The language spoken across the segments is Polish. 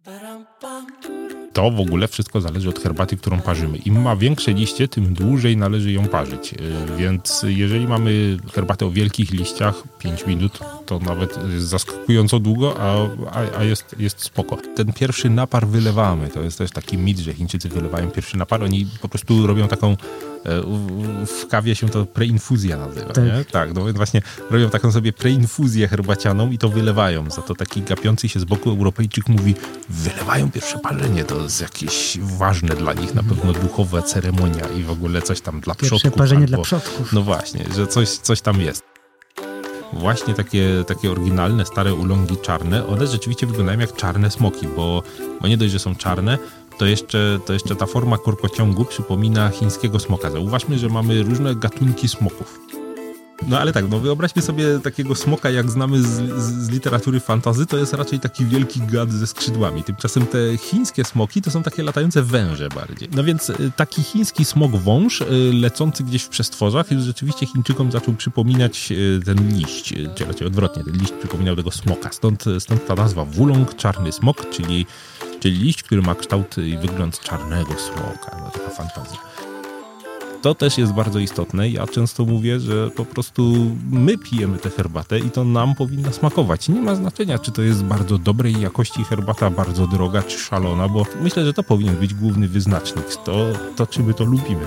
To w ogóle wszystko zależy od herbaty, którą parzymy. Im ma większe liście, tym dłużej należy ją parzyć. Więc jeżeli mamy herbatę o wielkich liściach, 5 minut, to nawet jest zaskakująco długo, a jest spoko. Ten pierwszy napar wylewamy. To jest też taki mit, że Chińczycy wylewają pierwszy napar. Oni po prostu robią taką, w kawie się to preinfuzja nazywa. Tak. Nie? Tak, no więc właśnie robią taką sobie preinfuzję herbacianą i to wylewają. Za to taki gapiący się z boku Europejczyk mówi, wylewają pierwsze parzenie, to jest jakieś ważne dla nich, na pewno duchowa ceremonia i w ogóle coś tam dla przodków. Pierwsze parzenie dla przodków. No właśnie, że coś tam jest. Właśnie takie oryginalne, stare ulongi czarne, one rzeczywiście wyglądają jak czarne smoki, bo nie dość, że są czarne, to jeszcze ta forma korkociągu przypomina chińskiego smoka. Zauważmy, że mamy różne gatunki smoków. No ale tak, no wyobraźmy sobie takiego smoka, jak znamy z literatury fantasy, to jest raczej taki wielki gad ze skrzydłami. Tymczasem te chińskie smoki to są takie latające węże bardziej. No więc taki chiński smok-wąż lecący gdzieś w przestworzach rzeczywiście Chińczykom zaczął przypominać ten liść, czy raczej odwrotnie, ten liść przypominał tego smoka. Stąd ta nazwa wulong, czarny smok, czyli liść, który ma kształt i wygląd czarnego smoka. No, taka fantazja. To też jest bardzo istotne. Ja często mówię, że po prostu my pijemy tę herbatę i to nam powinna smakować. Nie ma znaczenia, czy to jest bardzo dobrej jakości herbata, bardzo droga czy szalona, bo myślę, że to powinien być główny wyznacznik. To czy my to lubimy.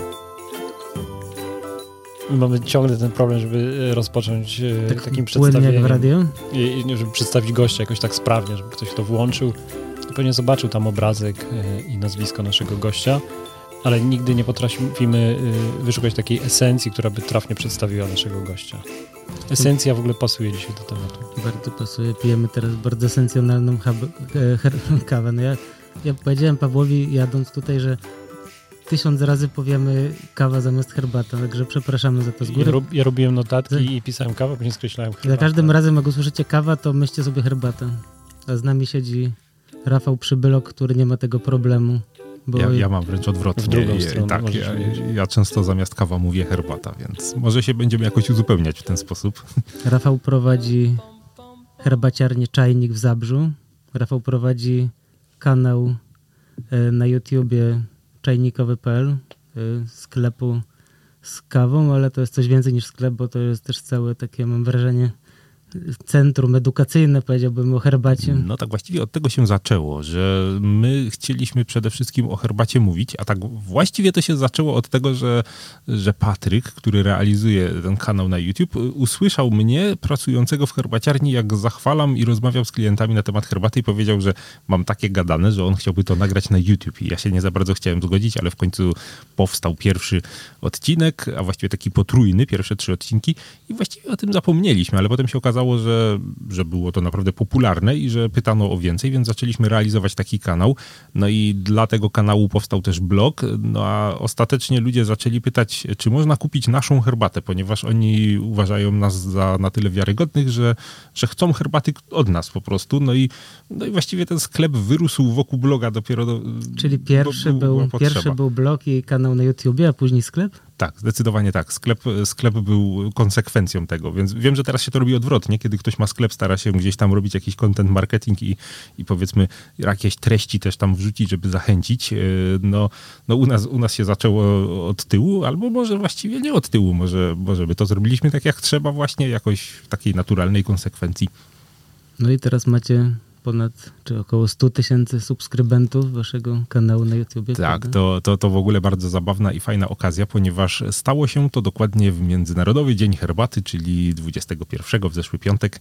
Mamy ciągle ten problem, żeby rozpocząć takim przedstawieniem. Jak w radio? I żeby przedstawić gościa jakoś tak sprawnie, żeby ktoś to włączył. Pewnie zobaczył tam obrazek i nazwisko naszego gościa, ale nigdy nie potrafimy wyszukać takiej esencji, która by trafnie przedstawiła naszego gościa. Esencja w ogóle pasuje dzisiaj do tematu. Bardzo pasuje. Pijemy teraz bardzo esencjonalną kawę. No ja powiedziałem Pawłowi, jadąc tutaj, że 1000 razy powiemy kawa zamiast herbata, także przepraszamy za to z góry. Ja robiłem notatki i pisałem kawę, później skreślałem herbatę. Za każdym razem, jak usłyszycie kawa, to myślcie sobie herbatę. A z nami siedzi Rafał Przybylok, który nie ma tego problemu. Bo ja mam wręcz odwrotnie. W drugą stronę. Tak, ja często zamiast kawa mówię herbata, więc może się będziemy jakoś uzupełniać w ten sposób. Rafał prowadzi herbaciarnię Czajnik w Zabrzu. Rafał prowadzi kanał na YouTubie czajnikowy.pl, sklepu z kawą, ale to jest coś więcej niż sklep, bo to jest też całe takie, mam wrażenie, centrum edukacyjne, powiedziałbym, o herbacie. No tak właściwie od tego się zaczęło, że my chcieliśmy przede wszystkim o herbacie mówić, a tak właściwie to się zaczęło od tego, że Patryk, który realizuje ten kanał na YouTube, usłyszał mnie pracującego w herbaciarni, jak zachwalam i rozmawiam z klientami na temat herbaty i powiedział, że mam takie gadane, że on chciałby to nagrać na YouTube. I ja się nie za bardzo chciałem zgodzić, ale w końcu powstał pierwszy odcinek, a właściwie taki potrójny, pierwsze 3 odcinki i właściwie o tym zapomnieliśmy, ale potem się okazało, że było to naprawdę popularne i że pytano o więcej, więc zaczęliśmy realizować taki kanał. No i dla tego kanału powstał też blog, no a ostatecznie ludzie zaczęli pytać, czy można kupić naszą herbatę, ponieważ oni uważają nas za na tyle wiarygodnych, że chcą herbaty od nas po prostu. No i właściwie ten sklep wyrósł wokół bloga dopiero. Czyli pierwszy był blog i kanał na YouTubie, a później sklep? Tak, zdecydowanie tak. Sklep był konsekwencją tego, więc wiem, że teraz się to robi odwrotnie. Kiedy ktoś ma sklep, stara się gdzieś tam robić jakiś content marketing i powiedzmy jakieś treści też tam wrzucić, żeby zachęcić. No u nas się zaczęło od tyłu, albo może właściwie nie od tyłu, może by to zrobiliśmy tak jak trzeba właśnie, jakoś w takiej naturalnej konsekwencji. No i teraz macie około 100 000 subskrybentów waszego kanału na YouTubie. Tak, to w ogóle bardzo zabawna i fajna okazja, ponieważ stało się to dokładnie w Międzynarodowy Dzień Herbaty, czyli 21 w zeszły piątek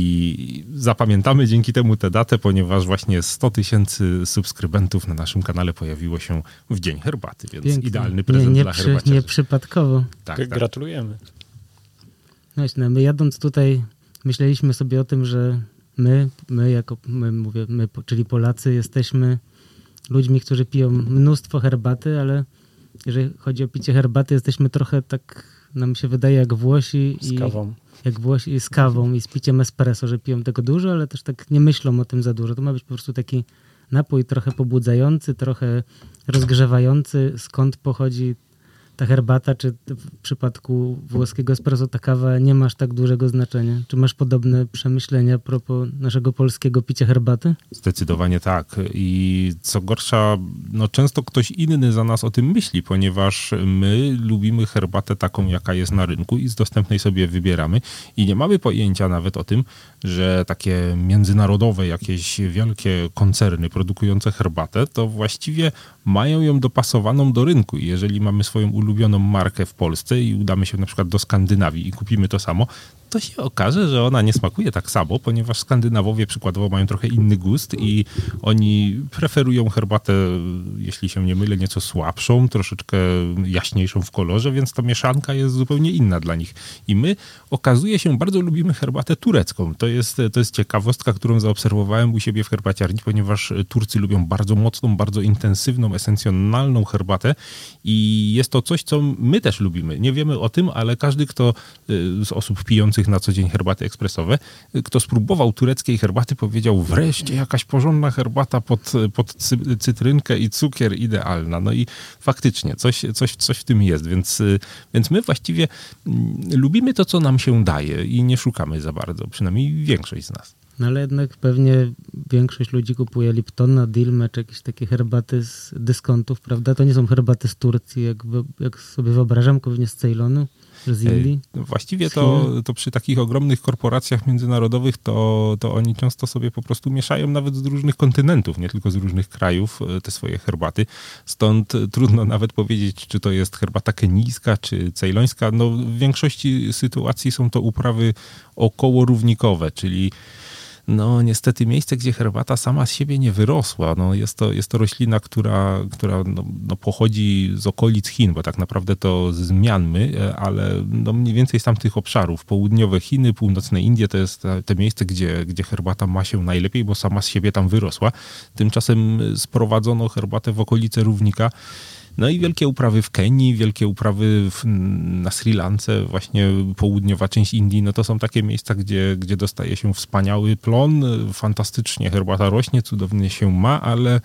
i zapamiętamy dzięki temu tę datę, ponieważ właśnie 100 000 subskrybentów na naszym kanale pojawiło się w Dzień Herbaty, więc pięknie. Idealny prezent dla herbaciarzy. Nieprzypadkowo. Tak. Gratulujemy. Właśnie, my jadąc tutaj myśleliśmy sobie o tym, że my, czyli Polacy, jesteśmy ludźmi, którzy piją mnóstwo herbaty, ale jeżeli chodzi o picie herbaty, jesteśmy trochę tak, nam się wydaje, jak Włosi z kawą i z piciem espresso, że piją tego dużo, ale też tak nie myślą o tym za dużo. To ma być po prostu taki napój trochę pobudzający, trochę rozgrzewający. Skąd pochodzi ta herbata, czy w przypadku włoskiego espresso ta kawa nie ma aż tak dużego znaczenia? Czy masz podobne przemyślenia a propos naszego polskiego picia herbaty? Zdecydowanie tak. I co gorsza, no często ktoś inny za nas o tym myśli, ponieważ my lubimy herbatę taką, jaka jest na rynku i z dostępnej sobie wybieramy i nie mamy pojęcia nawet o tym, że takie międzynarodowe jakieś wielkie koncerny produkujące herbatę, to właściwie mają ją dopasowaną do rynku. I jeżeli mamy swoją ulubioną markę w Polsce i udamy się na przykład do Skandynawii i kupimy to samo, to się okaże, że ona nie smakuje tak samo, ponieważ Skandynawowie przykładowo mają trochę inny gust i oni preferują herbatę, jeśli się nie mylę, nieco słabszą, troszeczkę jaśniejszą w kolorze, więc ta mieszanka jest zupełnie inna dla nich. I my, okazuje się, bardzo lubimy herbatę turecką. To jest ciekawostka, którą zaobserwowałem u siebie w herbaciarni, ponieważ Turcy lubią bardzo mocną, bardzo intensywną, esencjonalną herbatę i jest to coś, co my też lubimy. Nie wiemy o tym, ale każdy, kto z osób pijących na co dzień herbaty ekspresowe, kto spróbował tureckiej herbaty, powiedział, wreszcie jakaś porządna herbata pod cytrynkę i cukier, idealna. No i faktycznie coś w tym jest, więc my właściwie lubimy to, co nam się daje i nie szukamy za bardzo, przynajmniej większość z nas. No ale jednak pewnie większość ludzi kupuje Liptona, Dilmę, czy jakieś takie herbaty z dyskontów, prawda? To nie są herbaty z Turcji, jak sobie wyobrażam, pewnie z Ceylonu, z Indii. Właściwie to przy takich ogromnych korporacjach międzynarodowych to oni często sobie po prostu mieszają nawet z różnych kontynentów, nie tylko z różnych krajów te swoje herbaty. Stąd trudno nawet powiedzieć, czy to jest herbata kenijska, czy cejlońska. No, w większości sytuacji są to uprawy okołorównikowe, czyli no niestety miejsce, gdzie herbata sama z siebie nie wyrosła. No, jest to roślina, która pochodzi z okolic Chin, bo tak naprawdę to z Mianmy, ale no mniej więcej z tamtych obszarów. Południowe Chiny, północne Indie to jest te miejsce, gdzie herbata ma się najlepiej, bo sama z siebie tam wyrosła. Tymczasem sprowadzono herbatę w okolice równika. No i wielkie uprawy w Kenii, wielkie uprawy na Sri Lance, właśnie południowa część Indii, no to są takie miejsca, gdzie dostaje się wspaniały plon, fantastycznie herbata rośnie, cudownie się ma, ale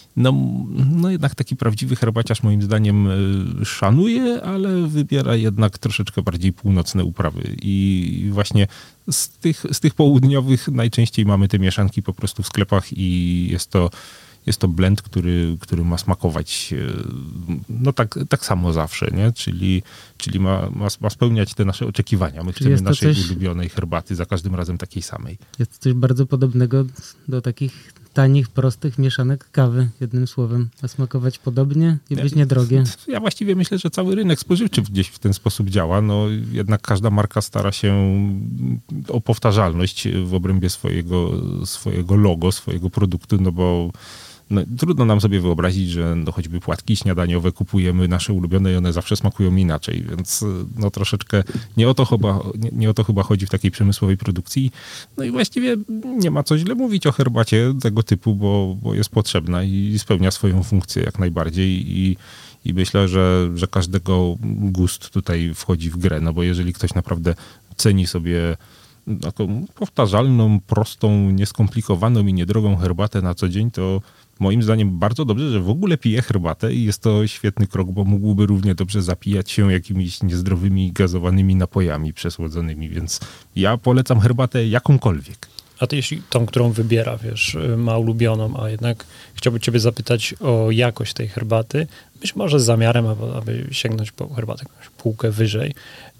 no jednak taki prawdziwy herbaciarz moim zdaniem szanuje, ale wybiera jednak troszeczkę bardziej północne uprawy i właśnie z tych południowych najczęściej mamy te mieszanki po prostu w sklepach i jest to blend, który ma smakować no tak samo zawsze, nie? Czyli ma spełniać te nasze oczekiwania. My chcemy naszej ulubionej herbaty za każdym razem takiej samej. Jest coś bardzo podobnego do takich tanich, prostych mieszanek kawy, jednym słowem. A smakować podobnie i być niedrogie. Ja właściwie myślę, że cały rynek spożywczy gdzieś w ten sposób działa. No jednak każda marka stara się o powtarzalność w obrębie swojego logo, swojego produktu, no bo trudno nam sobie wyobrazić, że choćby płatki śniadaniowe kupujemy nasze ulubione i one zawsze smakują inaczej, więc no troszeczkę nie o to chyba chodzi w takiej przemysłowej produkcji. No i właściwie nie ma co źle mówić o herbacie tego typu, bo jest potrzebna i spełnia swoją funkcję jak najbardziej i myślę, że każdego gust tutaj wchodzi w grę, no bo jeżeli ktoś naprawdę ceni sobie taką powtarzalną, prostą, nieskomplikowaną i niedrogą herbatę na co dzień, to moim zdaniem bardzo dobrze, że w ogóle pije herbatę i jest to świetny krok, bo mógłby równie dobrze zapijać się jakimiś niezdrowymi, gazowanymi napojami przesłodzonymi, więc ja polecam herbatę jakąkolwiek. A ty jeśli tą, którą wybiera, wiesz, ma ulubioną, a jednak chciałbym ciebie zapytać o jakość tej herbaty, być może z zamiarem, aby sięgnąć po herbatę jakąś półkę wyżej,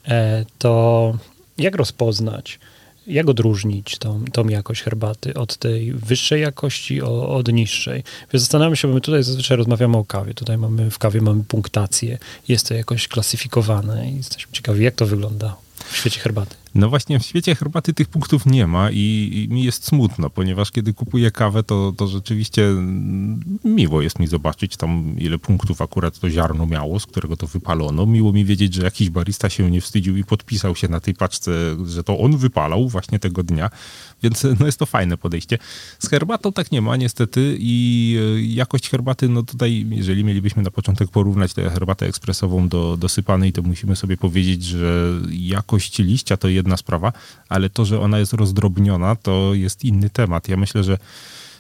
to jak rozpoznać, jak odróżnić tą jakość herbaty od tej wyższej jakości od niższej? Więc zastanawiam się, bo my tutaj zazwyczaj rozmawiamy o kawie. Tutaj w kawie mamy punktację, jest to jakoś klasyfikowane i jesteśmy ciekawi, jak to wygląda w świecie herbaty. No właśnie w świecie herbaty tych punktów nie ma i mi jest smutno, ponieważ kiedy kupuję kawę, to rzeczywiście miło jest mi zobaczyć tam, ile punktów akurat to ziarno miało, z którego to wypalono. Miło mi wiedzieć, że jakiś barista się nie wstydził i podpisał się na tej paczce, że to on wypalał właśnie tego dnia, więc no jest to fajne podejście. Z herbatą tak nie ma niestety i jakość herbaty, no tutaj jeżeli mielibyśmy na początek porównać tę herbatę ekspresową do sypanej, to musimy sobie powiedzieć, że jakość liścia to jedna sprawa, ale to, że ona jest rozdrobniona, to jest inny temat. Ja myślę, że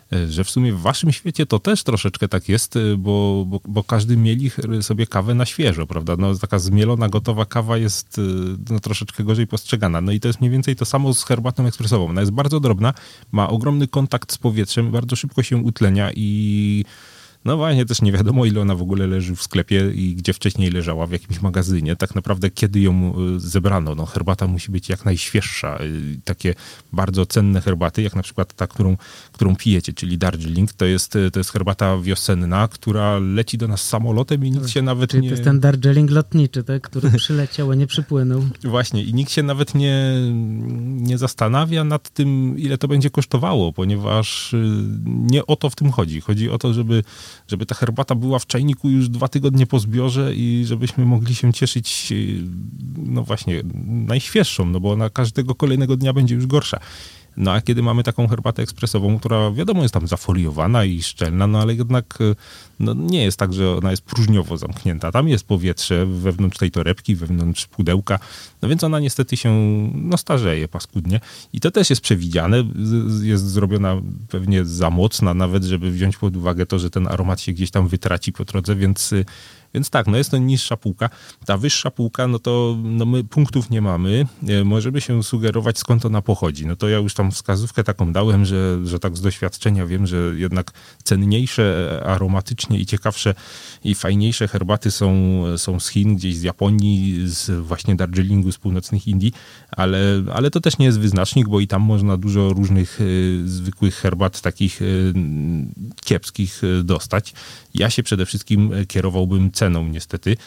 że w sumie w waszym świecie to też troszeczkę tak jest, bo każdy mieli sobie kawę na świeżo, prawda? No, taka zmielona, gotowa kawa jest no, troszeczkę gorzej postrzegana. No i to jest mniej więcej to samo z herbatą ekspresową. Ona jest bardzo drobna, ma ogromny kontakt z powietrzem, bardzo szybko się utlenia i no właśnie też nie wiadomo, ile ona w ogóle leży w sklepie i gdzie wcześniej leżała, w jakimś magazynie. Tak naprawdę kiedy ją zebrano. No, herbata musi być jak najświeższa. Takie bardzo cenne herbaty, jak na przykład ta, którą pijecie, czyli Darjeeling, to jest herbata wiosenna, która leci do nas samolotem i nikt się nawet czyli to jest ten Darjeeling lotniczy, tak? Który przyleciał, a nie przypłynął. Właśnie i nikt się nawet nie zastanawia nad tym, ile to będzie kosztowało, ponieważ nie o to w tym chodzi. Chodzi o to, żeby ta herbata była w czajniku już 2 tygodnie po zbiorze i żebyśmy mogli się cieszyć, no właśnie, najświeższą, no bo ona każdego kolejnego dnia będzie już gorsza. No a kiedy mamy taką herbatę ekspresową, która wiadomo jest tam zafoliowana i szczelna, no ale jednak no, nie jest tak, że ona jest próżniowo zamknięta. Tam jest powietrze wewnątrz tej torebki, wewnątrz pudełka, no więc ona niestety się no, starzeje paskudnie. I to też jest przewidziane, jest zrobiona pewnie za mocna nawet, żeby wziąć pod uwagę to, że ten aromat się gdzieś tam wytraci po drodze, więc tak, no jest to niższa półka. Ta wyższa półka, no to no my punktów nie mamy. Możemy się sugerować, skąd ona pochodzi. No to ja już tam wskazówkę taką dałem, że tak z doświadczenia wiem, że jednak cenniejsze, aromatycznie i ciekawsze i fajniejsze herbaty są z Chin, gdzieś z Japonii, z właśnie Darjeelingu, z północnych Indii, ale to też nie jest wyznacznik, bo i tam można dużo różnych zwykłych herbat, takich kiepskich dostać. Ja się przede wszystkim kierowałbym ceną niestety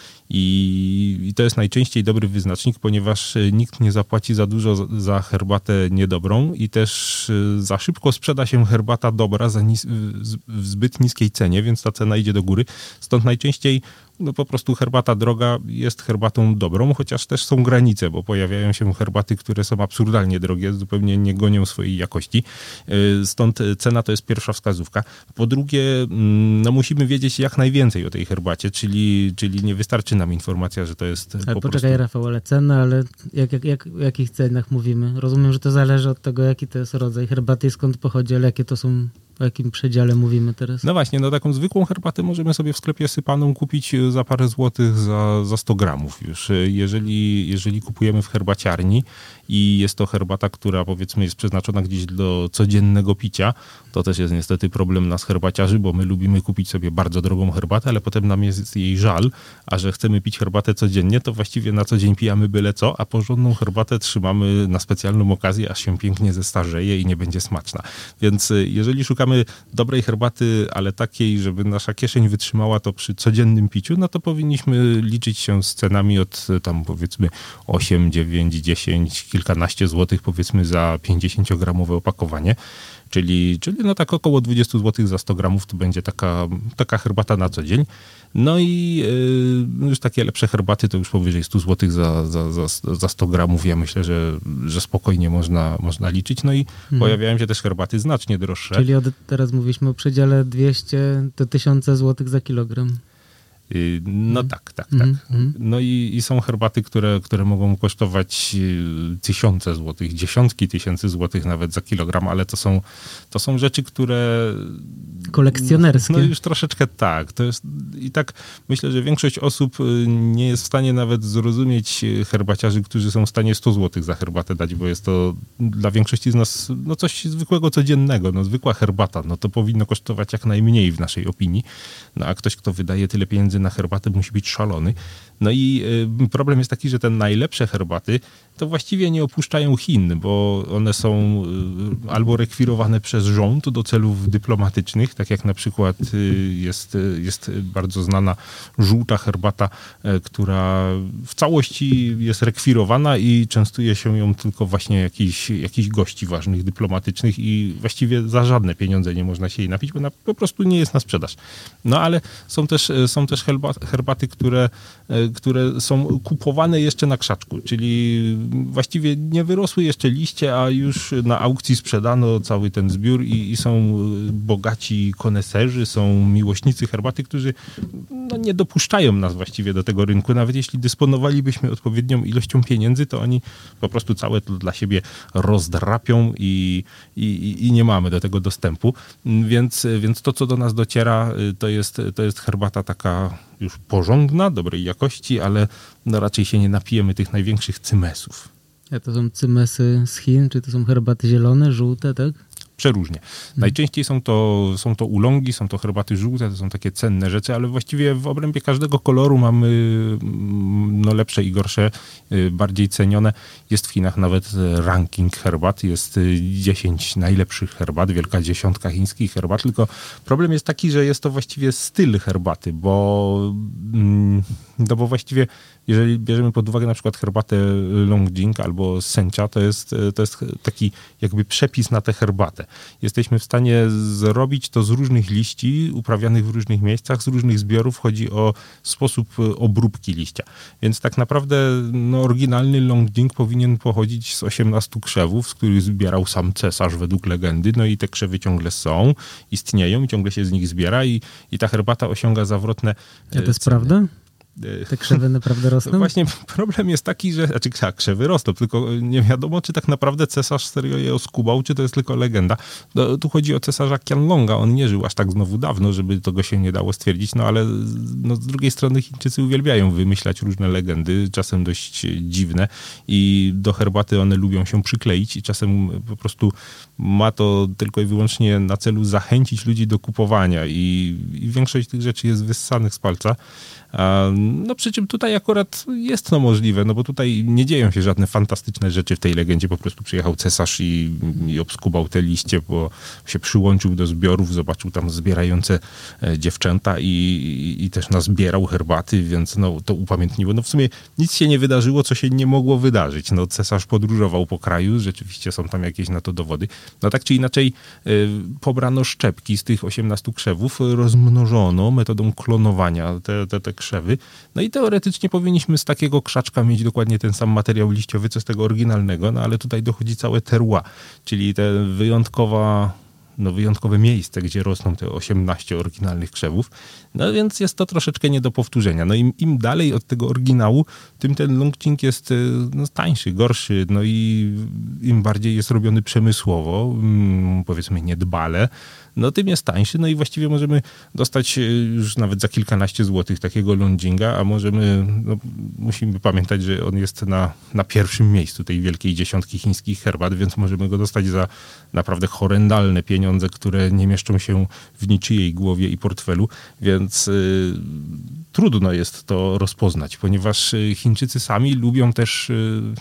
i to jest najczęściej dobry wyznacznik, ponieważ nikt nie zapłaci za dużo za herbatę niedobrą i też za szybko sprzeda się herbata dobra w zbyt niskiej cenie, więc ta cena idzie do góry. Stąd najczęściej no po prostu herbata droga jest herbatą dobrą, chociaż też są granice, bo pojawiają się herbaty, które są absurdalnie drogie, zupełnie nie gonią swojej jakości. Stąd cena to jest pierwsza wskazówka. Po drugie, no musimy wiedzieć jak najwięcej o tej herbacie, czyli nie wystarczy nam informacja, że to jest ale po poczekaj, prostu... Rafał, ale cena, ale o jakich cenach mówimy? Rozumiem, że to zależy od tego, jaki to jest rodzaj herbaty i skąd pochodzi, ale jakie to są... O jakim przedziale mówimy teraz? No właśnie, no taką zwykłą herbatę możemy sobie w sklepie sypaną kupić za parę złotych za 100 gramów już. Jeżeli kupujemy w herbaciarni i jest to herbata, która powiedzmy jest przeznaczona gdzieś do codziennego picia, to też jest niestety problem nas herbaciarzy, bo my lubimy kupić sobie bardzo drogą herbatę, ale potem nam jest jej żal, a że chcemy pić herbatę codziennie, to właściwie na co dzień pijamy byle co, a porządną herbatę trzymamy na specjalną okazję, aż się pięknie zestarzeje i nie będzie smaczna. Więc jeżeli szukamy dobrej herbaty, ale takiej, żeby nasza kieszeń wytrzymała to przy codziennym piciu, no to powinniśmy liczyć się z cenami od tam powiedzmy 8, 9, 10, kilkanaście złotych powiedzmy za 50-gramowe opakowanie. Czyli no tak około 20 zł za 100 gramów to będzie taka herbata na co dzień. No i już takie lepsze herbaty to już powyżej 100 zł za 100 gramów. Ja myślę, że spokojnie można liczyć. No i pojawiają się też herbaty znacznie droższe. Czyli teraz mówiliśmy o przedziale 200 do 1000 zł za kilogram. No tak. No i są herbaty, które mogą kosztować tysiące złotych, dziesiątki tysięcy złotych nawet za kilogram, ale to są rzeczy, które... kolekcjonerskie. No już troszeczkę tak. To jest, i tak myślę, że większość osób nie jest w stanie nawet zrozumieć herbaciarzy, którzy są w stanie 100 złotych za herbatę dać, bo jest to dla większości z nas no coś zwykłego, codziennego. No zwykła herbata, no to powinno kosztować jak najmniej w naszej opinii. No a ktoś, kto wydaje tyle pieniędzy na herbatę, musi być szalony. No i problem jest taki, że te najlepsze herbaty to właściwie nie opuszczają Chin, bo one są albo rekwirowane przez rząd do celów dyplomatycznych, tak jak na przykład jest bardzo znana żółta herbata, która w całości jest rekwirowana i częstuje się ją tylko właśnie jakichś gości ważnych, dyplomatycznych i właściwie za żadne pieniądze nie można się jej napić, bo ona po prostu nie jest na sprzedaż. No ale są też herbaty, które są kupowane jeszcze na krzaczku, czyli właściwie nie wyrosły jeszcze liście, a już na aukcji sprzedano cały ten zbiór i są bogaci koneserzy, są miłośnicy herbaty, którzy nie dopuszczają nas właściwie do tego rynku. Nawet jeśli dysponowalibyśmy odpowiednią ilością pieniędzy, to oni po prostu całe to dla siebie rozdrapią i nie mamy do tego dostępu. Więc to, co do nas dociera, to jest herbata taka już porządna, dobrej jakości, ale no raczej się nie napijemy tych największych cymesów. A to są cymesy z Chin, czy to są herbaty zielone, żółte, tak? Przeróżnie. Najczęściej są to ulongi, są to herbaty żółte, to są takie cenne rzeczy, ale właściwie w obrębie każdego koloru mamy lepsze i gorsze, bardziej cenione. Jest w Chinach nawet ranking herbat, jest 10 najlepszych herbat, wielka dziesiątka chińskich herbat, tylko problem jest taki, że jest to właściwie styl herbaty, bo właściwie jeżeli bierzemy pod uwagę na przykład herbatę Longjing albo Sencha, to jest taki jakby przepis na tę herbatę. Jesteśmy w stanie zrobić to z różnych liści, uprawianych w różnych miejscach, z różnych zbiorów. Chodzi o sposób obróbki liścia. Więc tak naprawdę oryginalny Longjing powinien pochodzić z 18 krzewów, z których zbierał sam cesarz według legendy. No i te krzewy ciągle są, istnieją i ciągle się z nich zbiera i ta herbata osiąga zawrotne A to jest prawda? Te krzewy naprawdę rosną? No właśnie problem jest taki, że krzewy rosną, tylko nie wiadomo, czy tak naprawdę cesarz serio je oskubał, czy to jest tylko legenda. Tu chodzi o cesarza Qianlonga, on nie żył aż tak znowu dawno, żeby tego się nie dało stwierdzić, ale z drugiej strony Chińczycy uwielbiają wymyślać różne legendy, czasem dość dziwne i do herbaty one lubią się przykleić i czasem po prostu ma to tylko i wyłącznie na celu zachęcić ludzi do kupowania i większość tych rzeczy jest wyssanych z palca. Przy czym tutaj akurat jest to możliwe, bo tutaj nie dzieją się żadne fantastyczne rzeczy w tej legendzie. Po prostu przyjechał cesarz i obskubał te liście, bo się przyłączył do zbiorów, zobaczył tam zbierające dziewczęta i też nazbierał herbaty, więc to upamiętniło. W sumie nic się nie wydarzyło, co się nie mogło wydarzyć. Cesarz podróżował po kraju, rzeczywiście są tam jakieś na to dowody. Tak czy inaczej pobrano szczepki z tych 18 krzewów, rozmnożono metodą klonowania te krzewy. I teoretycznie powinniśmy z takiego krzaczka mieć dokładnie ten sam materiał liściowy, co z tego oryginalnego, ale tutaj dochodzi całe terroir, czyli te wyjątkowe miejsce, gdzie rosną te 18 oryginalnych krzewów. Więc jest to troszeczkę nie do powtórzenia. Im dalej od tego oryginału, tym ten Longjing jest tańszy, gorszy, i im bardziej jest robiony przemysłowo, powiedzmy niedbale, tym jest tańszy, i właściwie możemy dostać już nawet za kilkanaście złotych takiego Longjinga, a musimy pamiętać, że on jest na pierwszym miejscu tej wielkiej dziesiątki chińskich herbat, więc możemy go dostać za naprawdę horrendalne pieniądze, które nie mieszczą się w niczyjej głowie i portfelu, więc trudno jest to rozpoznać, ponieważ Chińczycy sami lubią też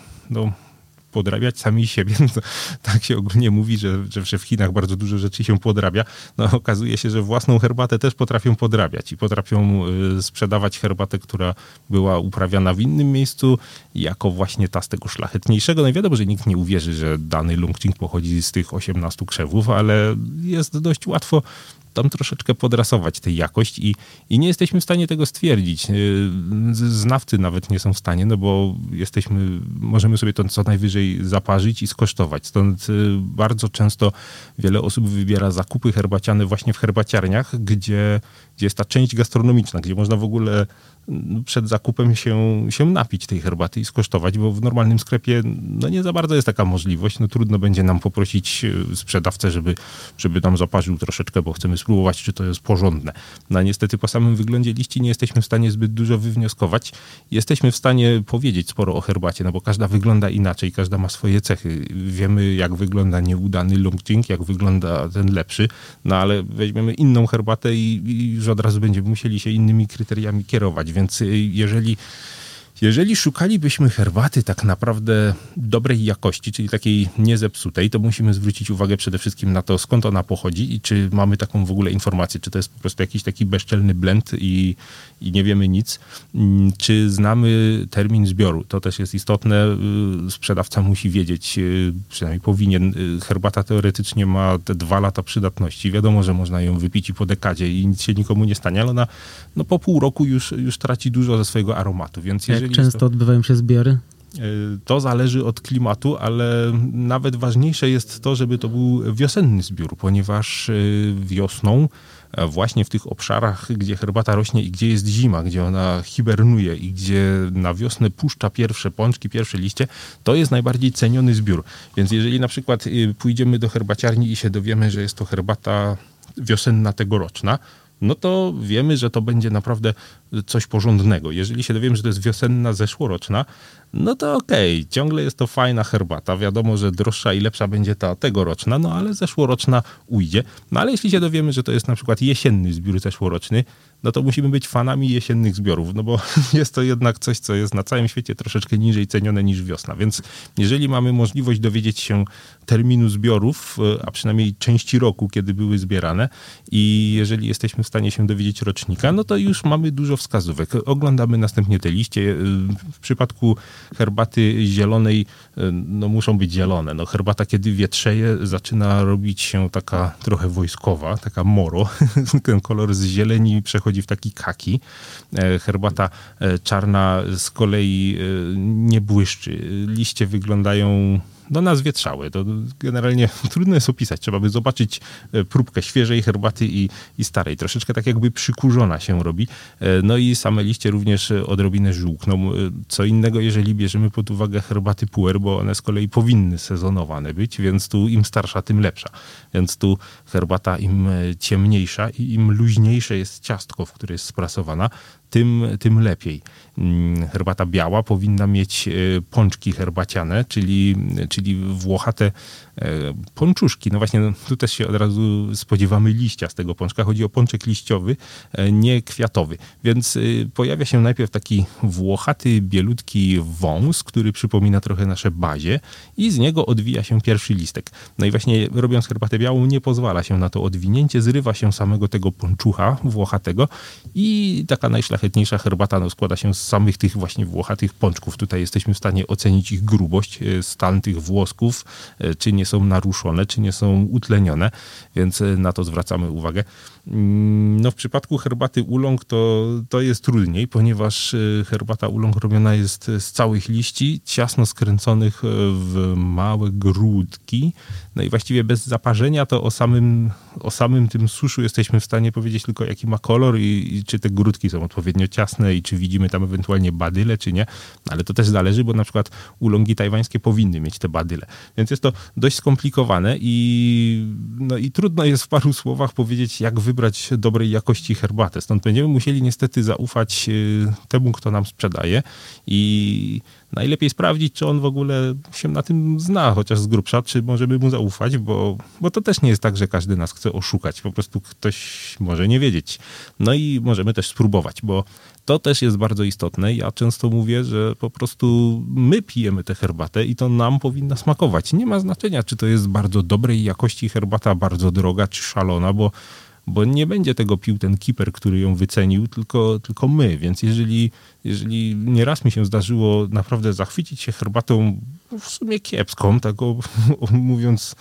podrabiać sami siebie. Tak się ogólnie mówi, że w Chinach bardzo dużo rzeczy się podrabia. Okazuje się, że własną herbatę też potrafią podrabiać i potrafią sprzedawać herbatę, która była uprawiana w innym miejscu, jako właśnie ta z tego szlachetniejszego. Wiadomo, że nikt nie uwierzy, że dany Longjing pochodzi z tych 18 krzewów, ale jest dość łatwo tam troszeczkę podrasować tej jakość i nie jesteśmy w stanie tego stwierdzić. Znawcy nawet nie są w stanie, bo możemy sobie to co najwyżej zaparzyć i skosztować. Stąd bardzo często wiele osób wybiera zakupy herbaciane właśnie w herbaciarniach, gdzie jest ta część gastronomiczna, gdzie można w ogóle przed zakupem się napić tej herbaty i skosztować, bo w normalnym sklepie nie za bardzo jest taka możliwość. Trudno będzie nam poprosić sprzedawcę, żeby nam zaparzył troszeczkę, bo chcemy spróbować, czy to jest porządne. Niestety po samym wyglądzie liści nie jesteśmy w stanie zbyt dużo wywnioskować. Jesteśmy w stanie powiedzieć sporo o herbacie, bo każda wygląda inaczej, każda ma swoje cechy. Wiemy, jak wygląda nieudany Longjing, jak wygląda ten lepszy, ale weźmiemy inną herbatę i już od razu będziemy musieli się innymi kryteriami kierować. Więc jeżeli szukalibyśmy herbaty tak naprawdę dobrej jakości, czyli takiej niezepsutej, to musimy zwrócić uwagę przede wszystkim na to, skąd ona pochodzi i czy mamy taką w ogóle informację, czy to jest po prostu jakiś taki bezczelny blend i nie wiemy nic, czy znamy termin zbioru. To też jest istotne. Sprzedawca musi wiedzieć, przynajmniej powinien. Herbata teoretycznie ma te 2 lata przydatności. Wiadomo, że można ją wypić i po dekadzie i nic się nikomu nie stanie, ale ona po pół roku już traci dużo ze swojego aromatu. Więc Jak często odbywają się zbiory? to zależy od klimatu, ale nawet ważniejsze jest to, żeby to był wiosenny zbiór, ponieważ wiosną właśnie w tych obszarach, gdzie herbata rośnie i gdzie jest zima, gdzie ona hibernuje i gdzie na wiosnę puszcza pierwsze pączki, pierwsze liście, to jest najbardziej ceniony zbiór. Więc jeżeli na przykład pójdziemy do herbaciarni i się dowiemy, że jest to herbata wiosenna tegoroczna, no to wiemy, że to będzie naprawdę coś porządnego. Jeżeli się dowiemy, że to jest wiosenna zeszłoroczna, no to okej, ciągle jest to fajna herbata. Wiadomo, że droższa i lepsza będzie ta tegoroczna, no ale zeszłoroczna ujdzie. No ale jeśli się dowiemy, że to jest na przykład jesienny zbiór zeszłoroczny, no to musimy być fanami jesiennych zbiorów, no bo jest to jednak coś, co jest na całym świecie troszeczkę niżej cenione niż wiosna. Więc jeżeli mamy możliwość dowiedzieć się terminu zbiorów, a przynajmniej części roku, kiedy były zbierane, i jeżeli jesteśmy w stanie się dowiedzieć rocznika, no to już mamy dużo wskazówek. Oglądamy następnie te liście. W przypadku herbaty zielonej, no muszą być zielone. No herbata, kiedy wietrzeje, zaczyna robić się taka trochę wojskowa, taka moro. Ten kolor z zieleni przechodzi w taki kaki. Herbata czarna z kolei nie błyszczy. Liście wyglądają na zwietrzałe. To generalnie trudno jest opisać. Trzeba by zobaczyć próbkę świeżej herbaty i starej. Troszeczkę tak jakby przykurzona się robi. No i same liście również odrobinę żółkną. Co innego, jeżeli bierzemy pod uwagę herbaty puer, bo one z kolei powinny sezonowane być, więc tu im starsza, tym lepsza. Więc tu herbata im ciemniejsza i im luźniejsze jest ciastko, w które jest sprasowana, tym lepiej. Herbata biała powinna mieć pączki herbaciane, czyli włochate pączuszki. No właśnie, tu też się od razu spodziewamy liścia z tego pączka. Chodzi o pączek liściowy, nie kwiatowy. Więc pojawia się najpierw taki włochaty, bielutki wąs, który przypomina trochę nasze bazie i z niego odwija się pierwszy listek. No i właśnie robiąc herbatę białą nie pozwala się na to odwinięcie, zrywa się samego tego pączucha włochatego i taka najszlachetniejsza herbata składa się z samych tych właśnie włochatych pączków. Tutaj jesteśmy w stanie ocenić ich grubość, stan tych włosków, czy nie są naruszone, czy nie są utlenione, więc na to zwracamy uwagę. No w przypadku herbaty oolong to jest trudniej, ponieważ herbata oolong robiona jest z całych liści, ciasno skręconych w małe grudki. No i właściwie bez zaparzenia to o samym tym suszu jesteśmy w stanie powiedzieć tylko, jaki ma kolor i czy te grudki są odpowiednio ciasne i czy widzimy tam ewentualnie badyle, czy nie. Ale to też zależy, bo na przykład oolongi tajwańskie powinny mieć te badyle. Więc jest to dość skomplikowane i trudno jest w paru słowach powiedzieć, jak wybrać dobrej jakości herbatę. Stąd będziemy musieli niestety zaufać temu, kto nam sprzedaje i najlepiej sprawdzić, czy on w ogóle się na tym zna, chociaż z grubsza, czy możemy mu zaufać, bo to też nie jest tak, że każdy nas chce oszukać. Po prostu ktoś może nie wiedzieć. No i możemy też spróbować, bo to też jest bardzo istotne. Ja często mówię, że po prostu my pijemy tę herbatę i to nam powinna smakować. Nie ma znaczenia, czy to jest bardzo dobrej jakości herbata, bardzo droga, czy szalona, bo nie będzie tego pił ten kiper, który ją wycenił, tylko my. Więc jeżeli nieraz mi się zdarzyło naprawdę zachwycić się herbatą w sumie kiepską, tak mówiąc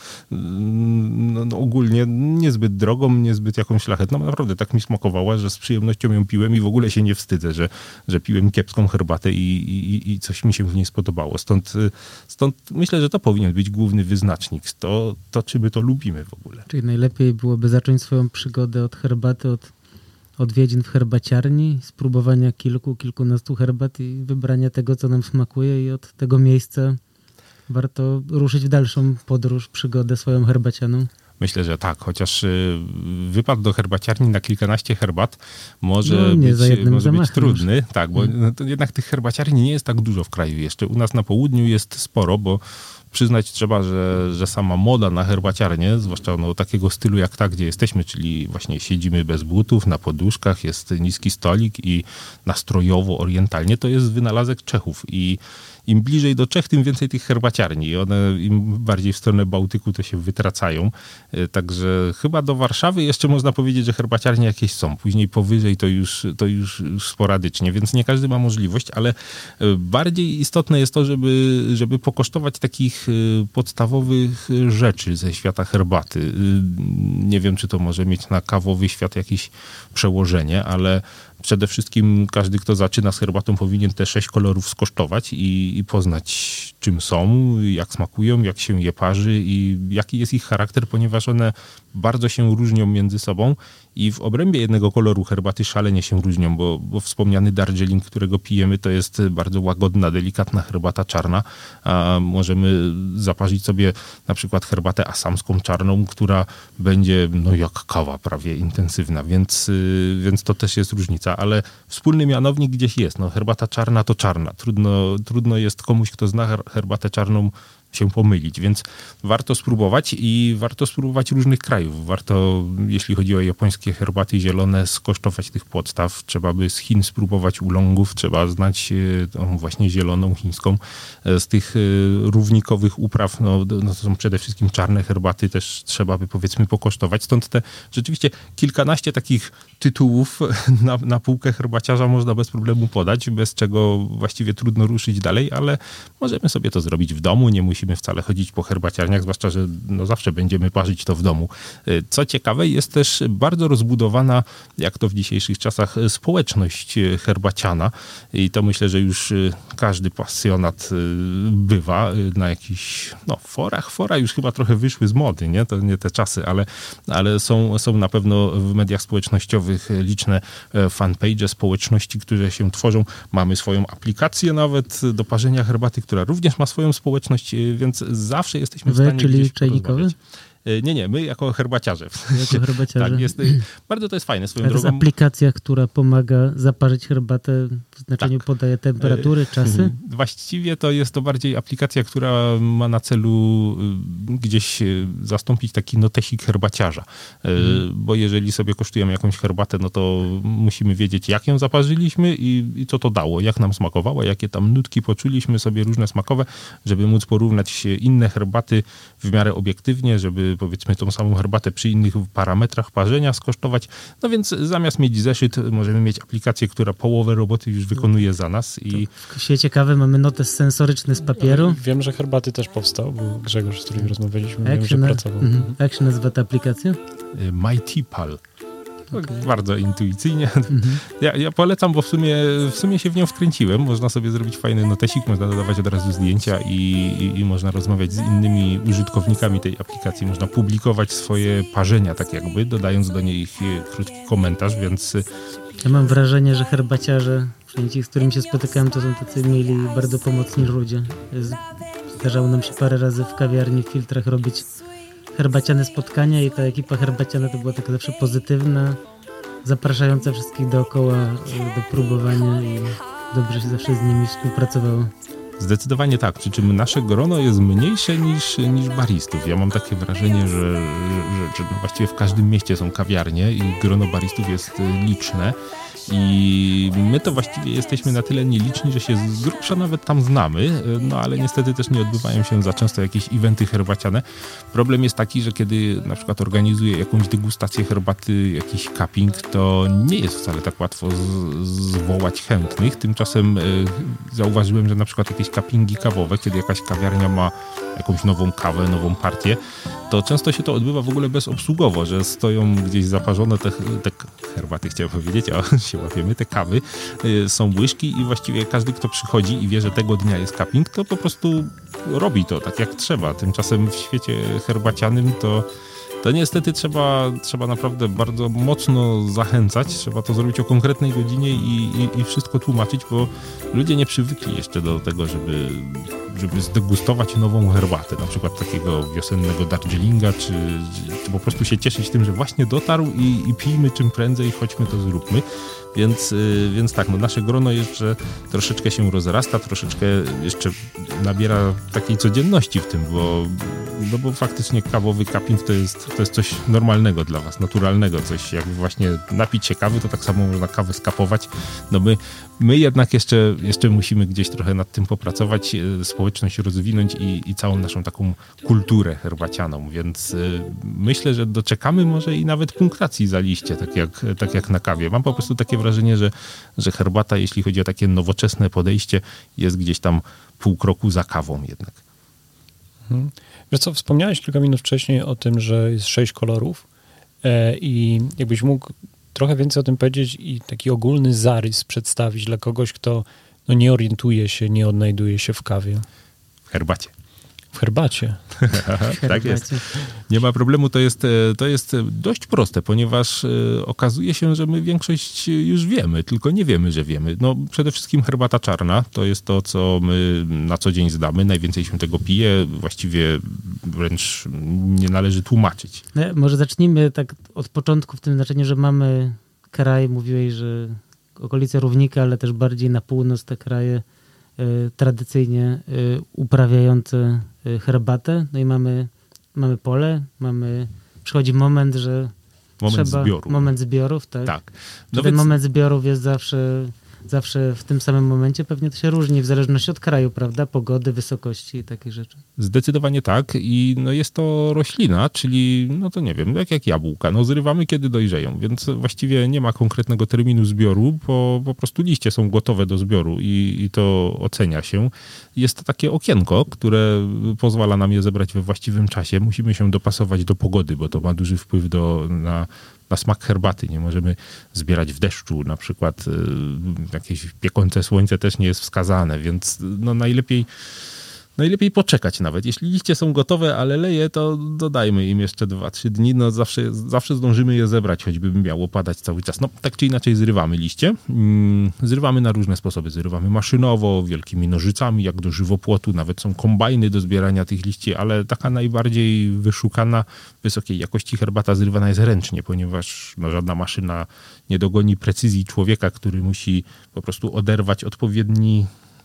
ogólnie niezbyt drogą, niezbyt jakąś szlachetną, naprawdę tak mi smakowała, że z przyjemnością ją piłem i w ogóle się nie wstydzę, że piłem kiepską herbatę i coś mi się w niej spodobało. Stąd myślę, że to powinien być główny wyznacznik. To czy my to lubimy w ogóle. Czyli najlepiej byłoby zacząć swoją przygodę od herbaty, od odwiedzin w herbaciarni, spróbowania kilkunastu herbat i wybrania tego, co nam smakuje, i od tego miejsca warto ruszyć w dalszą podróż, przygodę swoją herbacianą. Myślę, że tak, chociaż wypad do herbaciarni na kilkanaście herbat może być trudny. Tak, bo to jednak tych herbaciarni nie jest tak dużo w kraju jeszcze. U nas na południu jest sporo, bo przyznać trzeba, że sama moda na herbaciarnię, zwłaszcza takiego stylu jak ta, gdzie jesteśmy, czyli właśnie siedzimy bez butów, na poduszkach, jest niski stolik i nastrojowo, orientalnie, to jest wynalazek Czechów i im bliżej do Czech, tym więcej tych herbaciarni. One im bardziej w stronę Bałtyku to się wytracają. Także chyba do Warszawy jeszcze można powiedzieć, że herbaciarnie jakieś są. Później powyżej to już sporadycznie, więc nie każdy ma możliwość, ale bardziej istotne jest to, żeby pokosztować takich podstawowych rzeczy ze świata herbaty. Nie wiem, czy to może mieć na kawowy świat jakieś przełożenie, ale przede wszystkim każdy, kto zaczyna z herbatą, powinien te 6 kolorów skosztować i poznać, czym są, jak smakują, jak się je parzy i jaki jest ich charakter, ponieważ one bardzo się różnią między sobą i w obrębie jednego koloru herbaty szalenie się różnią, bo wspomniany Darjeeling, którego pijemy, to jest bardzo łagodna, delikatna herbata czarna, a możemy zaparzyć sobie na przykład herbatę asamską czarną, która będzie jak kawa prawie intensywna, więc to też jest różnica, ale wspólny mianownik gdzieś jest. Herbata czarna to czarna. Trudno jest komuś, kto zna herbatę czarną, się pomylić, więc warto spróbować i warto spróbować różnych krajów. Warto, jeśli chodzi o japońskie herbaty zielone, skosztować tych podstaw. Trzeba by z Chin spróbować oolongów, trzeba znać tą właśnie zieloną chińską. Z tych równikowych upraw, to są przede wszystkim czarne herbaty, też trzeba by powiedzmy pokosztować. Stąd te rzeczywiście kilkanaście takich tytułów na półkę herbaciarza można bez problemu podać, bez czego właściwie trudno ruszyć dalej, ale możemy sobie to zrobić w domu, nie musimy wcale chodzić po herbaciarniach, zwłaszcza, że zawsze będziemy parzyć to w domu. Co ciekawe, jest też bardzo rozbudowana, jak to w dzisiejszych czasach, społeczność herbaciana i to myślę, że już każdy pasjonat bywa na jakichś forach. Fora już chyba trochę wyszły z mody, nie? To nie te czasy, ale są na pewno w mediach społecznościowych liczne fanpage, społeczności, które się tworzą. Mamy swoją aplikację nawet do parzenia herbaty, która również ma swoją społeczność, więc zawsze jesteśmy w stanie czyli gdzieś czajnikowy? Nie, my jako herbaciarze. Jako herbaciarze. Tak, bardzo to jest fajne swoją drogą. To jest aplikacja, która pomaga zaparzyć herbatę, w znaczeniu podaje temperatury, czasy? Właściwie to jest to bardziej aplikacja, która ma na celu gdzieś zastąpić taki notesik herbaciarza. Bo jeżeli sobie kosztujemy jakąś herbatę, to musimy wiedzieć, jak ją zaparzyliśmy i co to dało, jak nam smakowała, jakie tam nutki poczuliśmy sobie różne smakowe, żeby móc porównać inne herbaty w miarę obiektywnie, żeby powiedzmy tą samą herbatę przy innych parametrach parzenia skosztować. Więc zamiast mieć zeszyt, możemy mieć aplikację, która połowę roboty już wykonuje za nas. W świecie kawy mamy notes sensoryczny z papieru. Wiem, że herbaty też powstał, bo Grzegorz, z którym rozmawialiśmy, wiem, że pracował. Jak się nazywa ta aplikacja? MyTeaPal. Bardzo intuicyjnie. Ja polecam, bo w sumie się w nią wkręciłem. Można sobie zrobić fajny notesik, można dodawać od razu zdjęcia i można rozmawiać z innymi użytkownikami tej aplikacji. Można publikować swoje parzenia, tak jakby, dodając do niej krótki komentarz, więc... Ja mam wrażenie, że herbaciarze, wszędzie ci, z którymi się spotykałem, to są tacy mili, bardzo pomocni ludzie. Zdarzało nam się parę razy w kawiarni, w filtrach robić herbaciane spotkania i ta ekipa herbaciana to była taka zawsze pozytywna, zapraszająca wszystkich dookoła do próbowania i dobrze się zawsze z nimi współpracowało. Zdecydowanie tak, przy czym nasze grono jest mniejsze niż baristów. Ja mam takie wrażenie, że właściwie w każdym mieście są kawiarnie i grono baristów jest liczne. I my to właściwie jesteśmy na tyle nieliczni, że się z grubsza nawet tam znamy, ale niestety też nie odbywają się za często jakieś eventy herbaciane. Problem jest taki, że kiedy na przykład organizuję jakąś degustację herbaty, jakiś cupping, to nie jest wcale tak łatwo zwołać chętnych. Tymczasem zauważyłem, że na przykład jakieś cuppingi kawowe, kiedy jakaś kawiarnia ma jakąś nową kawę, nową partię, to często się to odbywa w ogóle bezobsługowo, że stoją gdzieś zaparzone te herbaty, chciałem powiedzieć, a się łapiemy, te kawy, są łyżki i właściwie każdy, kto przychodzi i wie, że tego dnia jest cupping, to po prostu robi to tak jak trzeba. Tymczasem w świecie herbacianym to niestety trzeba naprawdę bardzo mocno zachęcać, trzeba to zrobić o konkretnej godzinie i wszystko tłumaczyć, bo ludzie nie przywykli jeszcze do tego, żeby zdegustować nową herbatę, na przykład takiego wiosennego Darjeelinga, czy po prostu się cieszyć tym, że właśnie dotarł i pijmy czym prędzej, chodźmy to zróbmy. Więc tak, nasze grono jeszcze troszeczkę się rozrasta, troszeczkę jeszcze nabiera takiej codzienności w tym, bo faktycznie kawowy cupping to jest coś normalnego dla was, naturalnego, coś jak właśnie napić się kawy, to tak samo można kawę skapować. My jednak jeszcze musimy gdzieś trochę nad tym popracować, społeczność rozwinąć i całą naszą taką kulturę herbacianą, więc myślę, że doczekamy może i nawet punktacji za liście, tak jak na kawie. Mam po prostu takie wrażenie, że herbata, jeśli chodzi o takie nowoczesne podejście, jest gdzieś tam pół kroku za kawą jednak. Wiesz co, wspomniałeś kilka minut wcześniej o tym, że jest 6 kolorów i jakbyś mógł trochę więcej o tym powiedzieć i taki ogólny zarys przedstawić dla kogoś, kto nie orientuje się, nie odnajduje się w kawie? W herbacie. W herbacie. Tak jest. Nie ma problemu, to jest dość proste, ponieważ okazuje się, że my większość już wiemy, tylko nie wiemy, że wiemy. No przede wszystkim herbata czarna, to jest to, co my na co dzień znamy, najwięcej się tego pije, właściwie wręcz nie należy tłumaczyć. No, może zacznijmy tak od początku w tym znaczeniu, że mamy kraj, mówiłeś, że okolice Równika, ale też bardziej na północ te kraje tradycyjnie uprawiające herbatę. No i mamy pole, przychodzi moment, że moment zbiorów, tak? Tak. No ten moment zbiorów jest zawsze w tym samym momencie, pewnie to się różni w zależności od kraju, prawda? Pogody, wysokości i takie rzeczy. Zdecydowanie tak i no jest to roślina, czyli no to nie wiem, jak jabłka, no zrywamy kiedy dojrzeją, więc właściwie nie ma konkretnego terminu zbioru, bo po prostu liście są gotowe do zbioru i to ocenia się. Jest to takie okienko, które pozwala nam je zebrać we właściwym czasie. Musimy się dopasować do pogody, bo to ma duży wpływ na smak herbaty. Nie możemy zbierać w deszczu, na przykład jakieś piekące słońce też nie jest wskazane, więc no najlepiej poczekać nawet. Jeśli liście są gotowe, ale leje, to dodajmy im jeszcze 2-3 dni. No zawsze zdążymy je zebrać, choćby miało padać cały czas. No tak czy inaczej zrywamy liście. Zrywamy na różne sposoby. Zrywamy maszynowo, wielkimi nożycami, jak do żywopłotu. Nawet są kombajny do zbierania tych liści, ale taka najbardziej wyszukana, wysokiej jakości herbata zrywana jest ręcznie, ponieważ no, żadna maszyna nie dogoni precyzji człowieka, który musi po prostu oderwać odpowiedni.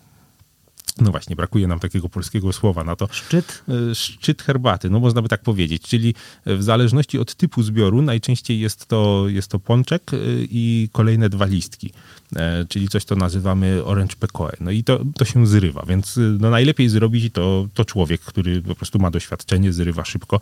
No właśnie, brakuje nam takiego polskiego słowa na to. Szczyt herbaty, no można by tak powiedzieć. Czyli w zależności od typu zbioru najczęściej jest to pączek i kolejne 2 listki. Czyli coś, co nazywamy orange pekoe. No i to się zrywa, więc no najlepiej zrobić to człowiek, który po prostu ma doświadczenie, zrywa szybko.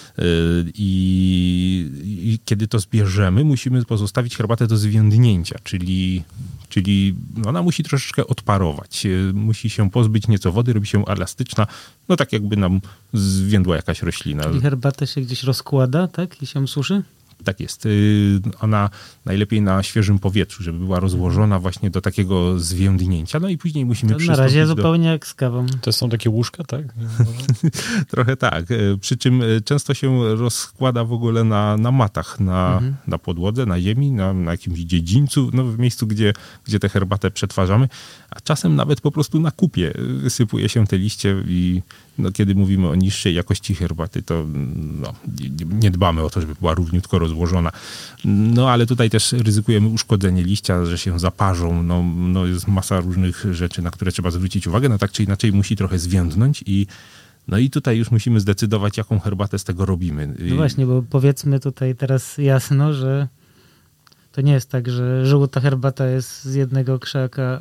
I kiedy to zbierzemy, musimy pozostawić herbatę do zwiędnięcia, czyli ona musi troszeczkę odparować. Musi się pozbyć nieco wody, robi się elastyczna, no tak jakby nam zwiędła jakaś roślina. Czyli herbata się gdzieś rozkłada, tak? I się suszy? Tak jest. Ona najlepiej na świeżym powietrzu, żeby była rozłożona właśnie do takiego zwiędnięcia. No i później musimy przystąpić na razie zupełnie jak z kawą. To są takie łóżka, tak? Trochę tak. Przy czym często się rozkłada w ogóle na matach, na podłodze, na ziemi, na jakimś dziedzińcu, no w miejscu, gdzie tę herbatę przetwarzamy, a czasem nawet po prostu na kupie wysypuje się te liście i no, kiedy mówimy o niższej jakości herbaty, to no, nie dbamy o to, żeby była równiutko rozłożona. No ale tutaj też ryzykujemy uszkodzenie liścia, że się zaparzą. No jest masa różnych rzeczy, na które trzeba zwrócić uwagę. No tak czy inaczej musi trochę zwiędnąć i tutaj już musimy zdecydować, jaką herbatę z tego robimy. No właśnie, bo powiedzmy tutaj teraz jasno, że to nie jest tak, że żółta herbata jest z jednego krzaka,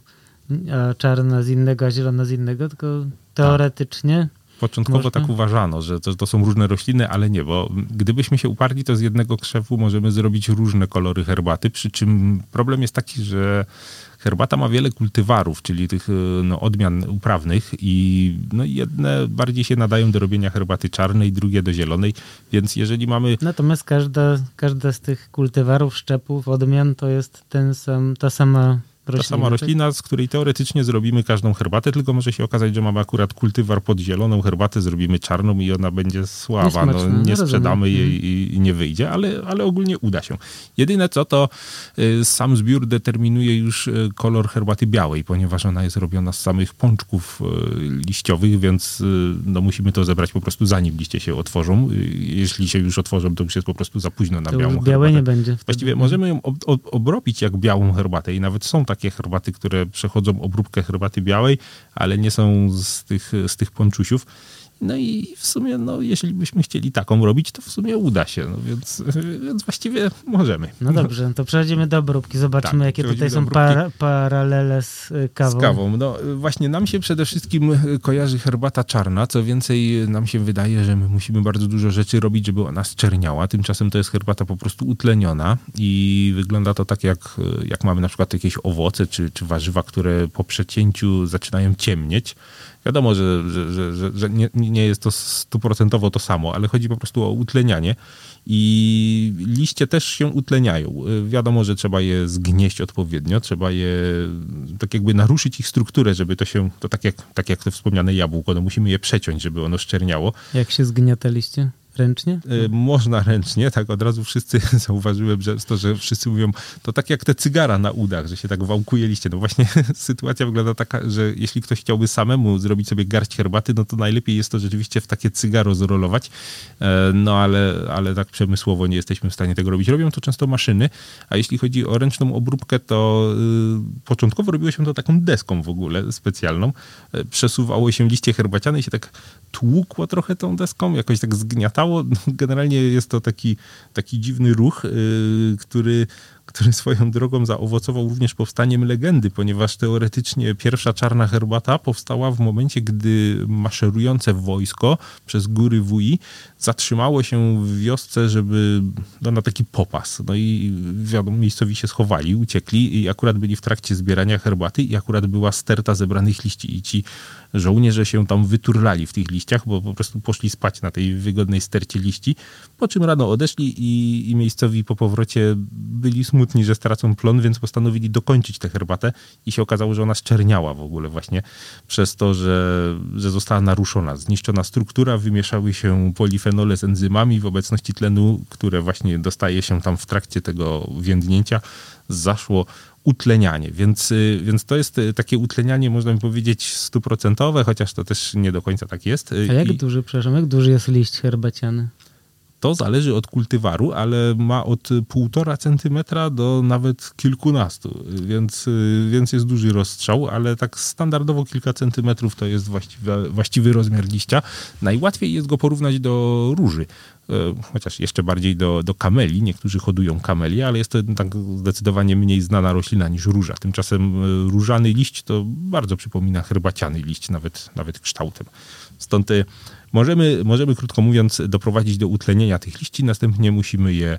a czarna z innego, a zielona z innego, tylko teoretycznie. Początkowo tak uważano, że to są różne rośliny, ale nie, bo gdybyśmy się uparli, to z jednego krzewu możemy zrobić różne kolory herbaty, przy czym problem jest taki, że herbata ma wiele kultywarów, czyli tych odmian uprawnych i jedne bardziej się nadają do robienia herbaty czarnej, drugie do zielonej, więc jeżeli mamy... Natomiast każda z tych kultywarów, szczepów, odmian to jest ta sama roślina. Ta sama roślina, z której teoretycznie zrobimy każdą herbatę, tylko może się okazać, że mamy akurat kultywar pod zieloną herbatę, zrobimy czarną i ona będzie słaba. Nie sprzedamy jej i nie wyjdzie, ale ogólnie uda się. Jedyne co, to sam zbiór determinuje już kolor herbaty białej, ponieważ ona jest robiona z samych pączków liściowych, więc musimy to zebrać po prostu zanim liście się otworzą. Jeśli się już otworzą, to już jest po prostu za późno na białą herbatę. Białe nie będzie. Wtedy. Właściwie możemy ją obrobić jak białą herbatę i nawet są takie herbaty, które przechodzą obróbkę herbaty białej, ale nie są z tych pączusiów. No i w sumie, jeśli byśmy chcieli taką robić, to w sumie uda się. Więc właściwie możemy. No dobrze, to przechodzimy do obróbki. Zobaczymy, jakie tutaj są paralele z kawą. Z kawą. No właśnie, nam się przede wszystkim kojarzy herbata czarna. Co więcej, nam się wydaje, że my musimy bardzo dużo rzeczy robić, żeby ona zczerniała. Tymczasem to jest herbata po prostu utleniona i wygląda to tak, jak mamy na przykład jakieś owoce czy warzywa, które po przecięciu zaczynają ciemnieć. Wiadomo, że nie jest to 100% to samo, ale chodzi po prostu o utlenianie i liście też się utleniają. Wiadomo, że trzeba je zgnieść odpowiednio, trzeba je tak jakby naruszyć ich strukturę, żeby to się, to tak jak to wspomniane jabłko, no musimy je przeciąć, żeby ono szczerniało. Jak się zgniata liście? Ręcznie? Można ręcznie, tak od razu wszyscy zauważyłem, że wszyscy mówią, to tak jak te cygara na udach, że się tak wałkuje liście. No właśnie sytuacja wygląda taka, że jeśli ktoś chciałby samemu zrobić sobie garść herbaty, no to najlepiej jest to rzeczywiście w takie cygaro zrolować, no ale tak przemysłowo nie jesteśmy w stanie tego robić. Robią to często maszyny, a jeśli chodzi o ręczną obróbkę, to początkowo robiło się to taką deską w ogóle specjalną. Przesuwało się liście herbaciane i się tak tłukło trochę tą deską, jakoś tak zgniatało. Generalnie jest to taki dziwny ruch, który swoją drogą zaowocował również powstaniem legendy, ponieważ teoretycznie pierwsza czarna herbata powstała w momencie, gdy maszerujące wojsko przez góry Wuyi zatrzymało się w wiosce, żeby na taki popas. No i wiadomo, miejscowi się schowali, uciekli i akurat byli w trakcie zbierania herbaty i akurat była sterta zebranych liści i ci żołnierze się tam wyturlali w tych liściach, bo po prostu poszli spać na tej wygodnej stercie liści, po czym rano odeszli i miejscowi po powrocie byli smutni, że stracą plon, więc postanowili dokończyć tę herbatę i się okazało, że ona zczerniała w ogóle właśnie przez to, że została naruszona, zniszczona struktura, wymieszały się polifenole z enzymami w obecności tlenu, które właśnie dostaje się tam w trakcie tego więdnięcia, zaszło utlenianie, więc to jest takie utlenianie, można by powiedzieć 100%, chociaż to też nie do końca tak jest. A jak duży jest liść herbaciany? To zależy od kultywaru, ale ma od 1,5 centymetra do nawet kilkunastu, więc jest duży rozstrzał, ale tak standardowo kilka centymetrów to jest właściwy rozmiar liścia. Najłatwiej jest go porównać do róży, chociaż jeszcze bardziej do kameli. Niektórzy hodują kameli, ale jest to tak zdecydowanie mniej znana roślina niż róża. Tymczasem różany liść to bardzo przypomina herbaciany liść, nawet kształtem. Stąd możemy, krótko mówiąc, doprowadzić do utlenienia tych liści, następnie musimy je,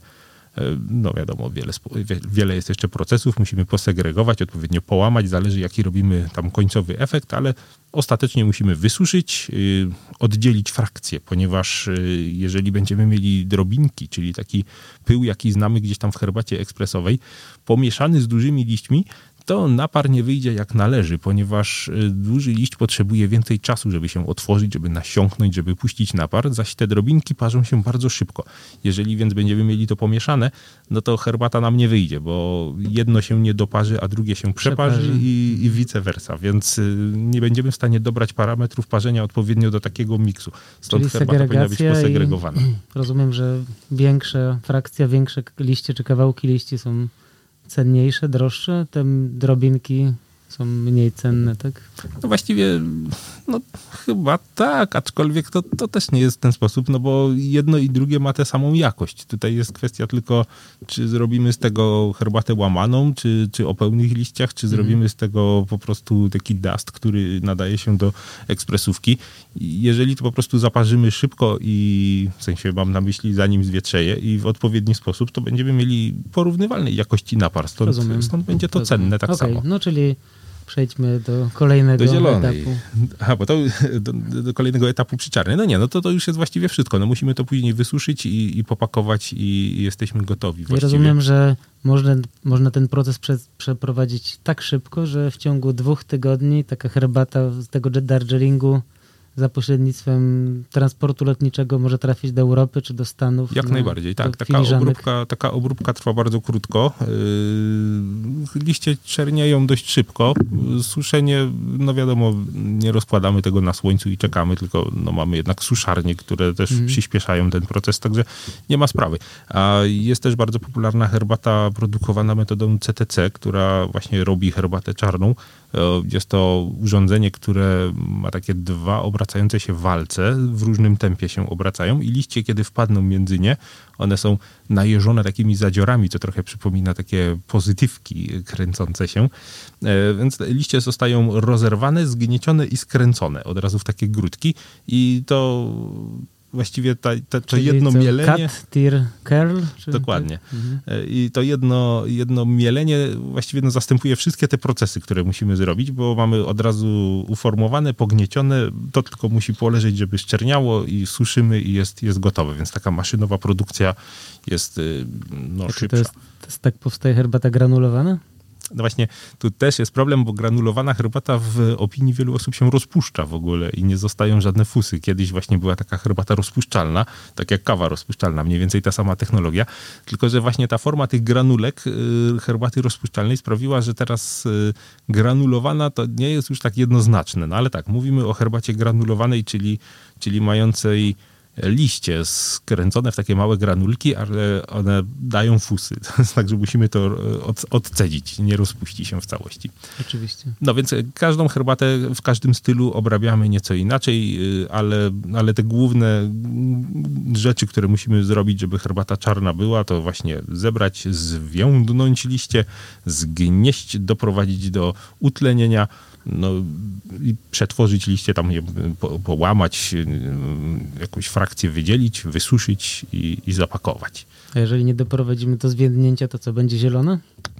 no wiadomo, wiele jest jeszcze procesów, musimy posegregować, odpowiednio połamać, zależy jaki robimy tam końcowy efekt, ale ostatecznie musimy wysuszyć, oddzielić frakcje, ponieważ jeżeli będziemy mieli drobinki, czyli taki pył, jaki znamy gdzieś tam w herbacie ekspresowej, pomieszany z dużymi liśćmi, to napar nie wyjdzie jak należy, ponieważ duży liść potrzebuje więcej czasu, żeby się otworzyć, żeby nasiąknąć, żeby puścić napar, zaś te drobinki parzą się bardzo szybko. Jeżeli więc będziemy mieli to pomieszane, no to herbata nam nie wyjdzie, bo jedno się nie doparzy, a drugie się przeparzy i vice versa, więc nie będziemy w stanie dobrać parametrów parzenia odpowiednio do takiego miksu. Stąd czyli herbata powinna być posegregowana. Rozumiem, że większa frakcja, większe liście czy kawałki liści są cenniejsze, droższe, te drobinki są mniej cenne, tak? No właściwie, no chyba tak, aczkolwiek to też nie jest w ten sposób, no bo jedno i drugie ma tę samą jakość. Tutaj jest kwestia tylko, czy zrobimy z tego herbatę łamaną, czy o pełnych liściach, czy zrobimy z tego po prostu taki dust, który nadaje się do ekspresówki. Jeżeli to po prostu zaparzymy szybko i w sensie mam na myśli zanim zwietrzeje i w odpowiedni sposób, to będziemy mieli porównywalnej jakości napar. Stąd będzie to cenne tak samo. No czyli przejdźmy do kolejnego etapu. Aha, bo to do kolejnego etapu przy czarnej. No nie, no to już jest właściwie wszystko. No musimy to później wysuszyć i popakować i jesteśmy gotowi. Ja rozumiem, że można ten proces przeprowadzić tak szybko, że w ciągu 2 tygodni taka herbata z tego Darjeelingu za pośrednictwem transportu lotniczego może trafić do Europy czy do Stanów. Jak najbardziej, tak. Taka obróbka trwa bardzo krótko. Liście czernieją dość szybko. Suszenie, no wiadomo, nie rozkładamy tego na słońcu i czekamy, tylko no mamy jednak suszarnie, które też przyspieszają ten proces, także nie ma sprawy. A jest też bardzo popularna herbata produkowana metodą CTC, która właśnie robi herbatę czarną. Jest to urządzenie, które ma takie 2 obracające się walce, w różnym tempie się obracają i liście, kiedy wpadną między nie, one są najeżone takimi zadziorami, co trochę przypomina takie pozytywki kręcące się. Więc liście zostają rozerwane, zgniecione i skręcone od razu w takie grudki i to właściwie to Czyli jedno co, mielenie... Cut, Tear, Curl? Dokładnie. I to jedno mielenie właściwie zastępuje wszystkie te procesy, które musimy zrobić, bo mamy od razu uformowane, pogniecione, to tylko musi poleżeć, żeby szczerniało i suszymy i jest gotowe, więc taka maszynowa produkcja jest szybsza. To jest tak powstaje herbata granulowana? No właśnie, tu też jest problem, bo granulowana herbata w opinii wielu osób się rozpuszcza w ogóle i nie zostają żadne fusy. Kiedyś właśnie była taka herbata rozpuszczalna, tak jak kawa rozpuszczalna, mniej więcej ta sama technologia, tylko że właśnie ta forma tych granulek herbaty rozpuszczalnej sprawiła, że teraz granulowana to nie jest już tak jednoznaczne. No ale tak, mówimy o herbacie granulowanej, czyli mającej liście skręcone w takie małe granulki, ale one dają fusy. To jest tak, że musimy to odcedzić, nie rozpuści się w całości. Oczywiście. No więc każdą herbatę w każdym stylu obrabiamy nieco inaczej, ale te główne rzeczy, które musimy zrobić, żeby herbata czarna była, to właśnie zebrać, zwiędnąć liście, zgnieść, doprowadzić do utlenienia, i przetworzyć liście, tam je połamać, jakąś frakcję wydzielić, wysuszyć i zapakować. A jeżeli nie doprowadzimy do zwiędnięcia, to co, będzie zielona?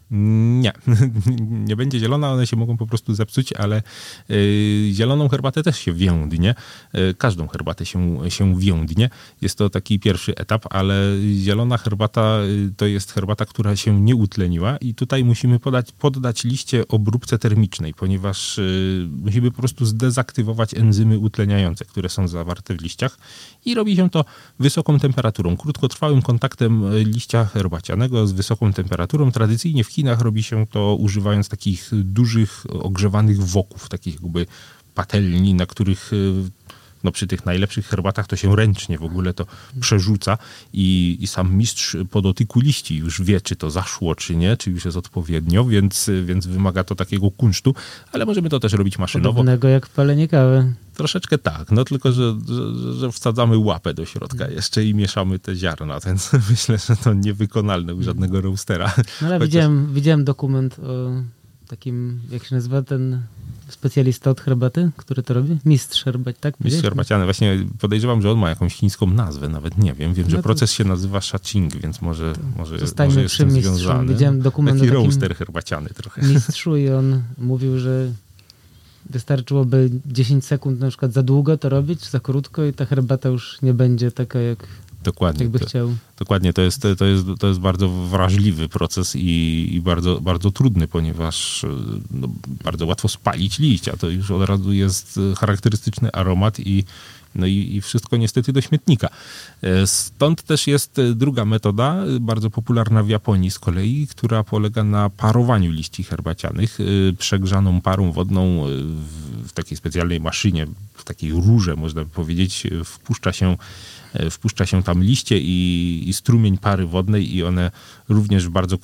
Nie będzie zielona, one się mogą po prostu zepsuć, ale zieloną herbatę też się więdnie. Każdą herbatę się więdnie. Jest to taki pierwszy etap, ale zielona herbata to jest herbata, która się nie utleniła i tutaj musimy poddać liście obróbce termicznej, ponieważ musimy po prostu zdezaktywować enzymy utleniające, które są zawarte w liściach i robi się to wysoką temperaturą, krótkotrwałym kontaktem liścia herbacianego z wysoką temperaturą. Tradycyjnie w Chinach robi się to używając takich dużych, ogrzewanych woków, takich jakby patelni, na których przy tych najlepszych herbatach to się ręcznie w ogóle to przerzuca i sam mistrz po dotyku liści już wie, czy to zaszło, czy nie, czy już jest odpowiednio, więc wymaga to takiego kunsztu, ale możemy to też robić maszynowo. Podobnego jak w palenie kawy. Troszeczkę tak, tylko że wsadzamy łapę do środka jeszcze i mieszamy te ziarna, więc myślę, że to niewykonalne u żadnego roastera. No ale widziałem dokument o takim, jak się nazywa ten specjalista od herbaty, który to robi? Mistrz herbat, tak? Mistrz herbaciany. Właśnie podejrzewam, że on ma jakąś chińską nazwę, nawet nie wiem. Wiem, że proces się nazywa Shaching, więc może jest z tym związany. Widziałem dokument taki o takim roaster herbaciany trochę. Mistrzu i on mówił, że wystarczyłoby 10 sekund na przykład za długo to robić, za krótko i ta herbata już nie będzie taka jakby chciał. Dokładnie, to jest bardzo wrażliwy proces i bardzo, bardzo trudny, ponieważ bardzo łatwo spalić liść, a to już od razu jest charakterystyczny aromat i wszystko niestety do śmietnika. Stąd też jest druga metoda, bardzo popularna w Japonii z kolei, która polega na parowaniu liści herbacianych. Przegrzaną parą wodną w takiej specjalnej maszynie, w takiej rurze można by powiedzieć, wpuszcza się tam liście i strumień pary wodnej i one również w bardzo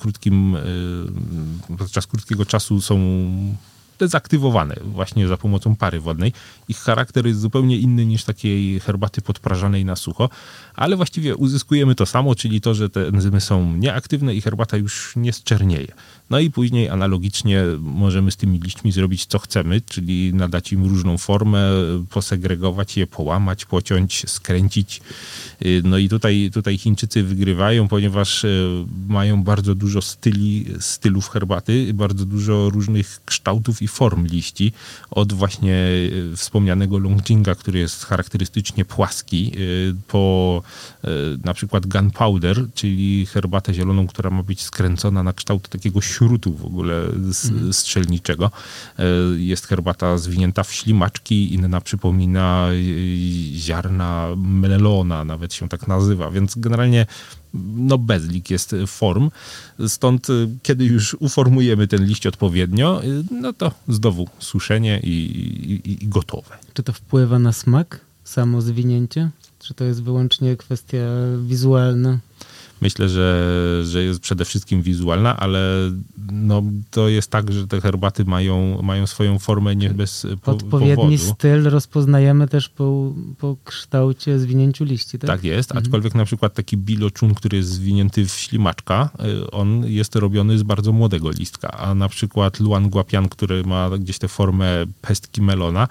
podczas krótkiego czasu są dezaktywowane właśnie za pomocą pary wodnej. Ich charakter jest zupełnie inny niż takiej herbaty podprażanej na sucho, ale właściwie uzyskujemy to samo, czyli to, że te enzymy są nieaktywne i herbata już nie zczernieje. No i później analogicznie możemy z tymi liśćmi zrobić co chcemy, czyli nadać im różną formę, posegregować je, połamać, pociąć, skręcić. No i tutaj Chińczycy wygrywają, ponieważ mają bardzo dużo stylów herbaty, bardzo dużo różnych kształtów i form liści. Od właśnie wspomnianego Longjinga, który jest charakterystycznie płaski, po na przykład gunpowder, czyli herbatę zieloną, która ma być skręcona na kształt takiego śrutu w ogóle strzelniczego. Jest herbata zwinięta w ślimaczki, inna przypomina ziarna melona, nawet się tak nazywa, więc generalnie bezlik jest form. Stąd, kiedy już uformujemy ten liść odpowiednio, to znowu suszenie i gotowe. Czy to wpływa na smak, samo zwinięcie? Czy to jest wyłącznie kwestia wizualna? Myślę, że jest przede wszystkim wizualna, ale to jest tak, że te herbaty mają swoją formę nie bez odpowiedni powodu. styl rozpoznajemy też po kształcie, zwinięciu liści, tak? Tak jest, aczkolwiek na przykład taki biloczun, który jest zwinięty w ślimaczka, on jest robiony z bardzo młodego listka, a na przykład luan guapian, który ma gdzieś tę formę pestki melona,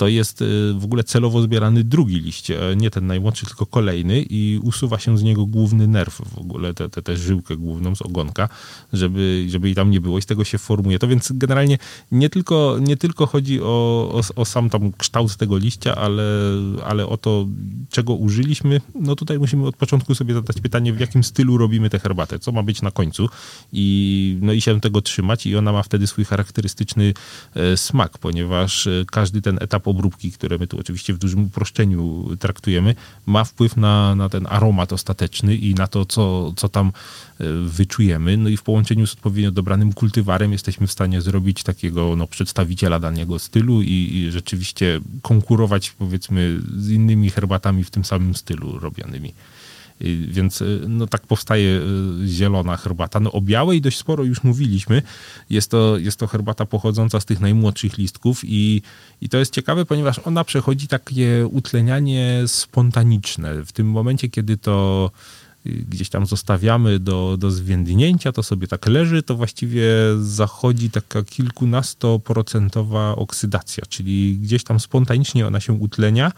to jest w ogóle celowo zbierany drugi liść, nie ten najmłodszy, tylko kolejny i usuwa się z niego główny nerw, w ogóle tę żyłkę główną z ogonka, żeby jej tam nie było i z tego się formuje to, więc generalnie nie tylko chodzi o sam tam kształt tego liścia, ale o to, czego użyliśmy. No tutaj musimy od początku sobie zadać pytanie, w jakim stylu robimy tę herbatę, co ma być na końcu i się tego trzymać i ona ma wtedy swój charakterystyczny smak, ponieważ każdy ten etap obróbki, które my tu oczywiście w dużym uproszczeniu traktujemy, ma wpływ na ten aromat ostateczny i na to, co tam wyczujemy. No i w połączeniu z odpowiednio dobranym kultywarem jesteśmy w stanie zrobić takiego przedstawiciela danego stylu i rzeczywiście konkurować, powiedzmy, z innymi herbatami w tym samym stylu robionymi. Więc no tak powstaje zielona herbata. No o białej dość sporo już mówiliśmy. Jest to herbata pochodząca z tych najmłodszych listków i to jest ciekawe, ponieważ ona przechodzi takie utlenianie spontaniczne. W tym momencie, kiedy to gdzieś tam zostawiamy do zwiędnięcia, to sobie tak leży, to właściwie zachodzi taka kilkunastoprocentowa oksydacja, czyli gdzieś tam spontanicznie ona się utlenia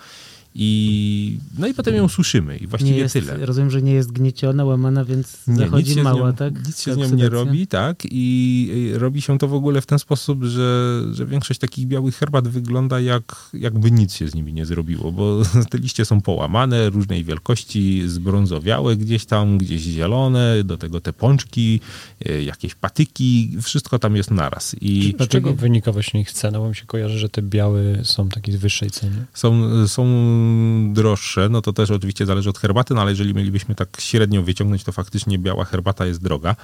i potem ją suszymy i właściwie tyle. Rozumiem, że nie jest gnieciona, łamana, więc zachodzi mała, tak? Nic się z nią nie robi, tak? I robi się to w ogóle w ten sposób, że większość takich białych herbat wygląda jakby nic się z nimi nie zrobiło, bo te liście są połamane, różnej wielkości, zbrązowiałe gdzieś zielone, do tego te pączki, jakieś patyki, wszystko tam jest naraz. I z czego wynika właśnie ich cena? Bo mi się kojarzy, że te białe są takie w wyższej cenie. Są droższe, no to też oczywiście zależy od herbaty, no ale jeżeli mielibyśmy tak średnio wyciągnąć, to faktycznie biała herbata jest droga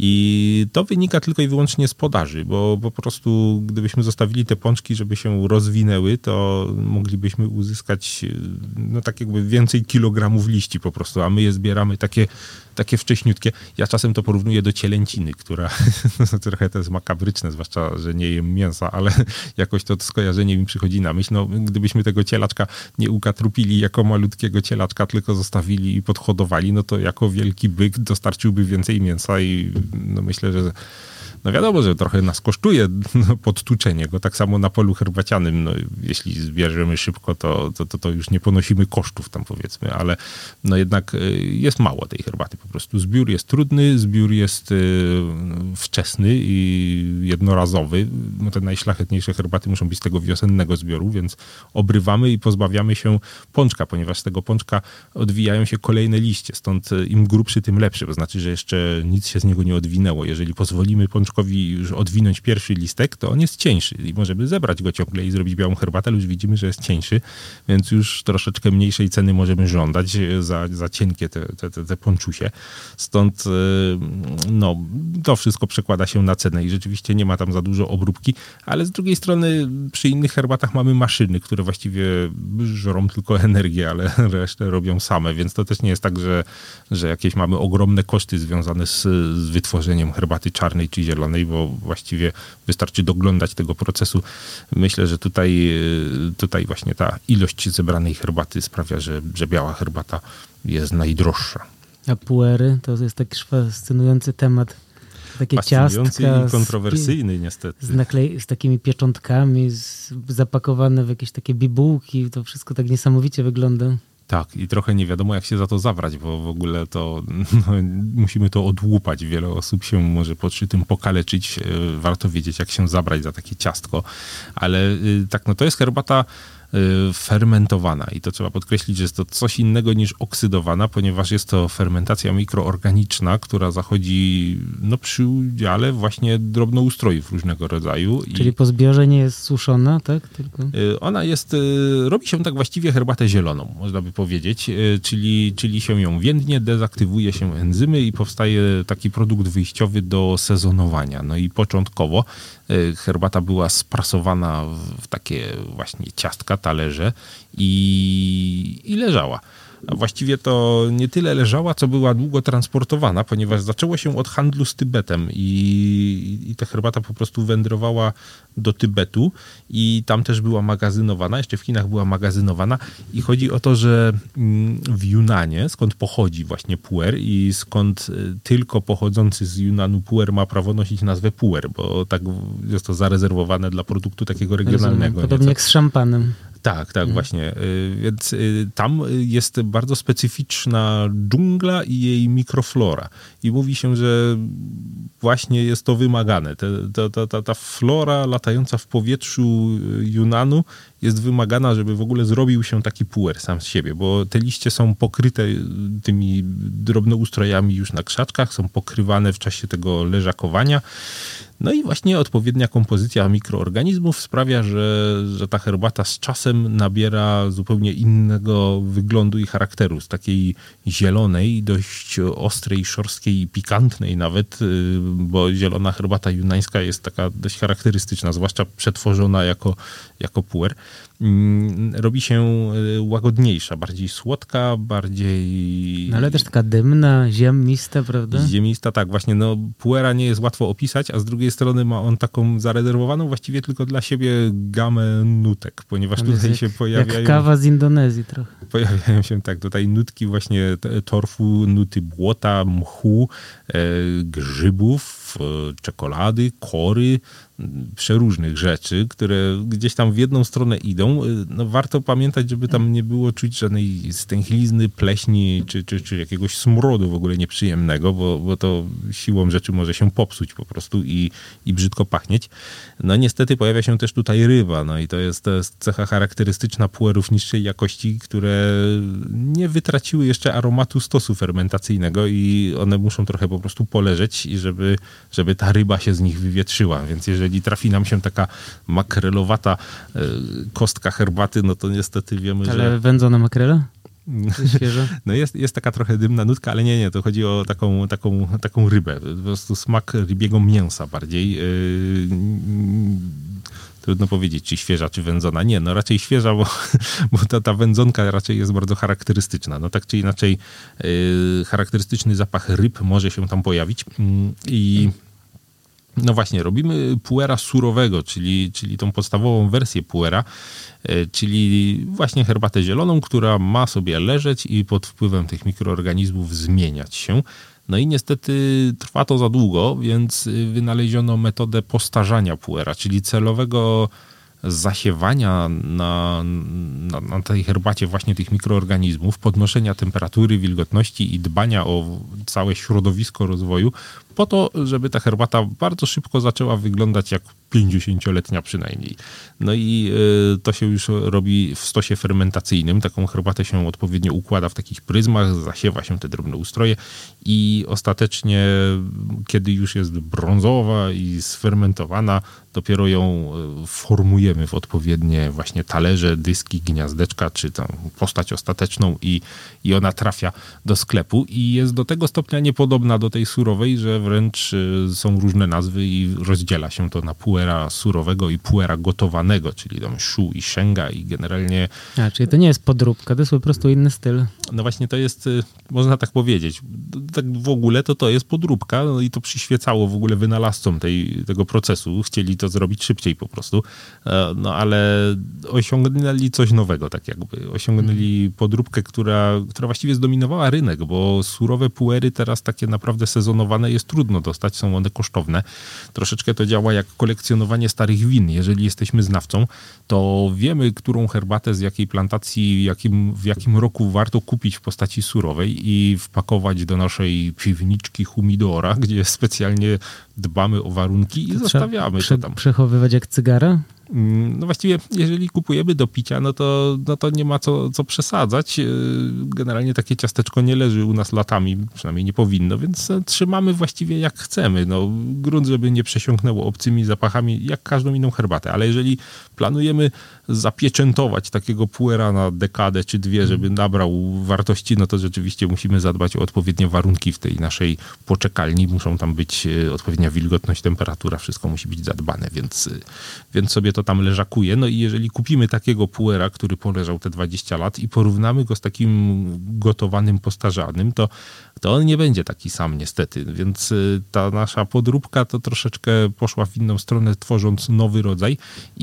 i to wynika tylko i wyłącznie z podaży, bo po prostu gdybyśmy zostawili te pączki, żeby się rozwinęły, to moglibyśmy uzyskać no tak jakby więcej kilogramów liści po prostu, a my je zbieramy takie wcześniutkie. Ja czasem to porównuję do cielęciny, która trochę to jest makabryczne, zwłaszcza, że nie jem mięsa, ale jakoś to skojarzenie mi przychodzi na myśl. No, gdybyśmy tego cielaczka nie ukatrupili jako malutkiego cielaczka, tylko zostawili i podhodowali, no to jako wielki byk dostarczyłby więcej mięsa i no myślę, że no wiadomo, że trochę nas kosztuje podtłuczenie go. Tak samo na polu herbacianym, no jeśli zbierzemy szybko, to już nie ponosimy kosztów tam powiedzmy, ale no jednak jest mało tej herbaty po prostu. Zbiór jest trudny, zbiór jest wczesny i jednorazowy. No te najszlachetniejsze herbaty muszą być z tego wiosennego zbioru, więc obrywamy i pozbawiamy się pączka, ponieważ z tego pączka odwijają się kolejne liście, stąd im grubszy, tym lepszy, to znaczy, że jeszcze nic się z niego nie odwinęło. Jeżeli pozwolimy pączkowi już odwinąć pierwszy listek, to on jest cieńszy i możemy zebrać go ciągle i zrobić białą herbatę, ale już widzimy, że jest cieńszy, więc już troszeczkę mniejszej ceny możemy żądać za cienkie te pączusie. Stąd no, to wszystko przekłada się na cenę i rzeczywiście nie ma tam za dużo obróbki, ale z drugiej strony przy innych herbatach mamy maszyny, które właściwie żrą tylko energię, ale resztę robią same, więc to też nie jest tak, że jakieś mamy ogromne koszty związane z wytworzeniem herbaty czarnej czy zielonej, bo właściwie wystarczy doglądać tego procesu. Myślę, że tutaj właśnie ta ilość zebranej herbaty sprawia, że biała herbata jest najdroższa. A puery to jest taki fascynujący temat. Takie ciastka i kontrowersyjny niestety. Z takimi pieczątkami, zapakowane w jakieś takie bibułki. To wszystko tak niesamowicie wygląda. Tak, i trochę nie wiadomo, jak się za to zabrać, bo w ogóle to musimy to odłupać. Wiele osób się może przy tym pokaleczyć. Warto wiedzieć, jak się zabrać za takie ciastko. Ale tak, no to jest herbata fermentowana i to trzeba podkreślić, że jest to coś innego niż oksydowana, ponieważ jest to fermentacja mikroorganiczna, która zachodzi no, przy udziale właśnie drobnoustrojów różnego rodzaju. Czyli po zbiorze nie jest suszona, tak? Tylko... Ona robi się tak właściwie herbatę zieloną, można by powiedzieć, czyli się ją więdnie, dezaktywuje się enzymy i powstaje taki produkt wyjściowy do sezonowania. No i początkowo herbata była sprasowana w takie właśnie ciastka, talerze i leżała. A właściwie to nie tyle leżała, co była długo transportowana, ponieważ zaczęło się od handlu z Tybetem i ta herbata po prostu wędrowała do Tybetu i tam też była magazynowana, jeszcze w Chinach była magazynowana i chodzi o to, że w Junanie, skąd pochodzi właśnie puer i skąd tylko pochodzący z Junanu puer ma prawo nosić nazwę puer, bo tak jest to zarezerwowane dla produktu takiego regionalnego. Podobnie jak z szampanem. Tak, właśnie. Więc tam jest bardzo specyficzna dżungla i jej mikroflora. I mówi się, że właśnie jest to wymagane. Ta flora latająca w powietrzu Yunanu jest wymagana, żeby w ogóle zrobił się taki puer sam z siebie, bo te liście są pokryte tymi drobnoustrojami już na krzaczkach, są pokrywane w czasie tego leżakowania. No i właśnie odpowiednia kompozycja mikroorganizmów sprawia, że ta herbata z czasem nabiera zupełnie innego wyglądu i charakteru. Z takiej zielonej, dość ostrej, szorstkiej i pikantnej nawet, bo zielona herbata junańska jest taka dość charakterystyczna, zwłaszcza przetworzona jako puer. Robi się łagodniejsza, bardziej słodka, bardziej... No ale też taka dymna, ziemista, prawda? Ziemista, tak. Właśnie puera nie jest łatwo opisać, a z drugiej strony ma on taką zarezerwowaną właściwie tylko dla siebie gamę nutek, ponieważ tutaj się pojawiają... Jak kawa z Indonezji trochę. Pojawiają się tutaj nutki właśnie torfu, nuty błota, mchu, grzybów, czekolady, kory, przeróżnych rzeczy, które gdzieś tam w jedną stronę idą. No, warto pamiętać, żeby tam nie było czuć żadnej stęchlizny, pleśni, czy jakiegoś smrodu w ogóle nieprzyjemnego, bo to siłą rzeczy może się popsuć po prostu i brzydko pachnieć. No niestety pojawia się też tutaj ryba, no i to jest cecha charakterystyczna puerów niższej jakości, które nie wytraciły jeszcze aromatu stosu fermentacyjnego i one muszą trochę po prostu poleżeć i żeby ta ryba się z nich wywietrzyła, więc jeżeli trafi nam się taka makrelowata kostka herbaty, no to niestety wiemy, ale że... wędzona makrela? Świeża? No jest taka trochę dymna nutka, ale nie, to chodzi o taką rybę, po prostu smak rybiego mięsa bardziej. Trudno powiedzieć, czy świeża, czy wędzona. Nie, no raczej świeża, bo ta wędzonka raczej jest bardzo charakterystyczna. No tak czy inaczej charakterystyczny zapach ryb może się tam pojawić i no właśnie, robimy puera surowego, czyli tą podstawową wersję puera, czyli właśnie herbatę zieloną, która ma sobie leżeć i pod wpływem tych mikroorganizmów zmieniać się. No i niestety trwa to za długo, więc wynaleziono metodę postarzania puera, czyli celowego zasiewania na tej herbacie właśnie tych mikroorganizmów, podnoszenia temperatury, wilgotności i dbania o całe środowisko rozwoju, po to, żeby ta herbata bardzo szybko zaczęła wyglądać jak 50-letnia przynajmniej. No i to się już robi w stosie fermentacyjnym. Taką herbatę się odpowiednio układa w takich pryzmach, zasiewa się te drobne ustroje i ostatecznie, kiedy już jest brązowa i sfermentowana, dopiero ją formujemy w odpowiednie właśnie talerze, dyski, gniazdeczka, czy tam postać ostateczną i ona trafia do sklepu i jest do tego stopnia niepodobna do tej surowej, że wręcz są różne nazwy i rozdziela się to na puera surowego i puera gotowanego, czyli tam shu i shenga i generalnie... Czyli to nie jest podróbka, to jest po prostu inny styl. No właśnie to jest, można tak powiedzieć, tak w ogóle to jest podróbka, no i to przyświecało w ogóle wynalazcom tego procesu, chcieli to zrobić szybciej po prostu, no ale osiągnęli coś nowego, tak jakby. Osiągnęli podróbkę, która właściwie zdominowała rynek, bo surowe puery teraz takie naprawdę sezonowane jest trudno dostać, są one kosztowne. Troszeczkę to działa jak kolekcjonowanie starych win. Jeżeli jesteśmy znawcą, to wiemy, którą herbatę z jakiej plantacji, w jakim roku warto kupić w postaci surowej i wpakować do naszej piwniczki humidora, gdzie specjalnie dbamy o warunki i zostawiamy to tam. Przechowywać jak cygara? No właściwie, jeżeli kupujemy do picia, no to nie ma co przesadzać. Generalnie takie ciasteczko nie leży u nas latami, przynajmniej nie powinno, więc trzymamy właściwie jak chcemy. No, grunt, żeby nie przesiąknęło obcymi zapachami, jak każdą inną herbatę. Ale jeżeli planujemy zapieczętować takiego puera na dekadę czy dwie, żeby nabrał wartości, no to rzeczywiście musimy zadbać o odpowiednie warunki w tej naszej poczekalni. Muszą tam być odpowiednia wilgotność, temperatura, wszystko musi być zadbane, więc sobie to tam leżakuje. No i jeżeli kupimy takiego puera, który poleżał te 20 lat i porównamy go z takim gotowanym, postarzanym, to on nie będzie taki sam niestety. Więc ta nasza podróbka to troszeczkę poszła w inną stronę, tworząc nowy rodzaj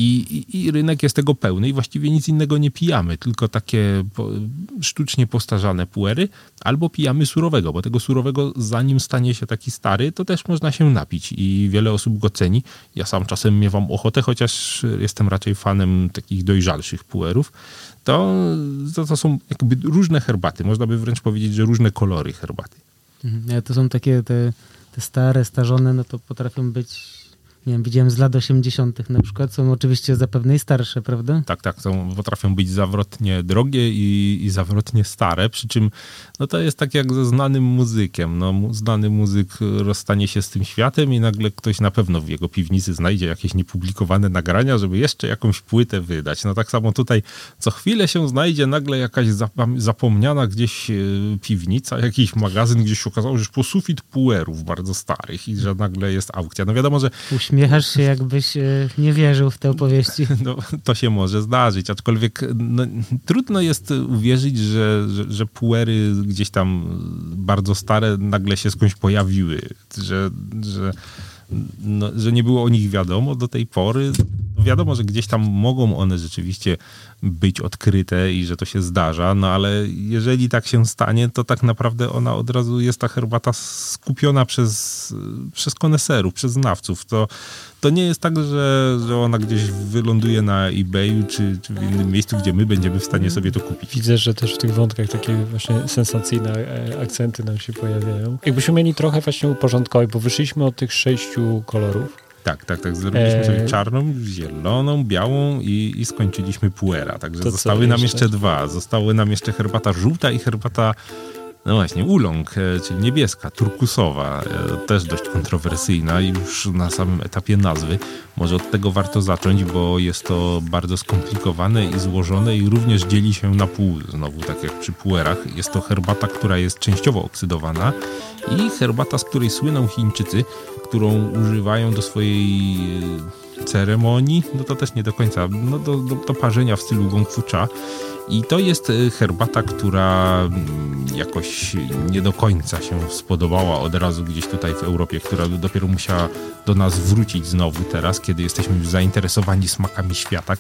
i rynek jest tego pełny i właściwie nic innego nie pijamy, tylko takie sztucznie postarzane puery albo pijamy surowego, bo tego surowego, zanim stanie się taki stary, to też można się napić i wiele osób go ceni. Ja sam czasem miewam ochotę, chociaż chociaż jestem raczej fanem takich dojrzalszych puerów, to są jakby różne herbaty. Można by wręcz powiedzieć, że różne kolory herbaty. To są takie te stare, starzone, no to potrafią być, nie wiem, widziałem z lat 80. na przykład, są oczywiście zapewne i starsze, prawda? Tak, potrafią być zawrotnie drogie i zawrotnie stare, przy czym no to jest tak jak ze znanym muzykiem. No, znany muzyk rozstanie się z tym światem i nagle ktoś na pewno w jego piwnicy znajdzie jakieś niepublikowane nagrania, żeby jeszcze jakąś płytę wydać. No tak samo tutaj co chwilę się znajdzie nagle jakaś zapomniana gdzieś piwnica, jakiś magazyn, gdzieś się okazało, że już po sufit puerów bardzo starych i że nagle jest aukcja. No wiadomo, że uśmiechasz się, jakbyś nie wierzył w te opowieści. No, to się może zdarzyć, aczkolwiek no, trudno jest uwierzyć, że puery gdzieś tam bardzo stare nagle się skądś pojawiły, że nie było o nich wiadomo do tej pory. Wiadomo, że gdzieś tam mogą one rzeczywiście być odkryte i że to się zdarza, no ale jeżeli tak się stanie, to tak naprawdę ona od razu jest ta herbata skupiona przez koneserów, przez znawców. To nie jest tak, że ona gdzieś wyląduje na eBayu czy w innym miejscu, gdzie my będziemy w stanie sobie to kupić. Widzę, że też w tych wątkach takie właśnie sensacyjne akcenty nam się pojawiają. Jakbyśmy mieli trochę właśnie uporządkować, bo wyszliśmy od tych 6 kolorów. Tak. Zrobiliśmy sobie czarną, zieloną, białą i skończyliśmy puera. Także zostały nam jeszcze 2. Zostały nam jeszcze herbata żółta i herbata, no właśnie, oolong, czyli niebieska, turkusowa. Też dość kontrowersyjna już na samym etapie nazwy. Może od tego warto zacząć, bo jest to bardzo skomplikowane i złożone i również dzieli się na pół. Znowu tak jak przy puerach. Jest to herbata, która jest częściowo oksydowana i herbata, z której słyną Chińczycy, którą używają do swojej ceremonii, no to też nie do końca, no do parzenia w stylu gong fu cha. I to jest herbata, która jakoś nie do końca się spodobała od razu gdzieś tutaj w Europie, która dopiero musiała do nas wrócić znowu teraz, kiedy jesteśmy już zainteresowani smakami świata,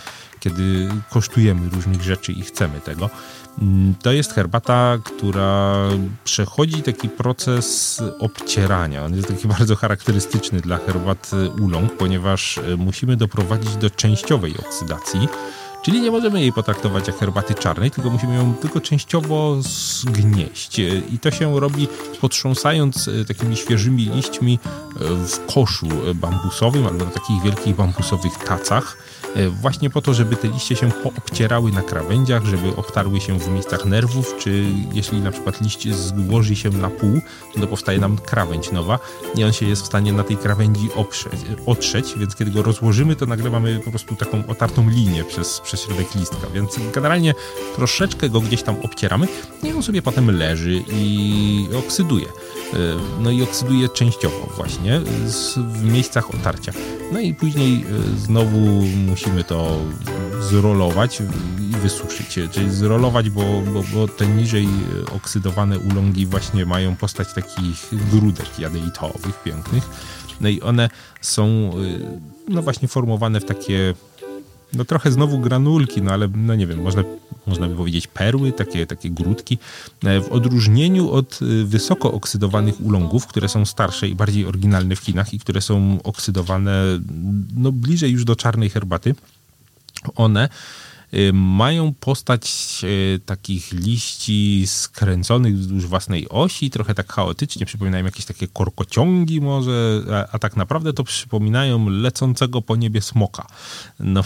kiedy kosztujemy różnych rzeczy i chcemy tego. To jest herbata, która przechodzi taki proces obcierania. On jest taki bardzo charakterystyczny dla herbat oolong, ponieważ musimy doprowadzić do częściowej oksydacji, czyli nie możemy jej potraktować jak herbaty czarnej, tylko musimy ją tylko częściowo zgnieść. I to się robi potrząsając takimi świeżymi liśćmi w koszu bambusowym albo na takich wielkich bambusowych tacach. Właśnie po to, żeby te liście się poobcierały na krawędziach, żeby obtarły się w miejscach nerwów, czy jeśli na przykład liść złoży się na pół, to powstaje nam krawędź nowa i on się jest w stanie na tej krawędzi otrzeć, więc kiedy go rozłożymy, to nagle mamy po prostu taką otartą linię przez środek listka, więc generalnie troszeczkę go gdzieś tam obcieramy i on sobie potem leży i oksyduje. No i oksyduje częściowo właśnie w miejscach otarcia. No i później znowu musimy to zrolować i wysuszyć. Czyli zrolować, bo te niżej oksydowane oolongi właśnie mają postać takich grudek jadeitowych, pięknych. No i one są no właśnie formowane w takie no trochę znowu granulki, no ale no nie wiem, można by powiedzieć perły, takie grudki. W odróżnieniu od wysoko oksydowanych oolongów, które są starsze i bardziej oryginalne w Chinach i które są oksydowane no bliżej już do czarnej herbaty, one mają postać takich liści skręconych wzdłuż własnej osi, trochę tak chaotycznie, przypominają jakieś takie korkociągi może, a tak naprawdę to przypominają lecącego po niebie smoka. No,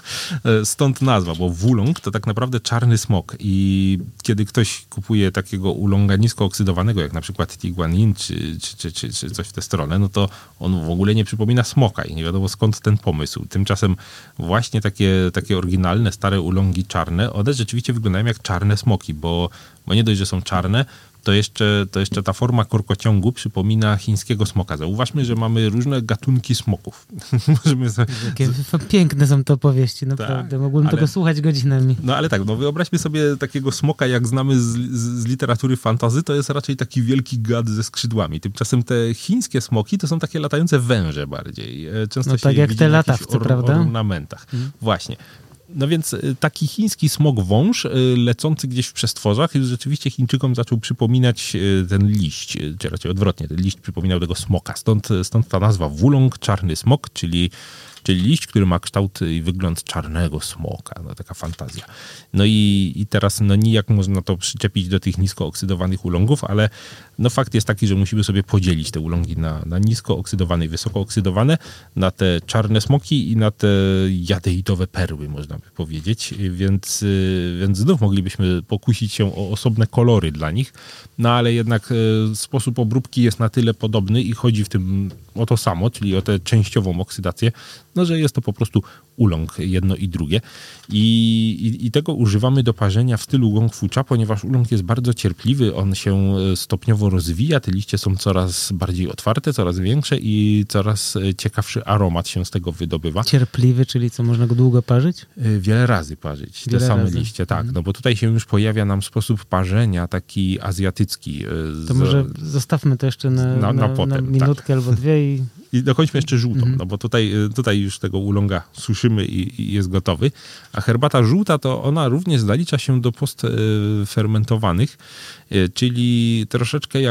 stąd nazwa, bo oolong to tak naprawdę czarny smok i kiedy ktoś kupuje takiego oolonga nisko oksydowanego, jak na przykład Tiguanin czy coś w tę stronę, no to on w ogóle nie przypomina smoka i nie wiadomo skąd ten pomysł. Tymczasem właśnie takie oryginalne, stare oolongi czarne, one rzeczywiście wyglądają jak czarne smoki, bo nie dość, że są czarne, to jeszcze ta forma korkociągu przypomina chińskiego smoka. Zauważmy, że mamy różne gatunki smoków. Jakie piękne są to opowieści, naprawdę. Tak, mogłem tego słuchać godzinami. No ale tak, no wyobraźmy sobie takiego smoka, jak znamy z literatury fantasy, to jest raczej taki wielki gad ze skrzydłami. Tymczasem te chińskie smoki to są takie latające węże bardziej. Często no tak jak te latawce, prawda? Ornamentach. Właśnie. No więc taki chiński smok-wąż lecący gdzieś w przestworzach już rzeczywiście Chińczykom zaczął przypominać ten liść, czy raczej odwrotnie, ten liść przypominał tego smoka. Stąd ta nazwa oolong, czarny smok, czyli czyli liść, który ma kształt i wygląd czarnego smoka. No taka fantazja. No i teraz no nijak można to przyczepić do tych nisko oksydowanych ulongów, ale no fakt jest taki, że musimy sobie podzielić te ulongi na nisko oksydowane i wysoko oksydowane, na te czarne smoki i na te jadeitowe perły, można by powiedzieć, więc znów moglibyśmy pokusić się o osobne kolory dla nich, no ale jednak sposób obróbki jest na tyle podobny i chodzi w tym o to samo, czyli o tę częściową oksydację, no że jest to po prostu ulong, jedno i drugie. I tego używamy do parzenia w stylu gong fu cha, ponieważ ulong jest bardzo cierpliwy, on się stopniowo rozwija, te liście są coraz bardziej otwarte, coraz większe i coraz ciekawszy aromat się z tego wydobywa. Cierpliwy, czyli co, można go długo parzyć? Wiele razy parzyć, te same liście, tak. No bo tutaj się już pojawia nam sposób parzenia taki azjatycki. To może zostawmy to jeszcze na potem, minutkę tak. albo dwie i dokończmy jeszcze żółtą, no bo tutaj już tego ulonga suszymy i jest gotowy. A herbata żółta to ona również zalicza się do postfermentowanych, czyli troszeczkę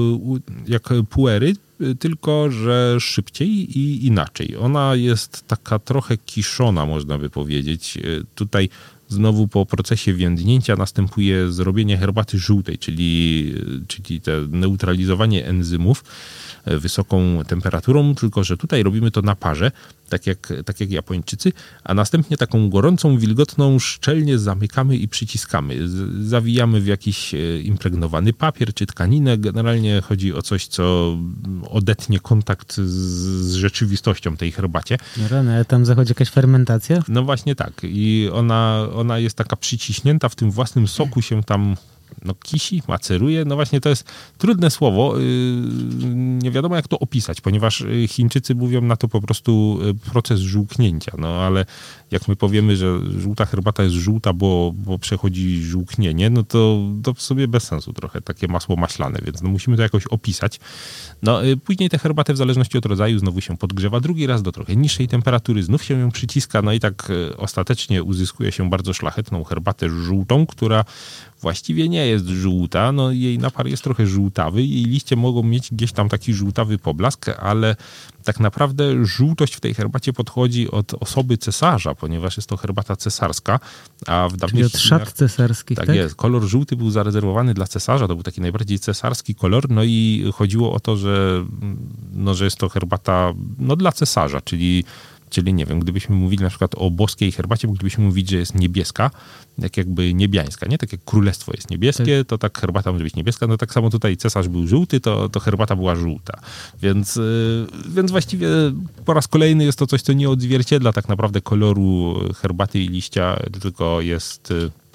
jak puery, tylko że szybciej i inaczej. Ona jest taka trochę kiszona, można by powiedzieć. Tutaj znowu po procesie więdnięcia następuje zrobienie herbaty żółtej, czyli te neutralizowanie enzymów wysoką temperaturą, tylko że tutaj robimy to na parze, tak jak Japończycy, a następnie taką gorącą, wilgotną szczelnie zamykamy i przyciskamy. Zawijamy w jakiś impregnowany papier czy tkaninę. Generalnie chodzi o coś, co odetnie kontakt z rzeczywistością tej herbacie. Rany, ale tam zachodzi jakaś fermentacja? No właśnie tak. I ona jest taka przyciśnięta, w tym własnym soku się tam kisi, maceruje. No właśnie to jest trudne słowo. Nie wiadomo jak to opisać, ponieważ Chińczycy mówią na to po prostu proces żółknięcia. No ale jak my powiemy, że żółta herbata jest żółta, bo przechodzi żółknienie, no to w sobie bez sensu trochę, takie masło maślane, więc musimy to jakoś opisać. No później tę herbatę w zależności od rodzaju znowu się podgrzewa drugi raz do trochę niższej temperatury, znów się ją przyciska, no i tak ostatecznie uzyskuje się bardzo szlachetną herbatę żółtą, która właściwie nie jest żółta, no jej napar jest trochę żółtawy, jej liście mogą mieć gdzieś tam taki żółtawy poblask, ale tak naprawdę żółtość w tej herbacie podchodzi od osoby cesarza, ponieważ jest to herbata cesarska, a w dawnych Czyli od szat cesarskich, tak? Tak jest. Kolor żółty był zarezerwowany dla cesarza, to był taki najbardziej cesarski kolor, no i chodziło o to, że jest to herbata dla cesarza, czyli nie wiem, gdybyśmy mówili na przykład o boskiej herbacie, moglibyśmy mówić, że jest niebieska, jak jakby niebiańska, nie? Tak jak królestwo jest niebieskie, to tak herbata może być niebieska, no tak samo tutaj cesarz był żółty, to herbata była żółta. Więc właściwie po raz kolejny jest to coś, co nie odzwierciedla tak naprawdę koloru herbaty i liścia, tylko jest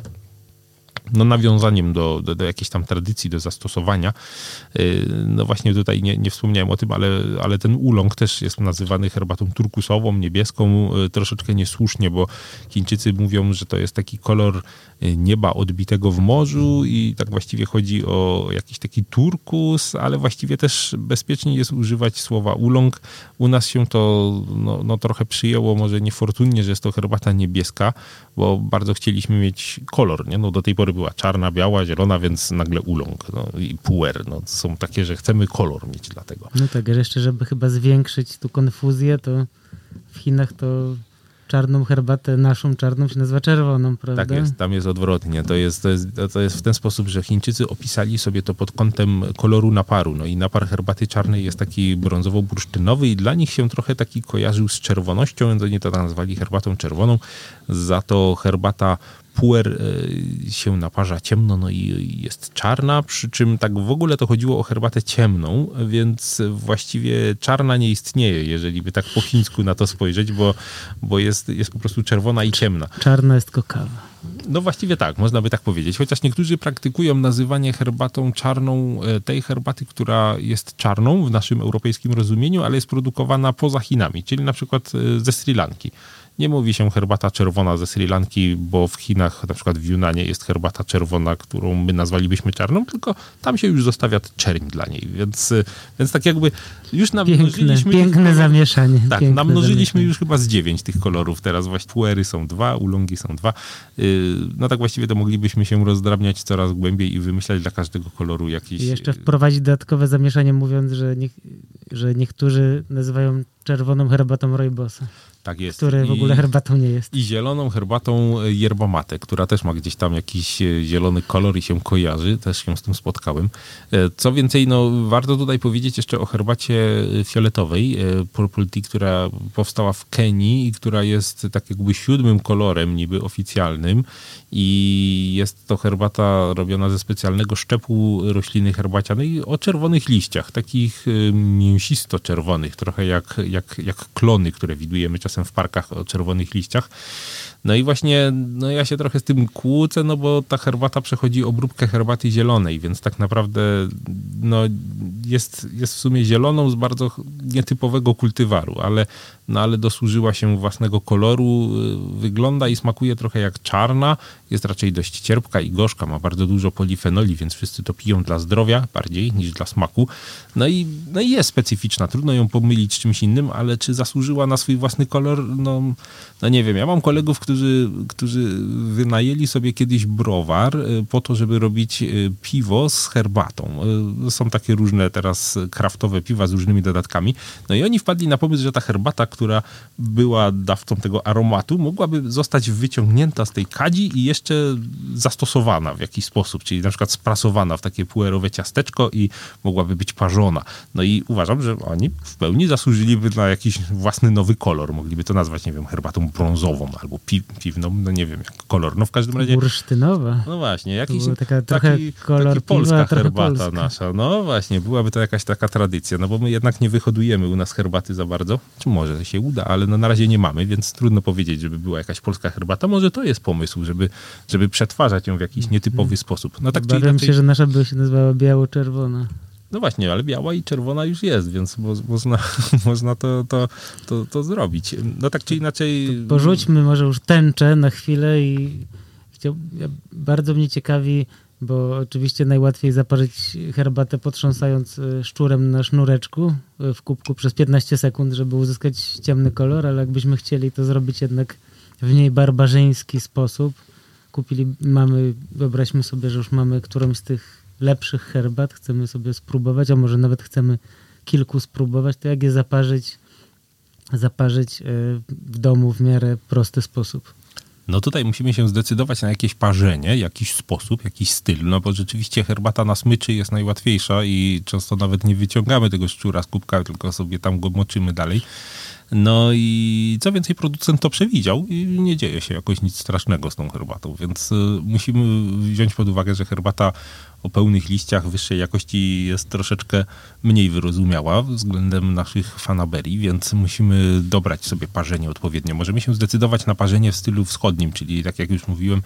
nawiązaniem do jakiejś tam tradycji, do zastosowania. No właśnie tutaj nie wspomniałem o tym, ale ten ulong też jest nazywany herbatą turkusową, niebieską, troszeczkę niesłusznie, bo Chińczycy mówią, że to jest taki kolor nieba odbitego w morzu i tak właściwie chodzi o jakiś taki turkus, ale właściwie też bezpiecznie jest używać słowa ulong. U nas się to trochę przyjęło, może niefortunnie, że jest to herbata niebieska, bo bardzo chcieliśmy mieć kolor, nie? No do tej pory była czarna, biała, zielona, więc nagle ulong i puer. To są takie, że chcemy kolor mieć dlatego. No tak, jeszcze żeby chyba zwiększyć tu konfuzję, to w Chinach to czarną herbatę, naszą czarną się nazywa czerwoną, prawda? Tak jest, tam jest odwrotnie. To jest w ten sposób, że Chińczycy opisali sobie to pod kątem koloru naparu. No i napar herbaty czarnej jest taki brązowo-bursztynowy i dla nich się trochę taki kojarzył z czerwonością, więc oni to nazwali herbatą czerwoną. Za to herbata puer się naparza ciemno, no i jest czarna, przy czym tak w ogóle to chodziło o herbatę ciemną, więc właściwie czarna nie istnieje, jeżeli by tak po chińsku na to spojrzeć, bo jest po prostu czerwona i ciemna. Czarna jest tylko kawa. No właściwie tak, można by tak powiedzieć. Chociaż niektórzy praktykują nazywanie herbatą czarną tej herbaty, która jest czarną w naszym europejskim rozumieniu, ale jest produkowana poza Chinami, czyli na przykład ze Sri Lanki. Nie mówi się herbata czerwona ze Sri Lanki, bo w Chinach, na przykład w Junanie jest herbata czerwona, którą my nazwalibyśmy czarną, tylko tam się już zostawia czerń dla niej. Więc tak jakby Już namnożyliśmy... Piękne zamieszanie. Tak, piękne namnożyliśmy zamieszanie. już chyba z 9 tych kolorów. Teraz właśnie puery są 2, ulongi są 2. No tak właściwie to moglibyśmy się rozdrabniać coraz głębiej i wymyślać dla każdego koloru jakiś... I jeszcze wprowadzić dodatkowe zamieszanie, mówiąc, że niektórzy nazywają czerwoną herbatą rooibosa. Tak jest. Który w ogóle herbatą nie jest. I zieloną herbatą yerba mate, która też ma gdzieś tam jakiś zielony kolor i się kojarzy. Też się z tym spotkałem. Co więcej, warto tutaj powiedzieć jeszcze o herbacie fioletowej, Purple Tea, która powstała w Kenii i która jest tak jakby 7. kolorem niby oficjalnym i jest to herbata robiona ze specjalnego szczepu rośliny herbacianej o czerwonych liściach, takich mięsisto-czerwonych, trochę jak klony, które widujemy czasem w parkach o czerwonych liściach. No i właśnie ja się trochę z tym kłócę, bo ta herbata przechodzi obróbkę herbaty zielonej, więc tak naprawdę jest w sumie zieloną z bardzo nietypowego kultywaru, ale dosłużyła się własnego koloru, wygląda i smakuje trochę jak czarna, jest raczej dość cierpka i gorzka, ma bardzo dużo polifenoli, więc wszyscy to piją dla zdrowia bardziej niż dla smaku. No i jest specyficzna, trudno ją pomylić z czymś innym, ale czy zasłużyła na swój własny kolor? No nie wiem. Ja mam kolegów, którzy wynajęli sobie kiedyś browar po to, żeby robić piwo z herbatą. Są takie różne teraz kraftowe piwa z różnymi dodatkami. No i oni wpadli na pomysł, że ta herbata, która była dawcą tego aromatu, mogłaby zostać wyciągnięta z tej kadzi i jeszcze zastosowana w jakiś sposób, czyli na przykład sprasowana w takie puerowe ciasteczko i mogłaby być parzona. No i uważam, że oni w pełni zasłużyliby na jakiś własny nowy kolor. Mogliby to nazwać, nie wiem, herbatą brązową albo piwną, nie wiem jak kolor. No w każdym razie... Bursztynowa. No właśnie, jakiś taki polska piwa, herbata polska. nasza. No właśnie, byłaby to jakaś taka tradycja, bo my jednak nie wyhodujemy u nas herbaty za bardzo. Czy może się uda, ale na razie nie mamy, więc trudno powiedzieć, żeby była jakaś polska herbata. Może to jest pomysł, żeby przetwarzać ją w jakiś nietypowy sposób. No tak czy Obawiam inaczej... się, że nasza by się nazywała biało-czerwona. No właśnie, ale biała i czerwona już jest, więc można to zrobić. No tak czy inaczej... Porzućmy może już tęczę na chwilę i bardzo mnie ciekawi, bo oczywiście najłatwiej zaparzyć herbatę potrząsając szczurem na sznureczku w kubku przez 15 sekund, żeby uzyskać ciemny kolor, ale jakbyśmy chcieli to zrobić jednak w mniej barbarzyński sposób, wyobraźmy sobie, że już mamy którąś z tych lepszych herbat, chcemy sobie spróbować, a może nawet chcemy kilku spróbować, to jak je zaparzyć w domu w miarę prosty sposób? No tutaj musimy się zdecydować na jakieś parzenie, jakiś sposób, jakiś styl, bo rzeczywiście herbata na smyczy jest najłatwiejsza i często nawet nie wyciągamy tego szczura z kubka, tylko sobie tam go moczymy dalej. No i co więcej, producent to przewidział i nie dzieje się jakoś nic strasznego z tą herbatą, więc musimy wziąć pod uwagę, że herbata o pełnych liściach wyższej jakości jest troszeczkę mniej wyrozumiała względem naszych fanaberii, więc musimy dobrać sobie parzenie odpowiednio. Możemy się zdecydować na parzenie w stylu wschodnim, czyli tak jak już mówiłem,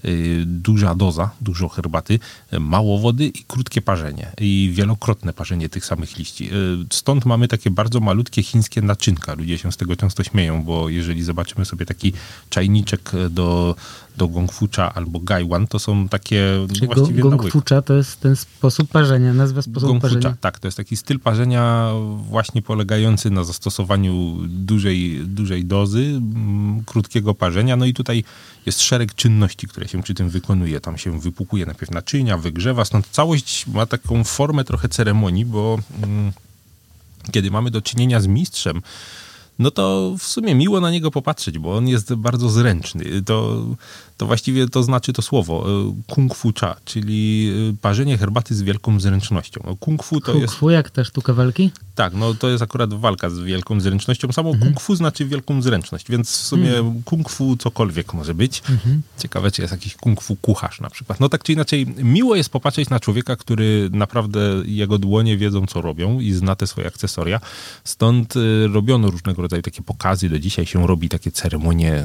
duża doza, dużo herbaty, mało wody i krótkie parzenie i wielokrotne parzenie tych samych liści. Stąd mamy takie bardzo malutkie chińskie naczynka. Ludzie się z tego często śmieją, bo jeżeli zobaczymy sobie taki czajniczek do gongfucha albo gaiwan, to są takie właściwie gongfucha to jest ten sposób parzenia, nazwa sposobu parzenia. Tak, to jest taki styl parzenia właśnie polegający na zastosowaniu dużej dozy, krótkiego parzenia. No i tutaj jest szereg czynności, które się przy tym wykonuje. Tam się wypłukuje najpierw naczynia, wygrzewa, stąd całość ma taką formę trochę ceremonii, bo kiedy mamy do czynienia z mistrzem, no to w sumie miło na niego popatrzeć, bo on jest bardzo zręczny. To właściwie to znaczy to słowo kung fu cha, czyli parzenie herbaty z wielką zręcznością. Kung fu to jest... Kung fu jak ta sztuka walki? Tak, to jest akurat walka z wielką zręcznością. Samo kung fu znaczy wielką zręczność, więc w sumie kung fu cokolwiek może być. Ciekawe, czy jest jakiś kung fu kucharz na przykład. No tak czy inaczej, miło jest popatrzeć na człowieka, który naprawdę jego dłonie wiedzą, co robią i zna te swoje akcesoria. Stąd robiono różnego rodzaju takie pokazy. Do dzisiaj się robi takie ceremonie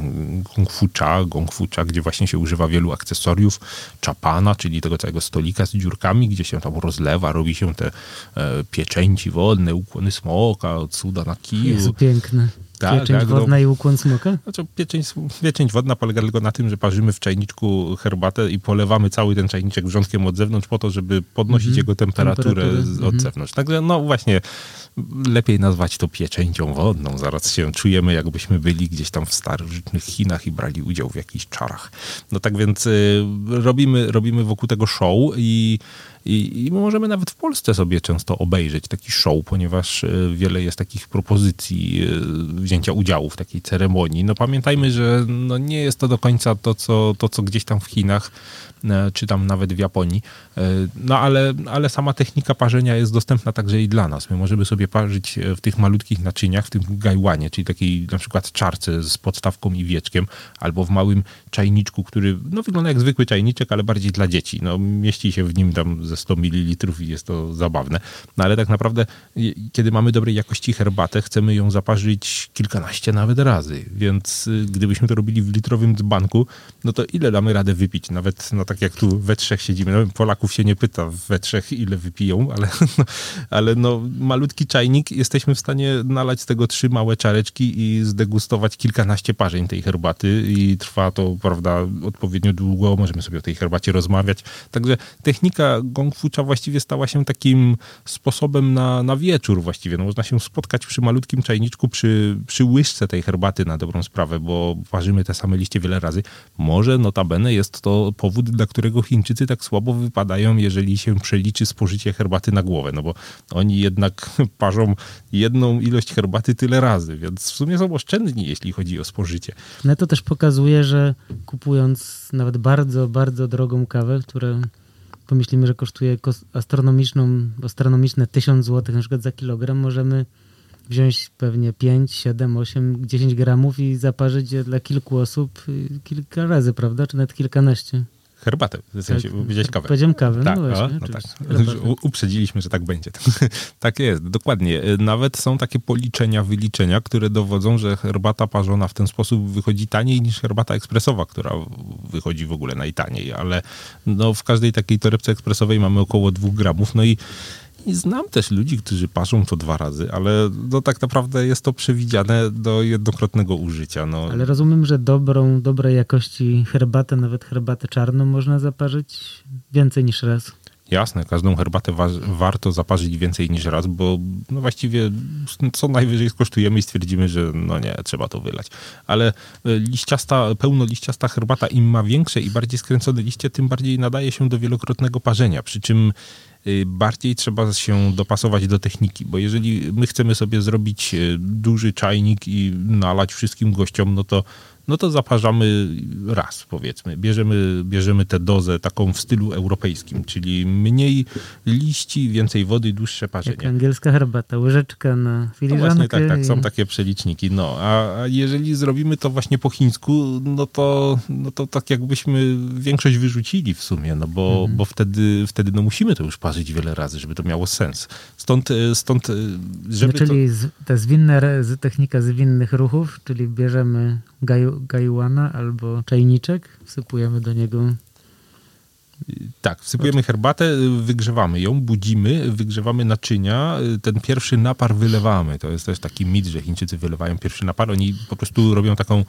gong fu cha, gdzie właśnie się używa wielu akcesoriów. Chapana, czyli tego całego stolika z dziurkami, gdzie się tam rozlewa, robi się te pieczęci wodne, ukłony smoka, cuda na kiju. Jest piękne. Pieczęć wodna i ukłon smoka? Znaczy, pieczęć wodna polega tylko na tym, że parzymy w czajniczku herbatę i polewamy cały ten czajniczek wrzątkiem od zewnątrz po to, żeby podnosić jego temperaturę od zewnątrz. Także no właśnie, lepiej nazwać to pieczęcią wodną. Zaraz się czujemy, jakbyśmy byli gdzieś tam w starożytnych Chinach i brali udział w jakichś czarach. No tak więc robimy wokół tego show i możemy nawet w Polsce sobie często obejrzeć taki show, ponieważ wiele jest takich propozycji wzięcia udziału w takiej ceremonii. No pamiętajmy, że no nie jest to do końca to, co gdzieś tam w Chinach, czy tam nawet w Japonii. No ale sama technika parzenia jest dostępna także i dla nas. My możemy sobie parzyć w tych malutkich naczyniach, w tym gajłanie, czyli takiej na przykład czarce z podstawką i wieczkiem, albo w małym czajniczku, który no wygląda jak zwykły czajniczek, ale bardziej dla dzieci. No mieści się w nim tam ze 100 ml i jest to zabawne. No ale tak naprawdę, kiedy mamy dobrej jakości herbatę, chcemy ją zaparzyć kilkanaście nawet razy. Więc gdybyśmy to robili w litrowym dzbanku, no to ile damy radę wypić? Nawet no tak jak tu we trzech siedzimy. No, Polaków się nie pyta we trzech, ile wypiją, ale malutki czajnik, jesteśmy w stanie nalać z tego 3 małe czareczki i zdegustować kilkanaście parzeń tej herbaty i trwa to, prawda, odpowiednio długo. Możemy sobie o tej herbacie rozmawiać. Także technika gong fu cha właściwie stała się takim sposobem na wieczór właściwie. No, można się spotkać przy malutkim czajniczku, przy łyżce tej herbaty na dobrą sprawę, bo parzymy te same liście wiele razy. Może notabene jest to powód, dla którego Chińczycy tak słabo wypadają, jeżeli się przeliczy spożycie herbaty na głowę, no bo oni jednak parzą jedną ilość herbaty tyle razy, więc w sumie są oszczędni, jeśli chodzi o spożycie. No to też pokazuje, że kupując nawet bardzo, bardzo drogą kawę, która pomyślimy, że kosztuje astronomiczne 1000 zł na przykład za kilogram, możemy wziąć pewnie 5, 7, 8, 10 gramów i zaparzyć je dla kilku osób kilka razy, prawda? Czy nawet kilkanaście. Herbatę, w sensie powiedziałeś kawę. Powiedziałem kawę, tak, no właśnie. No tak. Uprzedziliśmy, że tak będzie. Tak jest, dokładnie. Nawet są takie wyliczenia, które dowodzą, że herbata parzona w ten sposób wychodzi taniej niż herbata ekspresowa, która wychodzi w ogóle najtaniej, ale no w każdej takiej torebce ekspresowej mamy około 2 gramów, no i znam też ludzi, którzy parzą to 2 razy, ale no tak naprawdę jest to przewidziane do jednokrotnego użycia. No. Ale rozumiem, że dobrej jakości herbatę, nawet herbatę czarną można zaparzyć więcej niż raz. Jasne, każdą herbatę warto zaparzyć więcej niż raz, bo no właściwie co najwyżej skosztujemy i stwierdzimy, że no nie, trzeba to wylać. Ale pełnoliściasta herbata, im ma większe i bardziej skręcone liście, tym bardziej nadaje się do wielokrotnego parzenia, przy czym bardziej trzeba się dopasować do techniki, bo jeżeli my chcemy sobie zrobić duży czajnik i nalać wszystkim gościom, no to zaparzamy raz, powiedzmy. Bierzemy tę dozę taką w stylu europejskim, czyli mniej liści, więcej wody, dłuższe parzenie. Jak angielska herbata, łyżeczka na filiżankę. No właśnie tak, są takie przeliczniki. No, a jeżeli zrobimy to właśnie po chińsku, no to tak jakbyśmy większość wyrzucili w sumie, no bo wtedy no musimy to już parzyć wiele razy, żeby to miało sens. Stąd żeby czyli ta technika zwinnych ruchów, czyli bierzemy gajłana albo czajniczek, wsypujemy do niego. Tak, wsypujemy herbatę, wygrzewamy ją, budzimy, wygrzewamy naczynia, ten pierwszy napar wylewamy. To jest też taki mit, że Chińczycy wylewają pierwszy napar. Oni po prostu robią taką,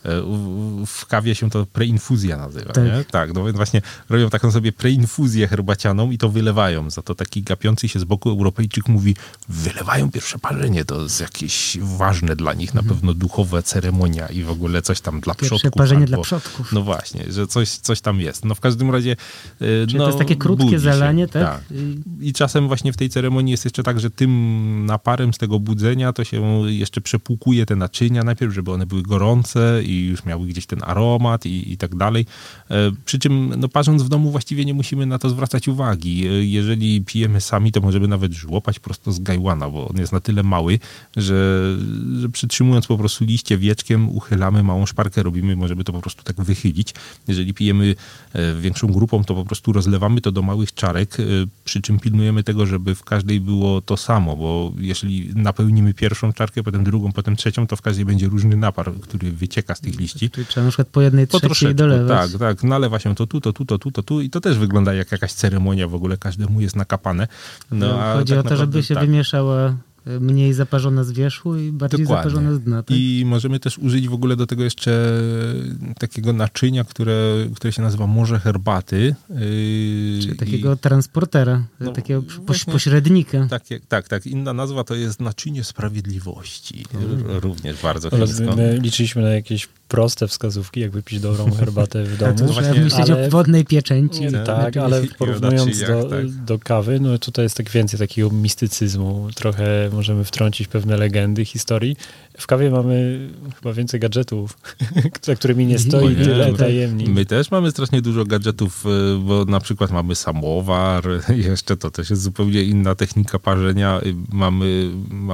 w kawie się to preinfuzja nazywa, tak. Nie? Tak, no więc właśnie robią taką sobie preinfuzję herbacianą i to wylewają. Za to taki gapiący się z boku Europejczyk mówi, wylewają pierwsze parzenie, to jest jakieś ważne dla nich, na pewno duchowe ceremonia i w ogóle coś tam dla pierwsze przodków. Parzenie dla przodków. No właśnie, że coś tam jest. No w każdym razie czyli to jest takie krótkie zalanie, tak? Tak. I czasem właśnie w tej ceremonii jest jeszcze tak, że tym naparem z tego budzenia to się jeszcze przepłukuje te naczynia najpierw, żeby one były gorące i już miały gdzieś ten aromat i tak dalej. Przy czym no, parząc w domu właściwie nie musimy na to zwracać uwagi. Jeżeli pijemy sami, to możemy nawet żłopać prosto z gajłana, bo on jest na tyle mały, że przytrzymując po prostu liście wieczkiem, uchylamy małą szparkę, robimy, możemy to po prostu tak wychylić. Jeżeli pijemy większą grupą, to po prostu rozlewamy to do małych czarek, przy czym pilnujemy tego, żeby w każdej było to samo, bo jeżeli napełnimy pierwszą czarkę, potem drugą, potem trzecią, to w każdej będzie różny napar, który wycieka z tych liści. Czyli trzeba na przykład po jednej trzeciej dolewać. Tak, nalewa się to tu i to też wygląda jak jakaś ceremonia, w ogóle każdemu jest nakapane. Chodzi tak o to, żeby się wymieszała mniej zaparzona z wierzchu i bardziej zaparzona z dna. Tak? I możemy też użyć w ogóle do tego jeszcze takiego naczynia, które się nazywa morze herbaty. Czyli takiego transportera, takiego pośrednika. Tak. Inna nazwa to jest naczynie sprawiedliwości. Również bardzo chińsko. My liczyliśmy na jakieś proste wskazówki, jak wypić dobrą herbatę w domu. To trzeba myśleć o wodnej pieczęci. Tak, ale porównując do kawy, no tutaj jest tak więcej takiego mistycyzmu. Trochę możemy wtrącić pewne legendy, historii. W kawie mamy chyba więcej gadżetów, za którymi nie stoi tyle tajemnic. My też mamy strasznie dużo gadżetów, bo na przykład mamy samowar, jeszcze to też jest zupełnie inna technika parzenia. Mamy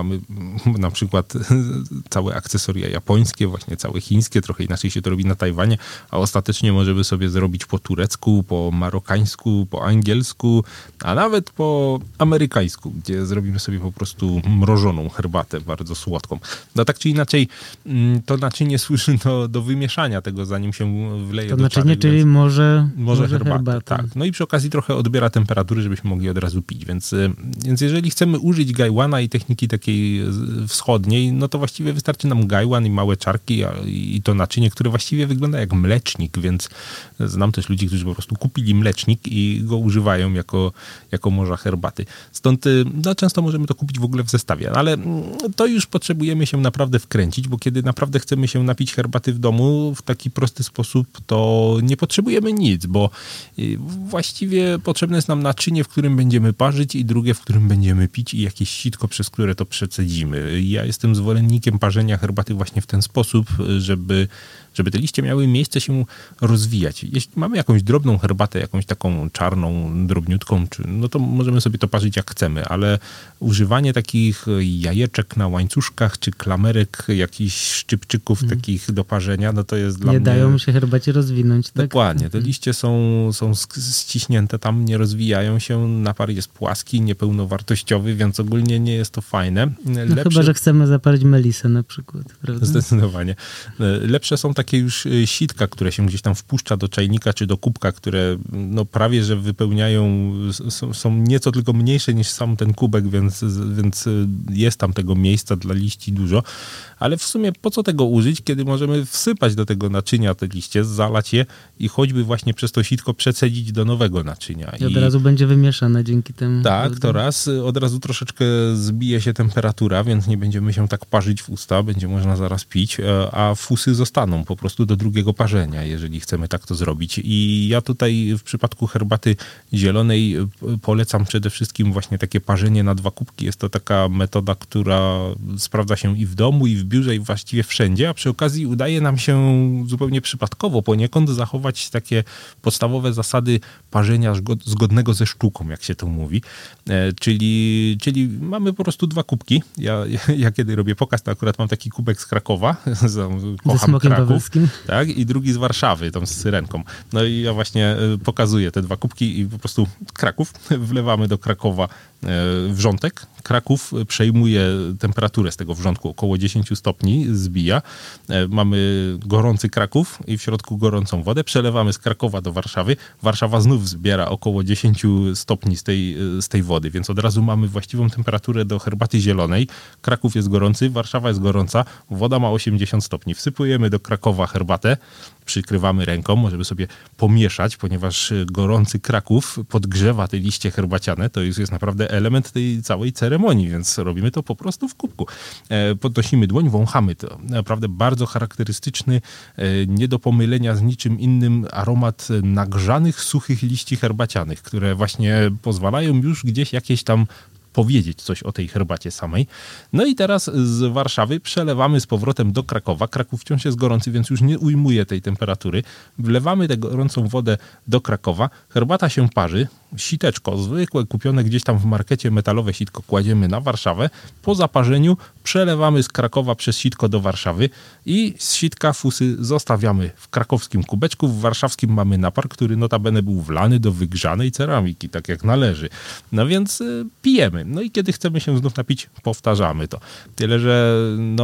na przykład całe akcesoria japońskie, właśnie całe chińskie, trochę inaczej się to robi na Tajwanie, a ostatecznie możemy sobie zrobić po turecku, po marokańsku, po angielsku, a nawet po amerykańsku, gdzie zrobimy sobie po prostu mrożoną herbatę, bardzo słodką. No tak czy inaczej, to naczynie służy do wymieszania tego, zanim się wleje do czary. To naczynie, czyli może herbaty. Tak. No i przy okazji trochę odbiera temperatury, żebyśmy mogli od razu pić. Więc jeżeli chcemy użyć gajłana i techniki takiej wschodniej, no to właściwie wystarczy nam gajłan i małe czarki i to naczynie, które właściwie wygląda jak mlecznik, więc znam też ludzi, którzy po prostu kupili mlecznik i go używają jako morza herbaty. Stąd często możemy to kupić w ogóle w zestawie, ale to już potrzebujemy się naprawdę wkręcić, bo kiedy naprawdę chcemy się napić herbaty w domu w taki prosty sposób, to nie potrzebujemy nic, bo właściwie potrzebne jest nam naczynie, w którym będziemy parzyć i drugie, w którym będziemy pić i jakieś sitko, przez które to przecedzimy. Ja jestem zwolennikiem parzenia herbaty właśnie w ten sposób, żeby te liście miały miejsce się rozwijać. Jeśli mamy jakąś drobną herbatę, jakąś taką czarną, drobniutką, no to możemy sobie to parzyć jak chcemy, ale używanie takich jajeczek na łańcuszkach, czy klamerek, jakichś szczypczyków takich do parzenia, no to jest dla mnie... Nie dają się herbacie rozwinąć, tak? Dokładnie. Te liście są ściśnięte tam, nie rozwijają się, napar jest płaski, niepełnowartościowy, więc ogólnie nie jest to fajne. Chyba, że chcemy zapalić melisę na przykład, prawda? Zdecydowanie. Lepsze są takie już sitka, które się gdzieś tam wpuszcza do czajnika czy do kubka, które no prawie, że wypełniają, są nieco tylko mniejsze niż sam ten kubek, więc jest tam tego miejsca dla liści dużo. Ale w sumie po co tego użyć, kiedy możemy wsypać do tego naczynia te liście, zalać je i choćby właśnie przez to sitko przecedzić do nowego naczynia. I od razu będzie wymieszane dzięki temu. Tak, to raz. Od razu troszeczkę zbije się temperatura, więc nie będziemy się tak parzyć w usta, będzie można zaraz pić, a fusy zostaną po prostu do drugiego parzenia, jeżeli chcemy tak to zrobić. I ja tutaj w przypadku herbaty zielonej polecam przede wszystkim właśnie takie parzenie na 2 kubki. Jest to taka metoda, która sprawdza się i w domu, i w biurze, i właściwie wszędzie, a przy okazji udaje nam się zupełnie przypadkowo poniekąd zachować takie podstawowe zasady parzenia zgodnego ze sztuką, jak się to mówi. Czyli mamy po prostu 2 kubki. Ja kiedy robię pokaz, to akurat mam taki kubek z Krakowa. Kocham Kraków. Tak, i drugi z Warszawy, tam z syrenką. No i ja właśnie pokazuję te 2 kubki i po prostu Kraków wlewamy do Krakowa wrzątek. Kraków przejmuje temperaturę z tego wrzątku, około 10 stopni zbija. Mamy gorący Kraków i w środku gorącą wodę. Przelewamy z Krakowa do Warszawy. Warszawa znów zbiera około 10 stopni z tej wody, więc od razu mamy właściwą temperaturę do herbaty zielonej. Kraków jest gorący, Warszawa jest gorąca, woda ma 80 stopni. Wsypujemy do Krakowa herbatę, przykrywamy ręką, możemy sobie pomieszać, ponieważ gorący Kraków podgrzewa te liście herbaciane. To jest naprawdę element tej całej ceremonii, więc robimy to po prostu w kubku. Podnosimy dłoń, wąchamy to. Naprawdę bardzo charakterystyczny, nie do pomylenia z niczym innym aromat nagrzanych, suchych liści herbacianych, które właśnie pozwalają już gdzieś jakieś tam powiedzieć coś o tej herbacie samej. No i teraz z Warszawy przelewamy z powrotem do Krakowa. Kraków wciąż jest gorący, więc już nie ujmuje tej temperatury. Wlewamy tę gorącą wodę do Krakowa. Herbata się parzy. Siteczko zwykłe, kupione gdzieś tam w markecie, metalowe sitko kładziemy na Warszawę. Po zaparzeniu przelewamy z Krakowa przez sitko do Warszawy i z sitka fusy zostawiamy w krakowskim kubeczku. W warszawskim mamy napar, który notabene był wlany do wygrzanej ceramiki, tak jak należy. No więc pijemy. No i kiedy chcemy się znów napić, powtarzamy to. Tyle, że no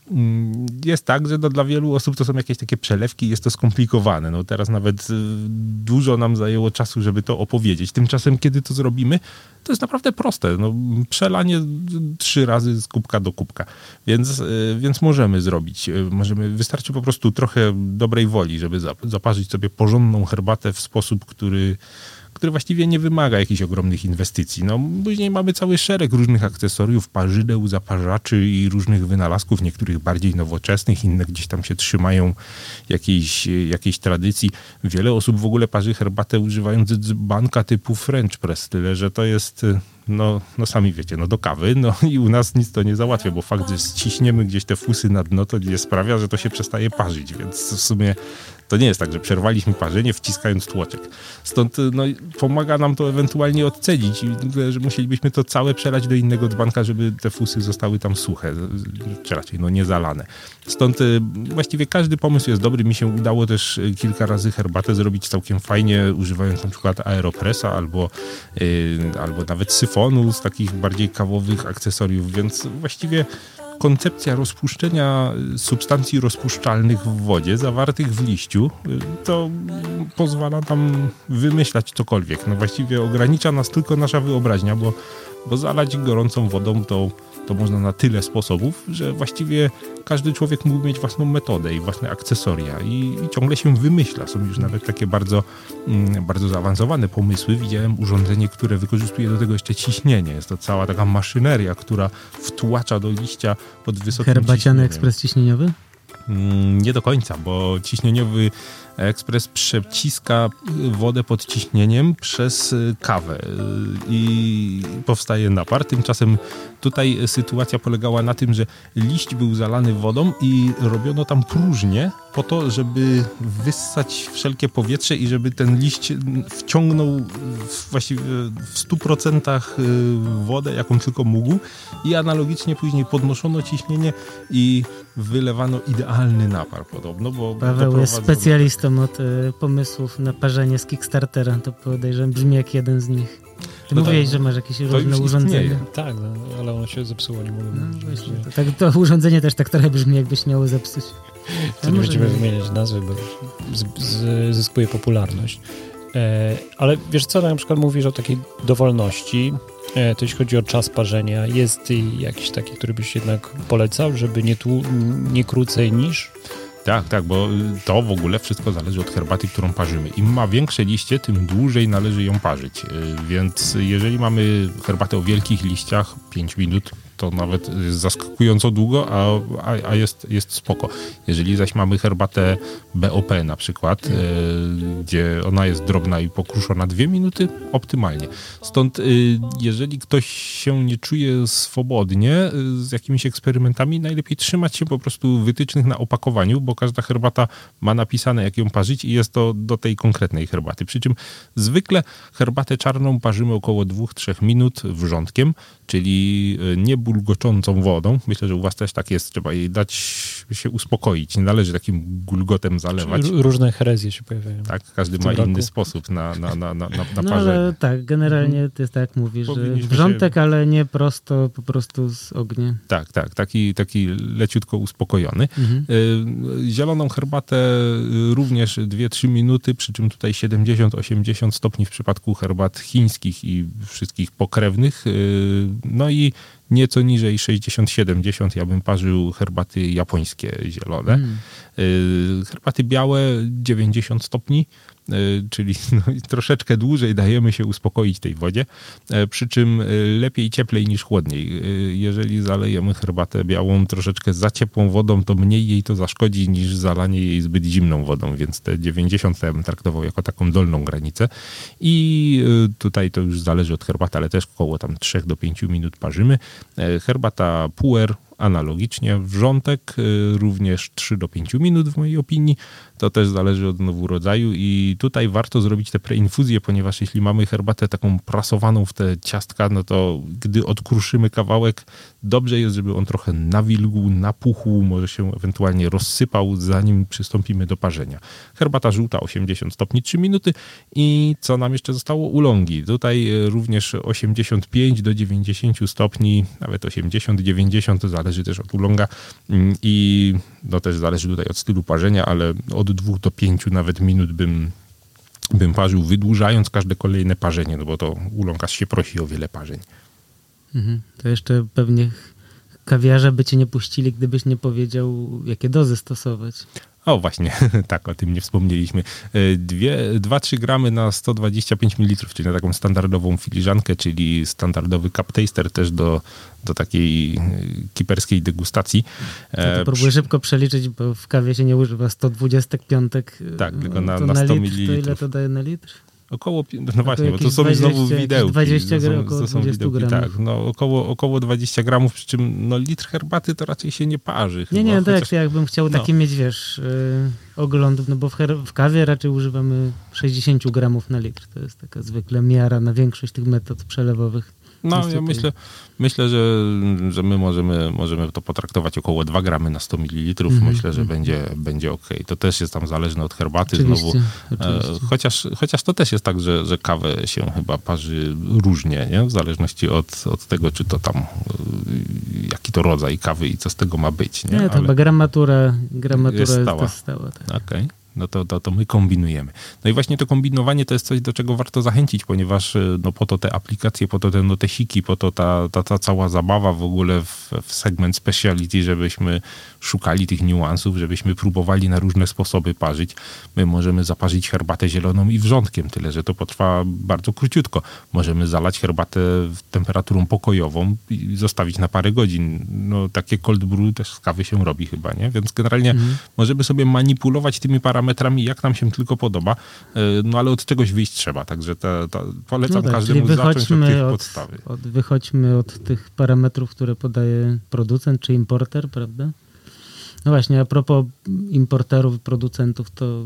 jest tak, że dla wielu osób to są jakieś takie przelewki i jest to skomplikowane. No teraz nawet dużo nam zajęło czasu, żeby to opowiedzieć. Tymczasem, kiedy to zrobimy, to jest naprawdę proste. No, przelanie 3 razy z kubka do kubka. Więc możemy zrobić. Wystarczy po prostu trochę dobrej woli, żeby zaparzyć sobie porządną herbatę w sposób, który właściwie nie wymaga jakichś ogromnych inwestycji. No, później mamy cały szereg różnych akcesoriów, parzydeł, zaparzaczy i różnych wynalazków, niektórych bardziej nowoczesnych, inne gdzieś tam się trzymają jakiejś tradycji. Wiele osób w ogóle parzy herbatę używając dzbanka typu French press, tyle że to jest... No sami wiecie, do kawy, i u nas nic to nie załatwia, bo fakt, że ściśniemy gdzieś te fusy na dno, to nie sprawia, że to się przestaje parzyć, więc w sumie to nie jest tak, że przerwaliśmy parzenie wciskając tłoczek. Stąd pomaga nam to ewentualnie odcedzić, że musielibyśmy to całe przelać do innego dzbanka, żeby te fusy zostały tam suche, czy raczej nie zalane. Stąd właściwie każdy pomysł jest dobry. Mi się udało też kilka razy herbatę zrobić całkiem fajnie, używając na przykład aeropressa albo nawet syfonu z takich bardziej kawowych akcesoriów, więc właściwie koncepcja rozpuszczenia substancji rozpuszczalnych w wodzie zawartych w liściu to pozwala nam wymyślać cokolwiek. No właściwie ogranicza nas tylko nasza wyobraźnia, bo zalać gorącą wodą to można na tyle sposobów, że właściwie każdy człowiek mógł mieć własną metodę i własne akcesoria i ciągle się wymyśla. Są już nawet takie bardzo, bardzo zaawansowane pomysły. Widziałem urządzenie, które wykorzystuje do tego jeszcze ciśnienie. Jest to cała taka maszyneria, która wtłacza do liścia pod wysokim Herbaciany ciśnieniem. ekspres ciśnieniowy? Nie do końca, bo ciśnieniowy ekspres przeciska wodę pod ciśnieniem przez kawę i powstaje napar. Tymczasem tutaj sytuacja polegała na tym, że liść był zalany wodą i robiono tam próżnię po to, żeby wyssać wszelkie powietrze i żeby ten liść wciągnął właściwie w 100% wodę, jaką tylko mógł, i analogicznie później podnoszono ciśnienie i wylewano idealny napar podobno, bo Paweł jest specjalistą od pomysłów na parzenie z Kickstartera, to podejrzewam brzmi jak jeden z nich. Ty mówiłeś, że masz jakieś różne urządzenie. Tak, ale ono się zepsuło, nie mogę mówić. To urządzenie też tak trochę brzmi, jakbyś miało zepsuć. To nie będziemy wymieniać nazwy, bo zyskuje popularność. Ale wiesz co, na przykład mówisz o takiej dowolności, to jeśli chodzi o czas parzenia, jest jakiś taki, który byś jednak polecał, żeby nie krócej niż? Tak, bo to w ogóle wszystko zależy od herbaty, którą parzymy. Im ma większe liście, tym dłużej należy ją parzyć. Więc jeżeli mamy herbatę o wielkich liściach, 5 minut, to nawet jest zaskakująco długo, a jest spoko. Jeżeli zaś mamy herbatę BOP na przykład, gdzie ona jest drobna i pokruszona 2 minuty, optymalnie. Stąd jeżeli ktoś się nie czuje swobodnie z jakimiś eksperymentami, najlepiej trzymać się po prostu wytycznych na opakowaniu, bo każda herbata ma napisane, jak ją parzyć i jest to do tej konkretnej herbaty. Przy czym zwykle herbatę czarną parzymy około 2-3 minut wrzątkiem, czyli nie bulgoczącą wodą. Myślę, że u was też tak jest. Trzeba jej dać się uspokoić. Nie należy takim gulgotem zalewać. Różne herezje się pojawiają. Tak, każdy ma inny sposób na parzenie. Ale tak, generalnie to jest tak jak mówisz, że wrzątek, ale nie prosto, po prostu z ognia. Tak, taki leciutko uspokojony. Zieloną herbatę również 2-3 minuty, przy czym tutaj 70-80 stopni w przypadku herbat chińskich i wszystkich pokrewnych. No i nieco niżej 60-70 ja bym parzył herbaty japońskie zielone. Herbaty białe 90 stopni, czyli troszeczkę dłużej dajemy się uspokoić tej wodzie, przy czym lepiej cieplej niż chłodniej. Jeżeli zalejemy herbatę białą troszeczkę za ciepłą wodą, to mniej jej to zaszkodzi niż zalanie jej zbyt zimną wodą, więc te 90 ja bym traktował jako taką dolną granicę i tutaj to już zależy od herbaty, ale też około tam 3 do 5 minut parzymy. Herbata puer analogicznie, wrzątek również 3 do 5 minut w mojej opinii. To też zależy od rodzaju i tutaj warto zrobić te preinfuzje, ponieważ jeśli mamy herbatę taką prasowaną w te ciastka, no to gdy odkruszymy kawałek, dobrze jest, żeby on trochę nawilgł, napuchł, może się ewentualnie rozsypał, zanim przystąpimy do parzenia. Herbata żółta 80 stopni 3 minuty i co nam jeszcze zostało? Ulongi. Tutaj również 85 do 90 stopni, nawet 80-90, to zależy też od ulonga i no też zależy tutaj od stylu parzenia, ale od 2 do 5 nawet minut bym parzył, wydłużając każde kolejne parzenie, no bo to ulongarz się prosi o wiele parzeń. To jeszcze pewnie kawiarze by cię nie puścili, gdybyś nie powiedział, jakie dozy stosować. O właśnie, tak, o tym nie wspomnieliśmy. 2-3 gramy na 125 ml, czyli na taką standardową filiżankę, czyli standardowy cup taster też do takiej kiperskiej degustacji. To próbuję szybko przeliczyć, bo w kawie się nie używa 125. Tak, tylko na 100 ml. To ile to daje na litr? Około, no właśnie, bo to są 20, znowu widełki. 20 gramów, około 20 gramów. Tak, no około 20 gramów, przy czym no, litr herbaty to raczej się nie parzy. Nie, chyba, chociaż... jakbym chciał taki mieć, wiesz, ogląd, no bo w kawie raczej używamy 60 gramów na litr. To jest taka zwykle miara na większość tych metod przelewowych. No, ja myślę, że my możemy to potraktować około 2 gramy na 100 ml. Myślę, że będzie ok. To też jest tam zależne od herbaty. Oczywiście. Chociaż to też jest tak, że kawę się chyba parzy różnie, nie? W zależności od tego, czy to tam jaki to rodzaj kawy i co z tego ma być. Nie, to chyba gramatura jest stała. Tak. Okej. No to my kombinujemy. No i właśnie to kombinowanie to jest coś, do czego warto zachęcić, ponieważ no po to te aplikacje, po to te notesiki, po to ta cała zabawa w ogóle w segment speciality, żebyśmy szukali tych niuansów, żebyśmy próbowali na różne sposoby parzyć. My możemy zaparzyć herbatę zieloną i wrzątkiem, tyle że to potrwa bardzo króciutko. Możemy zalać herbatę temperaturą pokojową i zostawić na parę godzin. No takie cold brew też z kawy się robi chyba, nie? Więc generalnie możemy sobie manipulować tymi parametrami, jak nam się tylko podoba, no ale od czegoś wyjść trzeba, także polecam każdemu zacząć od tych podstawy. Wychodźmy od tych parametrów, które podaje producent czy importer, prawda? No właśnie, a propos importerów i producentów, to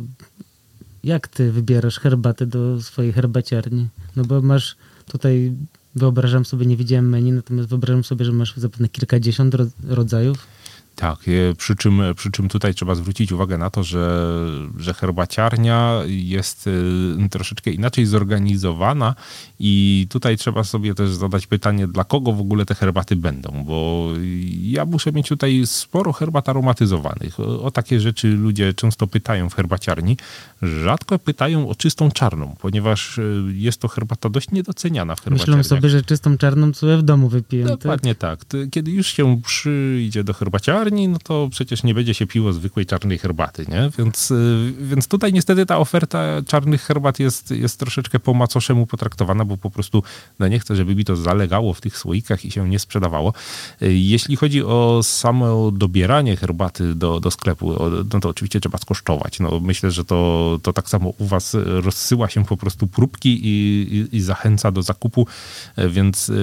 jak ty wybierasz herbatę do swojej herbaciarni? No bo masz tutaj, wyobrażam sobie, nie widziałem menu, natomiast wyobrażam sobie, że masz zapewne kilkadziesiąt rodzajów. Tak, przy czym tutaj trzeba zwrócić uwagę na to, że herbaciarnia jest troszeczkę inaczej zorganizowana i tutaj trzeba sobie też zadać pytanie, dla kogo w ogóle te herbaty będą, bo ja muszę mieć tutaj sporo herbat aromatyzowanych. O takie rzeczy ludzie często pytają w herbaciarni. Rzadko pytają o czystą czarną, ponieważ jest to herbata dość niedoceniana w herbaciarniach. Myślę sobie, że czystą czarną co ja w domu wypiję. Dokładnie tak. Kiedy już się przyjdzie do herbaciarni, no to przecież nie będzie się piło zwykłej czarnej herbaty, nie? Więc tutaj niestety ta oferta czarnych herbat jest troszeczkę po macoszemu potraktowana, bo po prostu no nie chcę, żeby mi to zalegało w tych słoikach i się nie sprzedawało. Jeśli chodzi o samo dobieranie herbaty do sklepu, no to oczywiście trzeba skosztować. No myślę, że to tak samo u was rozsyła się po prostu próbki i zachęca do zakupu, więc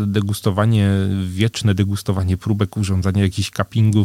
wieczne degustowanie próbek, urządzanie jakichś cuppingów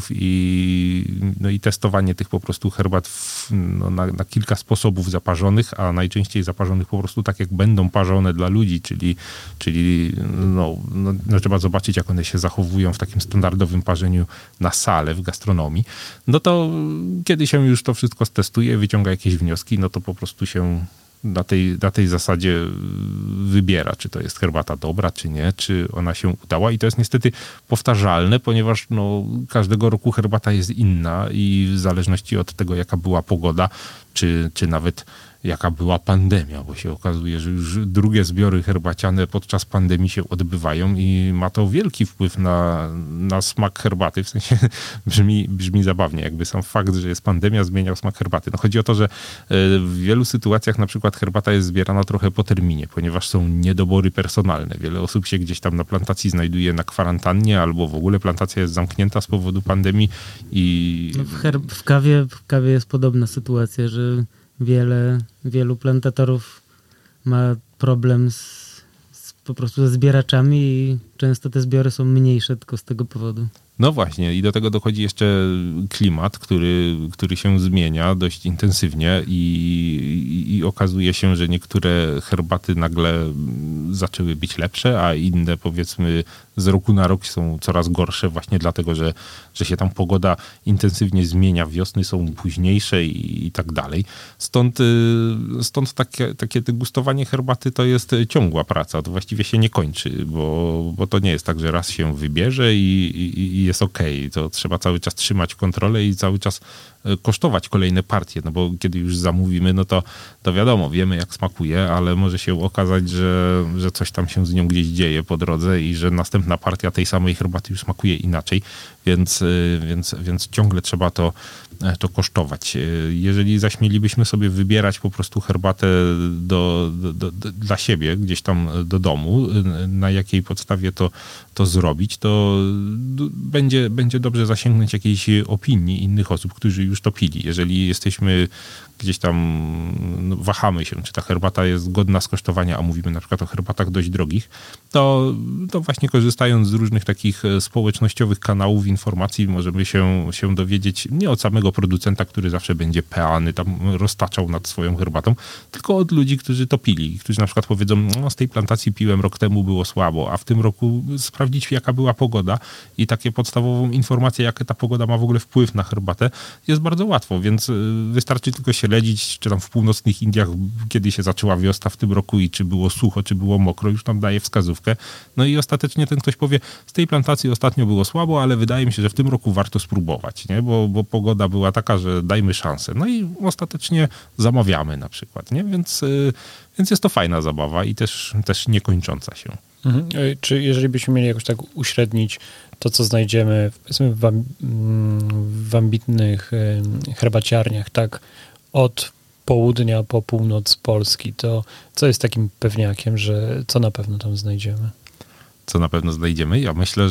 i testowanie tych po prostu herbat na kilka sposobów zaparzonych, a najczęściej zaparzonych po prostu tak, jak będą parzone dla ludzi, czyli trzeba zobaczyć, jak one się zachowują w takim standardowym parzeniu na salę w gastronomii. No to kiedy się już to wszystko stestuje, wyciąga jakieś wnioski, no to po prostu się na tej zasadzie wybiera, czy to jest herbata dobra, czy nie, czy ona się udała i to jest niestety powtarzalne, ponieważ każdego roku herbata jest inna i w zależności od tego, jaka była pogoda, czy nawet jaka była pandemia, bo się okazuje, że już drugie zbiory herbaciane podczas pandemii się odbywają i ma to wielki wpływ na smak herbaty, w sensie brzmi zabawnie, jakby sam fakt, że jest pandemia, zmieniał smak herbaty. No chodzi o to, że w wielu sytuacjach na przykład herbata jest zbierana trochę po terminie, ponieważ są niedobory personalne. Wiele osób się gdzieś tam na plantacji znajduje na kwarantannie, albo w ogóle plantacja jest zamknięta z powodu pandemii i... No w kawie jest podobna sytuacja, że wielu plantatorów ma problem po prostu ze zbieraczami i często te zbiory są mniejsze tylko z tego powodu. No właśnie, i do tego dochodzi jeszcze klimat, który się zmienia dość intensywnie i okazuje się, że niektóre herbaty nagle zaczęły być lepsze, a inne powiedzmy z roku na rok są coraz gorsze właśnie dlatego, że się tam pogoda intensywnie zmienia, wiosny są późniejsze i tak dalej. Stąd takie degustowanie herbaty to jest ciągła praca, to właściwie się nie kończy, bo to nie jest tak, że raz się wybierze i jest okej. To trzeba cały czas trzymać kontrolę i cały czas kosztować kolejne partie, no bo kiedy już zamówimy, no to wiadomo, wiemy jak smakuje, ale może się okazać, że coś tam się z nią gdzieś dzieje po drodze i że następna partia tej samej herbaty już smakuje inaczej, więc ciągle trzeba to kosztować. Jeżeli zaś mielibyśmy sobie wybierać po prostu herbatę dla siebie, gdzieś tam do domu, na jakiej podstawie to zrobić, to będzie dobrze zasięgnąć jakiejś opinii innych osób, którzy już to pili. Jeżeli jesteśmy gdzieś tam, wahamy się, czy ta herbata jest godna skosztowania, a mówimy na przykład o herbatach dość drogich, to właśnie korzystając z różnych takich społecznościowych kanałów informacji możemy się dowiedzieć nie od samego producenta, który zawsze będzie peany tam roztaczał nad swoją herbatą, tylko od ludzi, którzy to pili, którzy na przykład powiedzą, no z tej plantacji piłem rok temu, było słabo, a w tym roku sprawdzić jaka była pogoda i takie podstawową informację, jaka ta pogoda ma w ogóle wpływ na herbatę, jest bardzo łatwo, więc wystarczy tylko śledzić, czy tam w północnych Indiach, kiedy się zaczęła wiosna w tym roku i czy było sucho, czy było mokro, już tam daje wskazówkę. No i ostatecznie ten ktoś powie, z tej plantacji ostatnio było słabo, ale wydaje mi się, że w tym roku warto spróbować, nie? Bo pogoda była taka, że dajmy szansę. No i ostatecznie zamawiamy na przykład, nie? Więc jest to fajna zabawa i też niekończąca się. Mhm. Czy jeżeli byśmy mieli jakoś tak uśrednić to, co znajdziemy w ambitnych herbaciarniach, tak od południa po północ Polski, to co jest takim pewniakiem, że co na pewno tam znajdziemy? Co na pewno znajdziemy? Ja myślę,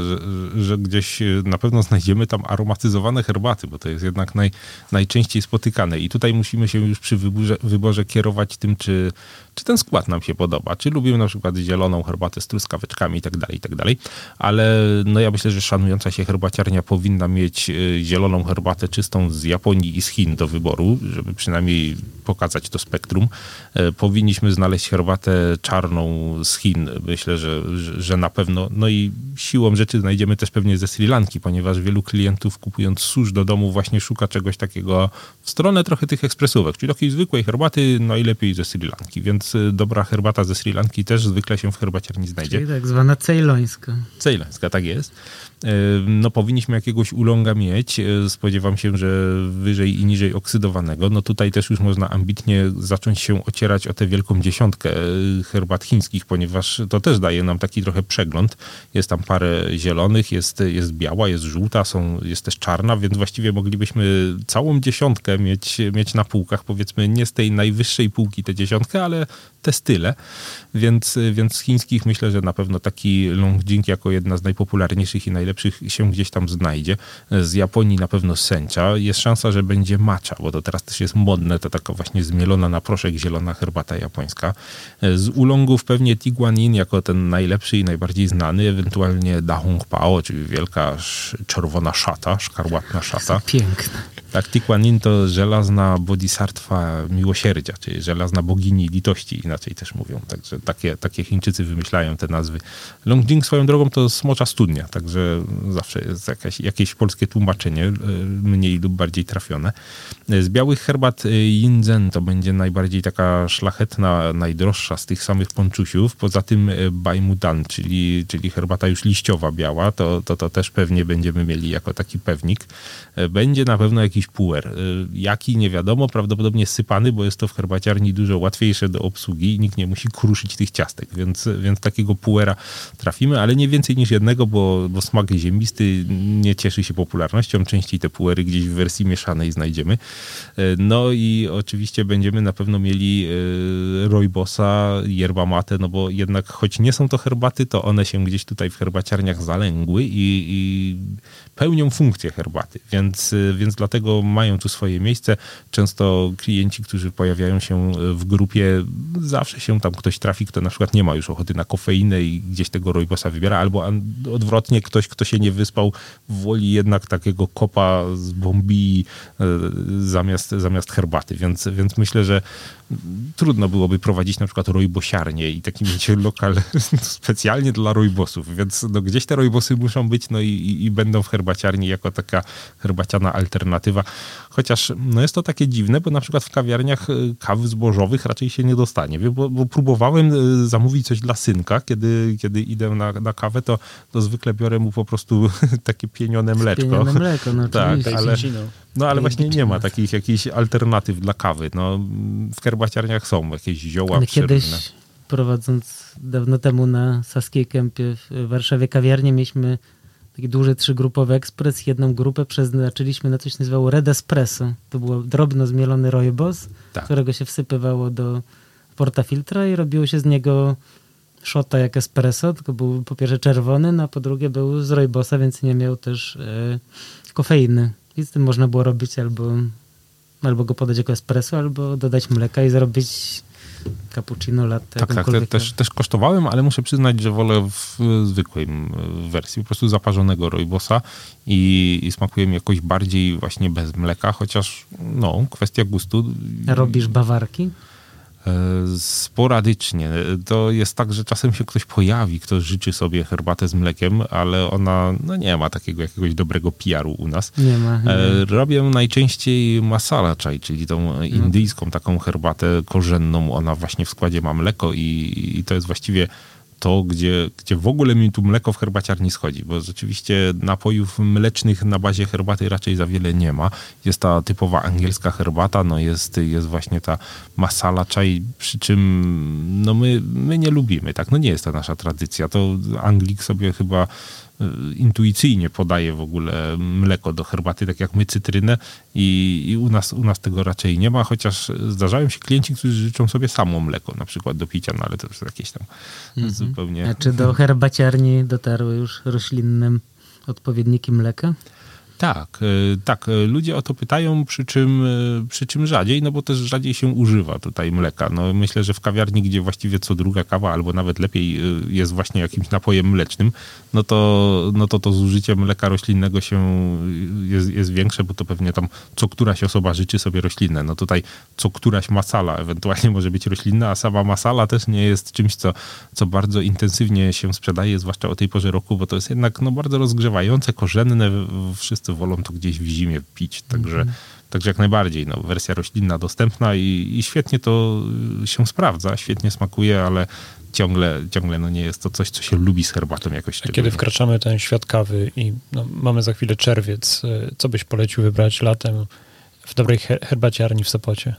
że gdzieś na pewno znajdziemy tam aromatyzowane herbaty, bo to jest jednak najczęściej spotykane. I tutaj musimy się już przy wyborze kierować tym, czy ten skład nam się podoba. Czy lubimy na przykład zieloną herbatę z truskaweczkami i tak dalej. Ale no ja myślę, że szanująca się herbaciarnia powinna mieć zieloną herbatę czystą z Japonii i z Chin do wyboru, żeby przynajmniej pokazać to spektrum. Powinniśmy znaleźć herbatę czarną z Chin. Myślę, że na pewno. No i siłą rzeczy znajdziemy też pewnie ze Sri Lanki, ponieważ wielu klientów kupując susz do domu właśnie szuka czegoś takiego w stronę trochę tych ekspresówek, czyli takiej zwykłej herbaty, najlepiej ze Sri Lanki. Więc dobra herbata ze Sri Lanki też zwykle się w herbaciarni znajdzie. Czyli tak zwana cejlońska. Cejlońska, tak jest. No powinniśmy jakiegoś ulonga mieć. Spodziewam się, że wyżej i niżej oksydowanego. No tutaj też już można ambitnie zacząć się ocierać o tę wielką dziesiątkę herbat chińskich, ponieważ to też daje nam taki trochę przegląd. Jest tam parę zielonych, jest biała, jest żółta, jest też czarna, więc właściwie moglibyśmy całą dziesiątkę mieć na półkach, powiedzmy nie z tej najwyższej półki tę dziesiątkę, ale te style. Więc z chińskich myślę, że na pewno taki Longjing jako jedna z najpopularniejszych i najlepszych się gdzieś tam znajdzie. Z Japonii na pewno sencha. Jest szansa, że będzie matcha, bo to teraz też jest modne, to taka właśnie zmielona na proszek zielona herbata japońska. Z ulongów pewnie Tiguanin jako ten najlepszy i najbardziej znany, ewentualnie Da Hong Pao, czyli wielka czerwona szata, szkarłatna szata. Piękne. Tak, Tiguanin to żelazna bodhisattva miłosierdzia, czyli żelazna bogini litości, inaczej też mówią. Także takie Chińczycy wymyślają te nazwy. Longjing swoją drogą to smocza studnia, także zawsze jest jakieś polskie tłumaczenie, mniej lub bardziej trafione. Z białych herbat Yinzhen to będzie najbardziej taka szlachetna, najdroższa z tych samych ponczusiów. Poza tym Baimudan, czyli herbata już liściowa biała, to też pewnie będziemy mieli jako taki pewnik. Będzie na pewno jakiś puer. Jaki nie wiadomo, prawdopodobnie sypany, bo jest to w herbaciarni dużo łatwiejsze do obsługi i nikt nie musi kruszyć tych ciastek, więc takiego puera trafimy, ale nie więcej niż jednego, bo smak ziemisty nie cieszy się popularnością. Częściej te puery gdzieś w wersji mieszanej znajdziemy. No i oczywiście będziemy na pewno mieli rooibosa, yerba mate, no bo jednak choć nie są to herbaty, to one się gdzieś tutaj w herbaciarniach zalęgły i pełnią funkcję herbaty, więc dlatego dlatego mają tu swoje miejsce. Często klienci, którzy pojawiają się w grupie, zawsze się tam ktoś trafi, kto na przykład nie ma już ochoty na kofeinę i gdzieś tego rooibosa wybiera, albo odwrotnie ktoś, kto się nie wyspał, woli jednak takiego kopa z bombii zamiast herbaty, więc myślę, że trudno byłoby prowadzić na przykład rooibosiarnię i taki mieć lokal specjalnie dla rooibosów, więc no, gdzieś te rooibosy muszą być, no i będą w herbaciarni jako taka herbaciana alternatywa. Chociaż no jest to takie dziwne, bo na przykład w kawiarniach kaw zbożowych raczej się nie dostanie, bo próbowałem zamówić coś dla synka, kiedy idę na kawę, to zwykle biorę mu po prostu takie pienione mleczko. Pienione mleko, no tak, ale właśnie nie ma Cappuccino. takich jakichś alternatyw dla kawy. No, w herbaciarniach są jakieś zioła Ale przeróżne. kiedyś, prowadząc dawno temu na Saskiej Kępie w Warszawie kawiarnię, mieliśmy taki duży 3-grupowy ekspres. Jedną grupę przeznaczyliśmy na coś, co nazywało Red Espresso. To był drobno zmielony rooibos, Tak. którego się wsypywało do portafiltra i robiło się z niego shota jak espresso, tylko był po pierwsze czerwony, no a po drugie był z rooibosa, więc nie miał też kofeiny. I z tym można było robić albo go podać jako espresso, albo dodać mleka i zrobić cappuccino, latte. Tak, też kosztowałem, ale muszę przyznać, że wolę w zwykłej wersji, po prostu zaparzonego rooibosa i smakuje mi jakoś bardziej właśnie bez mleka, chociaż no, kwestia gustu. Robisz bawarki? Sporadycznie. To jest tak, że czasem się ktoś pojawi, kto życzy sobie herbatę z mlekiem, ale ona no nie ma takiego jakiegoś dobrego PR-u u nas. Nie ma. Robię najczęściej masala chai, czyli tą indyjską taką herbatę korzenną. Ona właśnie w składzie ma mleko i to jest właściwie to, gdzie w ogóle mi tu mleko w herbaciarni schodzi, bo rzeczywiście napojów mlecznych na bazie herbaty raczej za wiele nie ma. Jest ta typowa angielska herbata, no jest właśnie ta masala chai, przy czym no my nie lubimy, tak? No nie jest to nasza tradycja. To Anglik sobie chyba intuicyjnie podaje w ogóle mleko do herbaty, tak jak my cytrynę i u nas tego raczej nie ma, chociaż zdarzają się klienci, którzy życzą sobie samo mleko na przykład do picia, no ale to już jakieś tam zupełnie... A czy do herbaciarni dotarły już roślinne odpowiedniki mleka? Tak. Ludzie o to pytają, przy czym rzadziej, no bo też rzadziej się używa tutaj mleka. No myślę, że w kawiarni, gdzie właściwie co druga kawa, albo nawet lepiej jest właśnie jakimś napojem mlecznym, no to zużycie mleka roślinnego jest większe, bo to pewnie tam co któraś osoba życzy sobie roślinne. No tutaj co któraś masala ewentualnie może być roślinna, a sama masala też nie jest czymś, co bardzo intensywnie się sprzedaje, zwłaszcza o tej porze roku, bo to jest jednak no, bardzo rozgrzewające, korzenne, wszyscy wolą to gdzieś w zimie pić, także jak najbardziej, no, wersja roślinna dostępna i świetnie to się sprawdza, świetnie smakuje, ale ciągle no, nie jest to coś, co się lubi z herbatą jakoś szczególnie. Kiedy wkraczamy w ten świat kawy i no, mamy za chwilę czerwiec, co byś polecił wybrać latem w dobrej herbaciarni w Sopocie?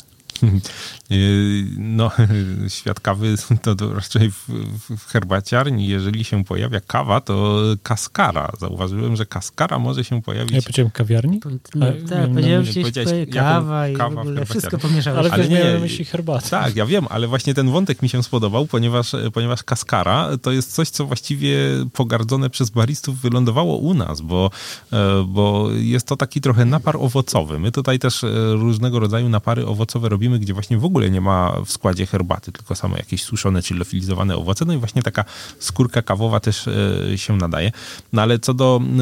No, świat kawy to raczej w herbaciarni, jeżeli się pojawia kawa, to kaskara. Zauważyłem, że kaskara może się pojawić... Ja powiedziałem kawiarni? Powiedziałeś kawa i w ogóle wszystko pomieszałeś. Ale nie miałem myśli herbaty. Tak, ja wiem, ale właśnie ten wątek mi się spodobał, ponieważ kaskara to jest coś, co właściwie pogardzone przez baristów wylądowało u nas, bo jest to taki trochę napar owocowy. My tutaj też różnego rodzaju napary owocowe robimy, gdzie właśnie w ogóle nie ma w składzie herbaty, tylko same jakieś suszone czy liofilizowane owoce, no i właśnie taka skórka kawowa też się nadaje. No ale co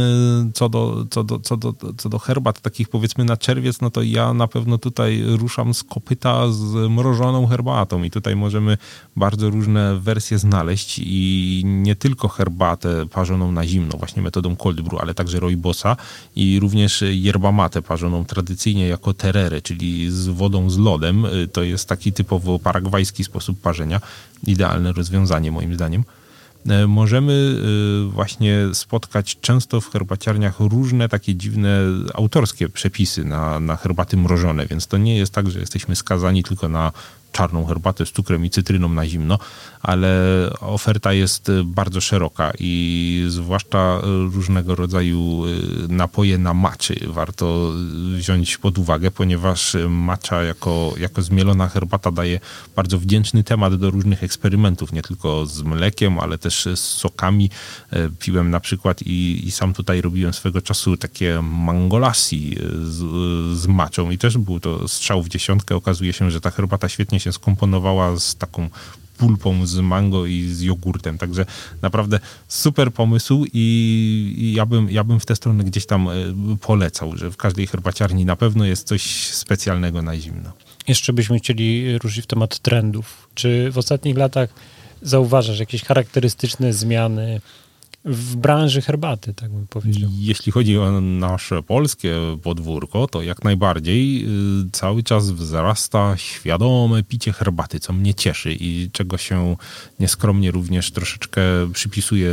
do herbat takich powiedzmy na czerwiec, no to ja na pewno tutaj ruszam z kopyta z mrożoną herbatą i tutaj możemy bardzo różne wersje znaleźć i nie tylko herbatę parzoną na zimno, właśnie metodą cold brew, ale także rooibosa i również yerba mate parzoną tradycyjnie jako tererę, czyli z wodą z lodem. To jest taki typowo paragwajski sposób parzenia. Idealne rozwiązanie moim zdaniem. Możemy właśnie spotkać często w herbaciarniach różne takie dziwne autorskie przepisy na herbaty mrożone, więc to nie jest tak, że jesteśmy skazani tylko na czarną herbatę z cukrem i cytryną na zimno, ale oferta jest bardzo szeroka i zwłaszcza różnego rodzaju napoje na matczy warto wziąć pod uwagę, ponieważ matcha jako zmielona herbata daje bardzo wdzięczny temat do różnych eksperymentów, nie tylko z mlekiem, ale też z sokami. Piłem na przykład i sam tutaj robiłem swego czasu takie mango lassi z matchą i też był to strzał w dziesiątkę. Okazuje się, że ta herbata świetnie się skomponowała z taką pulpą z mango i z jogurtem, także naprawdę super pomysł i ja bym w tę stronę gdzieś tam polecał, że w każdej herbaciarni na pewno jest coś specjalnego na zimno. Jeszcze byśmy chcieli ruszyć w temat trendów. Czy w ostatnich latach zauważasz jakieś charakterystyczne zmiany w branży herbaty, tak bym powiedział? Jeśli chodzi o nasze polskie podwórko, to jak najbardziej cały czas wzrasta świadome picie herbaty, co mnie cieszy i czego się nieskromnie również troszeczkę przypisuje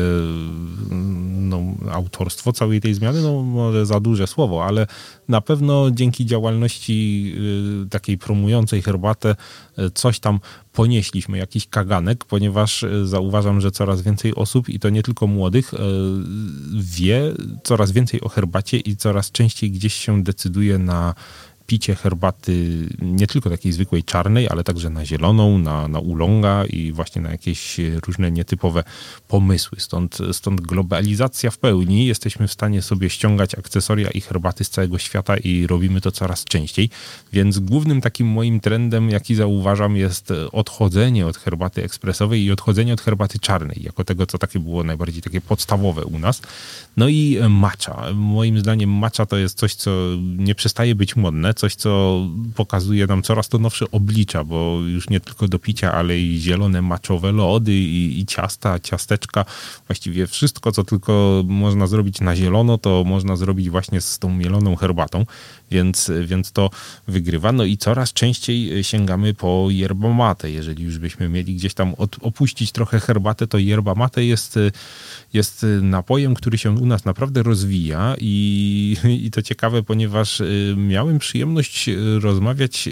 autorstwo całej tej zmiany. No może za duże słowo, ale na pewno dzięki działalności takiej promującej herbatę coś tam ponieśliśmy, jakiś kaganek, ponieważ zauważam, że coraz więcej osób, i to nie tylko młodych, wie coraz więcej o herbacie i coraz częściej gdzieś się decyduje na picie herbaty nie tylko takiej zwykłej czarnej, ale także na zieloną, na oolonga i właśnie na jakieś różne nietypowe pomysły. Stąd globalizacja w pełni. Jesteśmy w stanie sobie ściągać akcesoria i herbaty z całego świata i robimy to coraz częściej. Więc głównym takim moim trendem, jaki zauważam, jest odchodzenie od herbaty ekspresowej i odchodzenie od herbaty czarnej, jako tego, co takie było najbardziej takie podstawowe u nas. No i matcha. Moim zdaniem matcha to jest coś, co nie przestaje być modne, coś, co pokazuje nam coraz to nowsze oblicza, bo już nie tylko do picia, ale i zielone matchowe lody i ciasta, ciasteczka, właściwie wszystko, co tylko można zrobić na zielono, to można zrobić właśnie z tą mieloną herbatą, więc to wygrywa. No i coraz częściej sięgamy po yerba mate. Jeżeli już byśmy mieli gdzieś tam opuścić trochę herbatę, to yerba mate jest napojem, który się u nas naprawdę rozwija i to ciekawe, ponieważ miałem przyjemność rozmawiać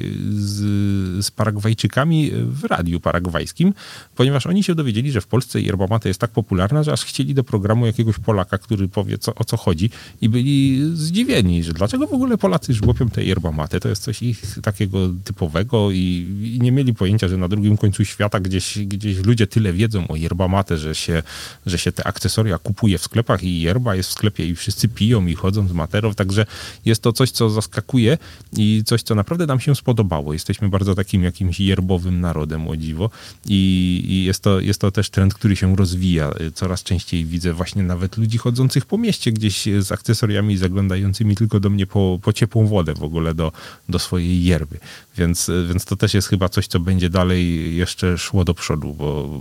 z Paragwajczykami w radiu paragwajskim, ponieważ oni się dowiedzieli, że w Polsce yerba mate jest tak popularna, że aż chcieli do programu jakiegoś Polaka, który powie o co chodzi i byli zdziwieni, że dlaczego w ogóle Polacy żłopią te yerba mate. To jest coś ich takiego typowego i nie mieli pojęcia, że na drugim końcu świata gdzieś ludzie tyle wiedzą o yerba mate, że się te akcesoria kupuje w sklepach i yerba jest w sklepie i wszyscy piją i chodzą z materą, także jest to coś, co zaskakuje i coś, co naprawdę nam się spodobało. Jesteśmy bardzo takim jakimś yerbowym narodem, o dziwo, i jest to też trend, który się rozwija. Coraz częściej widzę właśnie nawet ludzi chodzących po mieście gdzieś z akcesoriami zaglądającymi tylko do mnie po ciepłą wodę w ogóle do swojej yerby. Więc to też jest chyba coś, co będzie dalej jeszcze szło do przodu,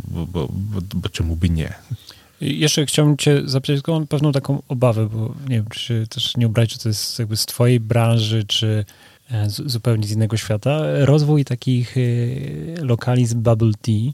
bo czemu by nie? Jeszcze chciałbym cię zapytać tylko o pewną taką obawę, bo nie wiem, czy też nie ubrać, czy to jest jakby z twojej branży, czy zupełnie z innego świata. Rozwój takich lokali z bubble tea,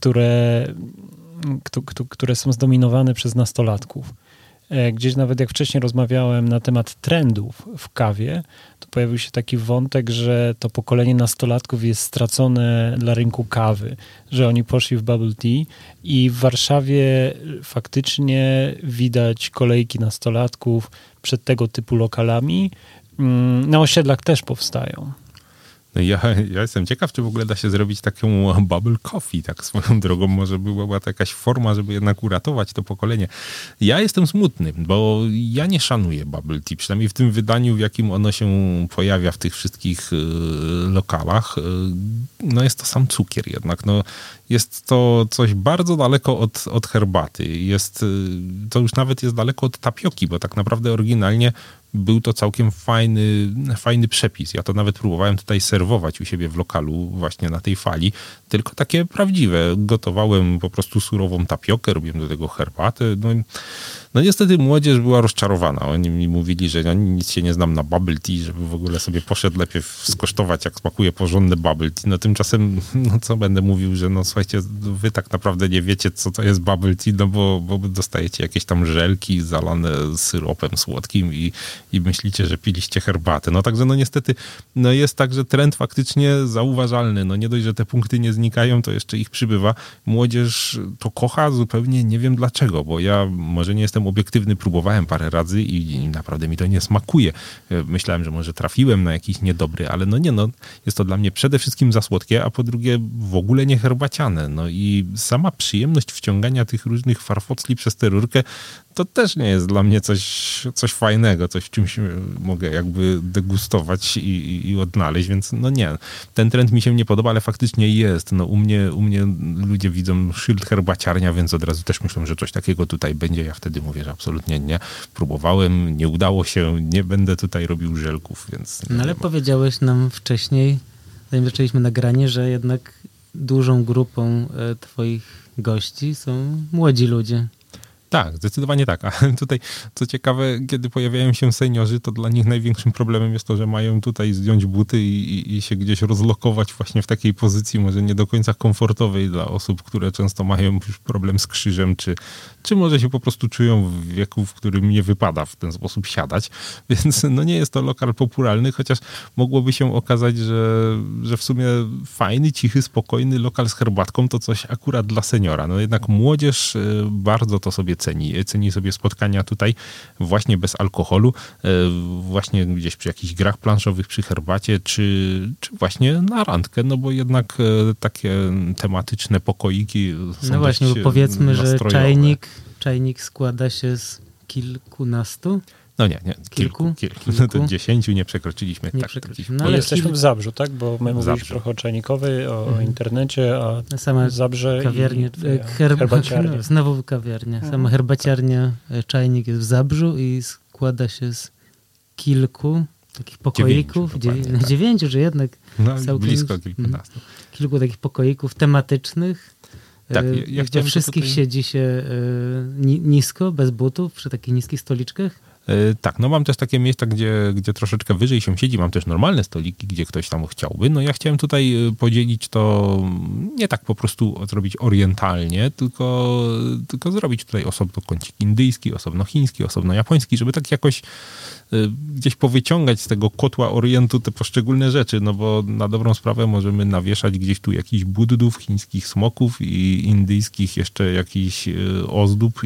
które są zdominowane przez nastolatków. Gdzieś nawet jak wcześniej rozmawiałem na temat trendów w kawie, to pojawił się taki wątek, że to pokolenie nastolatków jest stracone dla rynku kawy, że oni poszli w bubble tea i w Warszawie faktycznie widać kolejki nastolatków przed tego typu lokalami. Na osiedlach też powstają. No ja jestem ciekaw, czy w ogóle da się zrobić taką bubble coffee, tak swoją drogą. Może była to jakaś forma, żeby jednak uratować to pokolenie. Ja jestem smutny, bo ja nie szanuję bubble tea, przynajmniej w tym wydaniu, w jakim ono się pojawia w tych wszystkich lokalach. No jest to sam cukier jednak. No, jest to coś bardzo daleko od herbaty. To już nawet jest daleko od tapioki, bo tak naprawdę oryginalnie był to całkiem fajny przepis. Ja to nawet próbowałem tutaj serwować u siebie w lokalu właśnie na tej fali, tylko takie prawdziwe. Gotowałem po prostu surową tapiokę, robiłem do tego herbatę. No niestety młodzież była rozczarowana. Oni mi mówili, że ja nic się nie znam na bubble tea, żeby w ogóle sobie poszedł lepiej skosztować, jak smakuje porządny bubble tea. No tymczasem, no co będę mówił, że no słuchajcie, wy tak naprawdę nie wiecie, co to jest bubble tea, no bo dostajecie jakieś tam żelki zalane syropem słodkim i i myślicie, że piliście herbatę. No także no niestety no jest tak, że trend faktycznie zauważalny. No nie dość, że te punkty nie znikają, to jeszcze ich przybywa. Młodzież to kocha zupełnie nie wiem dlaczego, bo ja może nie jestem obiektywny, próbowałem parę razy i naprawdę mi to nie smakuje. Myślałem, że może trafiłem na jakiś niedobry, ale no nie, no jest to dla mnie przede wszystkim za słodkie, a po drugie w ogóle nie herbaciane. No i sama przyjemność wciągania tych różnych farfocli przez tę rurkę to też nie jest dla mnie coś fajnego, coś w czymś mogę jakby degustować i odnaleźć, więc no nie. Ten trend mi się nie podoba, ale faktycznie jest. No u mnie ludzie widzą szyld herbaciarnia, więc od razu też myślą, że coś takiego tutaj będzie. Ja wtedy mówię, że absolutnie nie. Próbowałem, nie udało się, nie będę tutaj robił żelków, więc... No ale powiedziałeś nam wcześniej, zanim zaczęliśmy nagranie, że jednak dużą grupą twoich gości są młodzi ludzie. Tak, zdecydowanie tak. A tutaj, co ciekawe, kiedy pojawiają się seniorzy, to dla nich największym problemem jest to, że mają tutaj zdjąć buty i się gdzieś rozlokować właśnie w takiej pozycji, może nie do końca komfortowej dla osób, które często mają już problem z krzyżem, czy może się po prostu czują w wieku, w którym nie wypada w ten sposób siadać. Więc no nie jest to lokal popularny, chociaż mogłoby się okazać, że w sumie fajny, cichy, spokojny lokal z herbatką to coś akurat dla seniora. No jednak młodzież bardzo to sobie ceni sobie spotkania tutaj właśnie bez alkoholu, właśnie gdzieś przy jakichś grach planszowych, przy herbacie, czy właśnie na randkę, no bo jednak takie tematyczne pokoiki są no właśnie, bo powiedzmy, że czajnik składa się z kilkunastu. No nie, kilku. No to 10 nie przekroczyliśmy. Nie tak, przekroczyliśmy. No, ale jesteśmy w Zabrzu, tak? Bo my mówiliśmy trochę o czajnikowej, o internecie, a sama Zabrze kawiarnia, herbaciarnia. No, znowu kawiarnia. Sama herbaciarnia, czajnik jest w Zabrzu i składa się z kilku takich pokoików. 9, że jednak no, blisko kilkunastu. Kilku takich pokoików tematycznych. Tak, gdzie wszystkich siedzi się nisko, bez butów, przy takich niskich stoliczkach. Tak, no mam też takie miejsca, gdzie troszeczkę wyżej się siedzi, mam też normalne stoliki, gdzie ktoś tam chciałby. No ja chciałem tutaj podzielić to nie tak po prostu zrobić orientalnie, tylko zrobić tutaj osobno kącik indyjski, osobno chiński, osobno japoński, żeby tak jakoś gdzieś powyciągać z tego kotła orientu te poszczególne rzeczy, no bo na dobrą sprawę możemy nawieszać gdzieś tu jakichś buddów, chińskich smoków i indyjskich jeszcze jakichś ozdób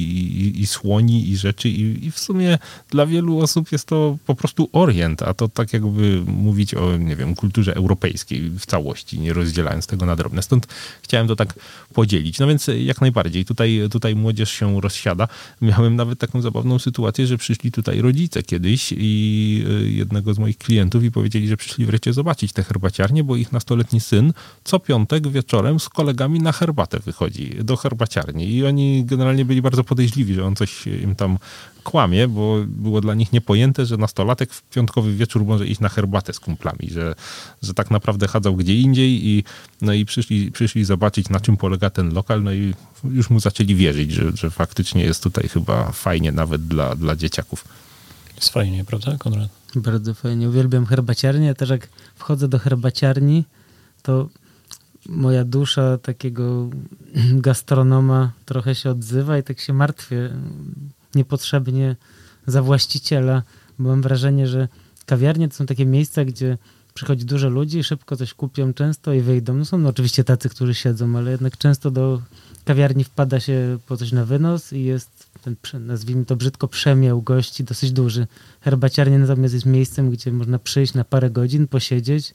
i słoni i rzeczy i w sumie dla wielu osób jest to po prostu orient, a to tak jakby mówić o, nie wiem, kulturze europejskiej w całości, nie rozdzielając tego na drobne. Stąd chciałem to tak podzielić. No więc jak najbardziej. Tutaj młodzież się rozsiada. Miałem nawet taką zabawną sytuację, że przyszli tutaj rodzice kiedyś i jednego z moich klientów i powiedzieli, że przyszli wreszcie zobaczyć te herbaciarnie, bo ich nastoletni syn co piątek wieczorem z kolegami na herbatę wychodzi do herbaciarni i oni generalnie byli bardzo podejrzliwi, że on coś im tam kłamie, bo było dla nich niepojęte, że nastolatek w piątkowy wieczór może iść na herbatę z kumplami, że tak naprawdę chadzał gdzie indziej i przyszli zobaczyć, na czym polega ten lokal, no i już mu zaczęli wierzyć, że faktycznie jest tutaj chyba fajnie nawet dla dzieciaków. Jest fajnie, prawda, Konrad? Bardzo fajnie. Uwielbiam herbaciarnię. Też jak wchodzę do herbaciarni, to moja dusza takiego gastronoma trochę się odzywa i tak się martwię niepotrzebnie za właściciela, bo mam wrażenie, że kawiarnie to są takie miejsca, gdzie przychodzi dużo ludzi, szybko coś kupią często i wyjdą. No są oczywiście tacy, którzy siedzą, ale jednak często do kawiarni wpada się po coś na wynos i jest ten, nazwijmy to brzydko, przemiał gości dosyć duży. Herbaciarnia natomiast jest miejscem, gdzie można przyjść na parę godzin, posiedzieć,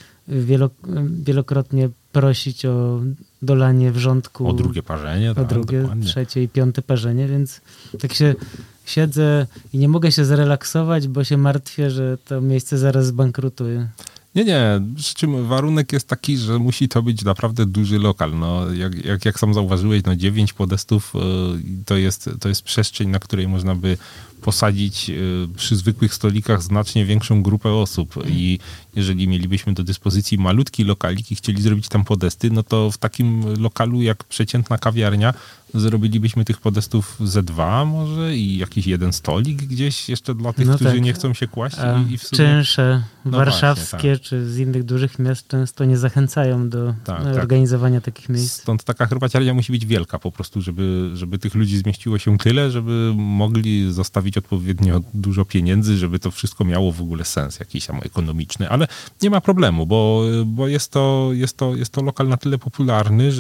wielokrotnie prosić o dolanie wrzątku. O drugie parzenie. O drugie, dokładnie. Trzecie i piąte parzenie, więc tak się siedzę i nie mogę się zrelaksować, bo się martwię, że to miejsce zaraz zbankrutuje. Nie. Przy czym warunek jest taki, że musi to być naprawdę duży lokal. No, jak sam zauważyłeś, 9 podestów to jest przestrzeń, na której można by posadzić przy zwykłych stolikach znacznie większą grupę osób i jeżeli mielibyśmy do dyspozycji malutki lokalik i chcieli zrobić tam podesty, no to w takim lokalu jak przeciętna kawiarnia zrobilibyśmy tych podestów ze 2 może i jakiś jeden stolik gdzieś jeszcze dla tych, którzy nie chcą się kłaść. I w sumie... Czynsze warszawskie właśnie, tak. Czy z innych dużych miast często nie zachęcają do organizowania takich miejsc. Stąd taka herbaciarnia musi być wielka po prostu, żeby tych ludzi zmieściło się tyle, żeby mogli zostawić odpowiednio dużo pieniędzy, żeby to wszystko miało w ogóle sens jakiś tam ekonomiczny, ale nie ma problemu, bo jest to lokal na tyle popularny,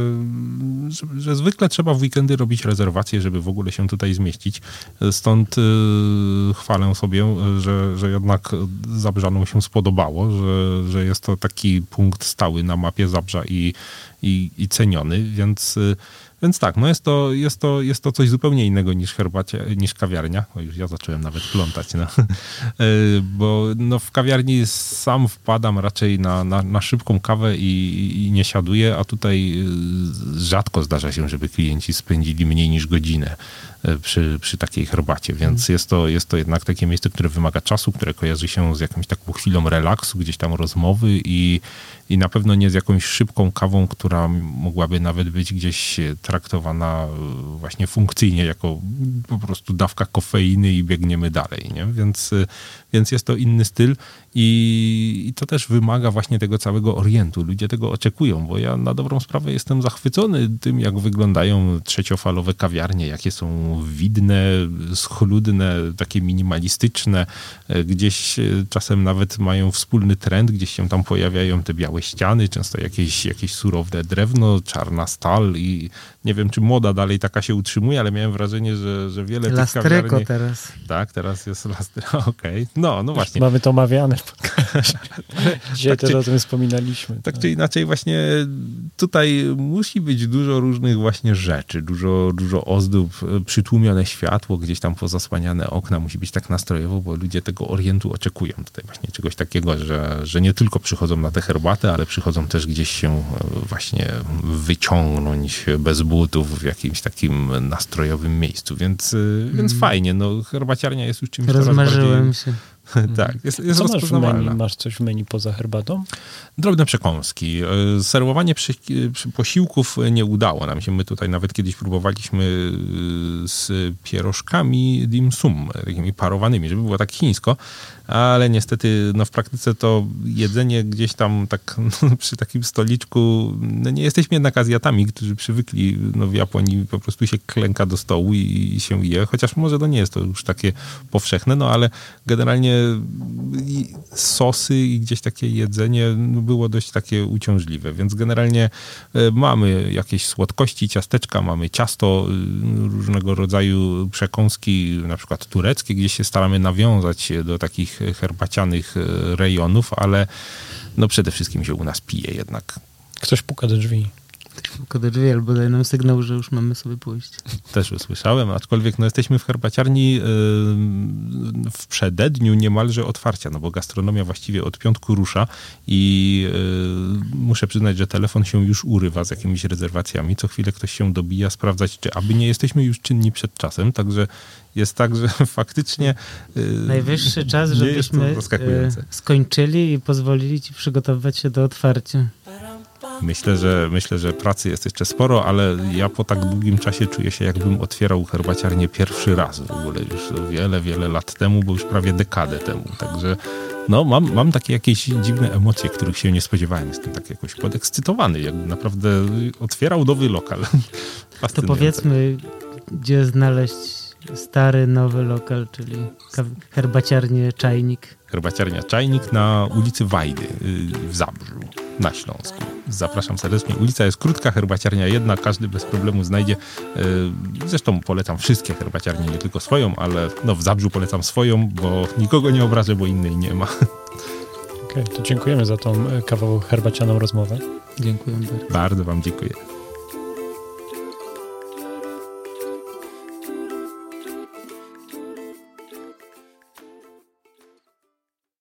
że zwykle trzeba w weekendy robić rezerwacje, żeby w ogóle się tutaj zmieścić. Stąd chwalę sobie, że jednak Zabrzanom się spodobało, że jest to taki punkt stały na mapie Zabrza i ceniony, więc tak, no jest to coś zupełnie innego niż kawiarnia. O, już ja zacząłem nawet plątać. No. Bo no, w kawiarni sam wpadam raczej na szybką kawę i nie siaduję, a tutaj rzadko zdarza się, żeby klienci spędzili mniej niż godzinę przy takiej herbacie, więc jest to jednak takie miejsce, które wymaga czasu, które kojarzy się z jakąś taką chwilą relaksu, gdzieś tam rozmowy i na pewno nie z jakąś szybką kawą, która mogłaby nawet być gdzieś traktowana właśnie funkcyjnie jako po prostu dawka kofeiny i biegniemy dalej, nie? Więc jest to inny styl i to też wymaga właśnie tego całego orientu. Ludzie tego oczekują, bo ja na dobrą sprawę jestem zachwycony tym, jak wyglądają trzeciofalowe kawiarnie, jakie są widne, schludne, takie minimalistyczne. Gdzieś czasem nawet mają wspólny trend, gdzieś się tam pojawiają te białe ściany, często jakieś surowne drewno, czarna stal i nie wiem, czy moda dalej taka się utrzymuje, ale miałem wrażenie, że wiele tych kawiarni... Lastryko teraz. Tak, teraz jest lastryko, okej. No właśnie. Mamy to omawiane. Dzisiaj też o tym wspominaliśmy. Tak czy inaczej właśnie tutaj musi być dużo różnych właśnie rzeczy, dużo ozdób, przytłumione światło, gdzieś tam pozasłaniane okna, musi być tak nastrojowo, bo ludzie tego orientu oczekują. Tutaj właśnie czegoś takiego, że nie tylko przychodzą na tę herbatę, ale przychodzą też gdzieś się właśnie wyciągnąć bez butów w jakimś takim nastrojowym miejscu, więc fajnie. No, herbaciarnia jest już czymś Rozmarzyłem się. Tak, jest co rozpoznawalna. Masz w menu? Masz coś w menu poza herbatą? Drobne przekąski. Serwowanie posiłków nie udało nam się. My tutaj nawet kiedyś próbowaliśmy z pierożkami dim sum, takimi parowanymi, żeby było tak chińsko, ale niestety no w praktyce to jedzenie gdzieś tam tak przy takim stoliczku, no nie jesteśmy jednak Azjatami, którzy przywykli, no w Japonii po prostu się klęka do stołu i się je, chociaż może to nie jest to już takie powszechne, no ale generalnie sosy i gdzieś takie jedzenie było dość takie uciążliwe, więc generalnie mamy jakieś słodkości, ciasteczka, mamy ciasto, różnego rodzaju przekąski, na przykład tureckie, gdzie się staramy nawiązać do takich herbacianych rejonów, ale no przede wszystkim się u nas pije jednak. Ktoś puka do drzwi. Albo daje nam sygnał, że już mamy sobie pójść. Też usłyszałem, aczkolwiek no, jesteśmy w herbaciarni w przededniu niemalże otwarcia, no bo gastronomia właściwie od piątku rusza i muszę przyznać, że telefon się już urywa z jakimiś rezerwacjami. Co chwilę ktoś się dobija sprawdzać, czy aby nie jesteśmy już czynni przed czasem, także jest tak, że faktycznie najwyższy czas, żebyśmy skończyli i pozwolili ci przygotowywać się do otwarcia. Myślę, że pracy jest jeszcze sporo, ale ja po tak długim czasie czuję się, jakbym otwierał herbaciarnię pierwszy raz w ogóle już wiele lat temu, bo już prawie dekadę temu. Także no, mam takie jakieś dziwne emocje, których się nie spodziewałem. Jestem tak jakoś podekscytowany, jakbym naprawdę otwierał nowy lokal. To powiedzmy, gdzie znaleźć stary, nowy lokal, czyli herbaciarnię Czajnik. Herbaciarnia Czajnik na ulicy Wajdy w Zabrzu na Śląsku. Zapraszam serdecznie. Ulica jest krótka, herbaciarnia jedna, każdy bez problemu znajdzie. Zresztą polecam wszystkie herbaciarnie, nie tylko swoją, ale no w Zabrzu polecam swoją, bo nikogo nie obrażę, bo innej nie ma. Okej, to dziękujemy za tą kawał herbacianą rozmowę. Dziękuję bardzo. Bardzo wam dziękuję.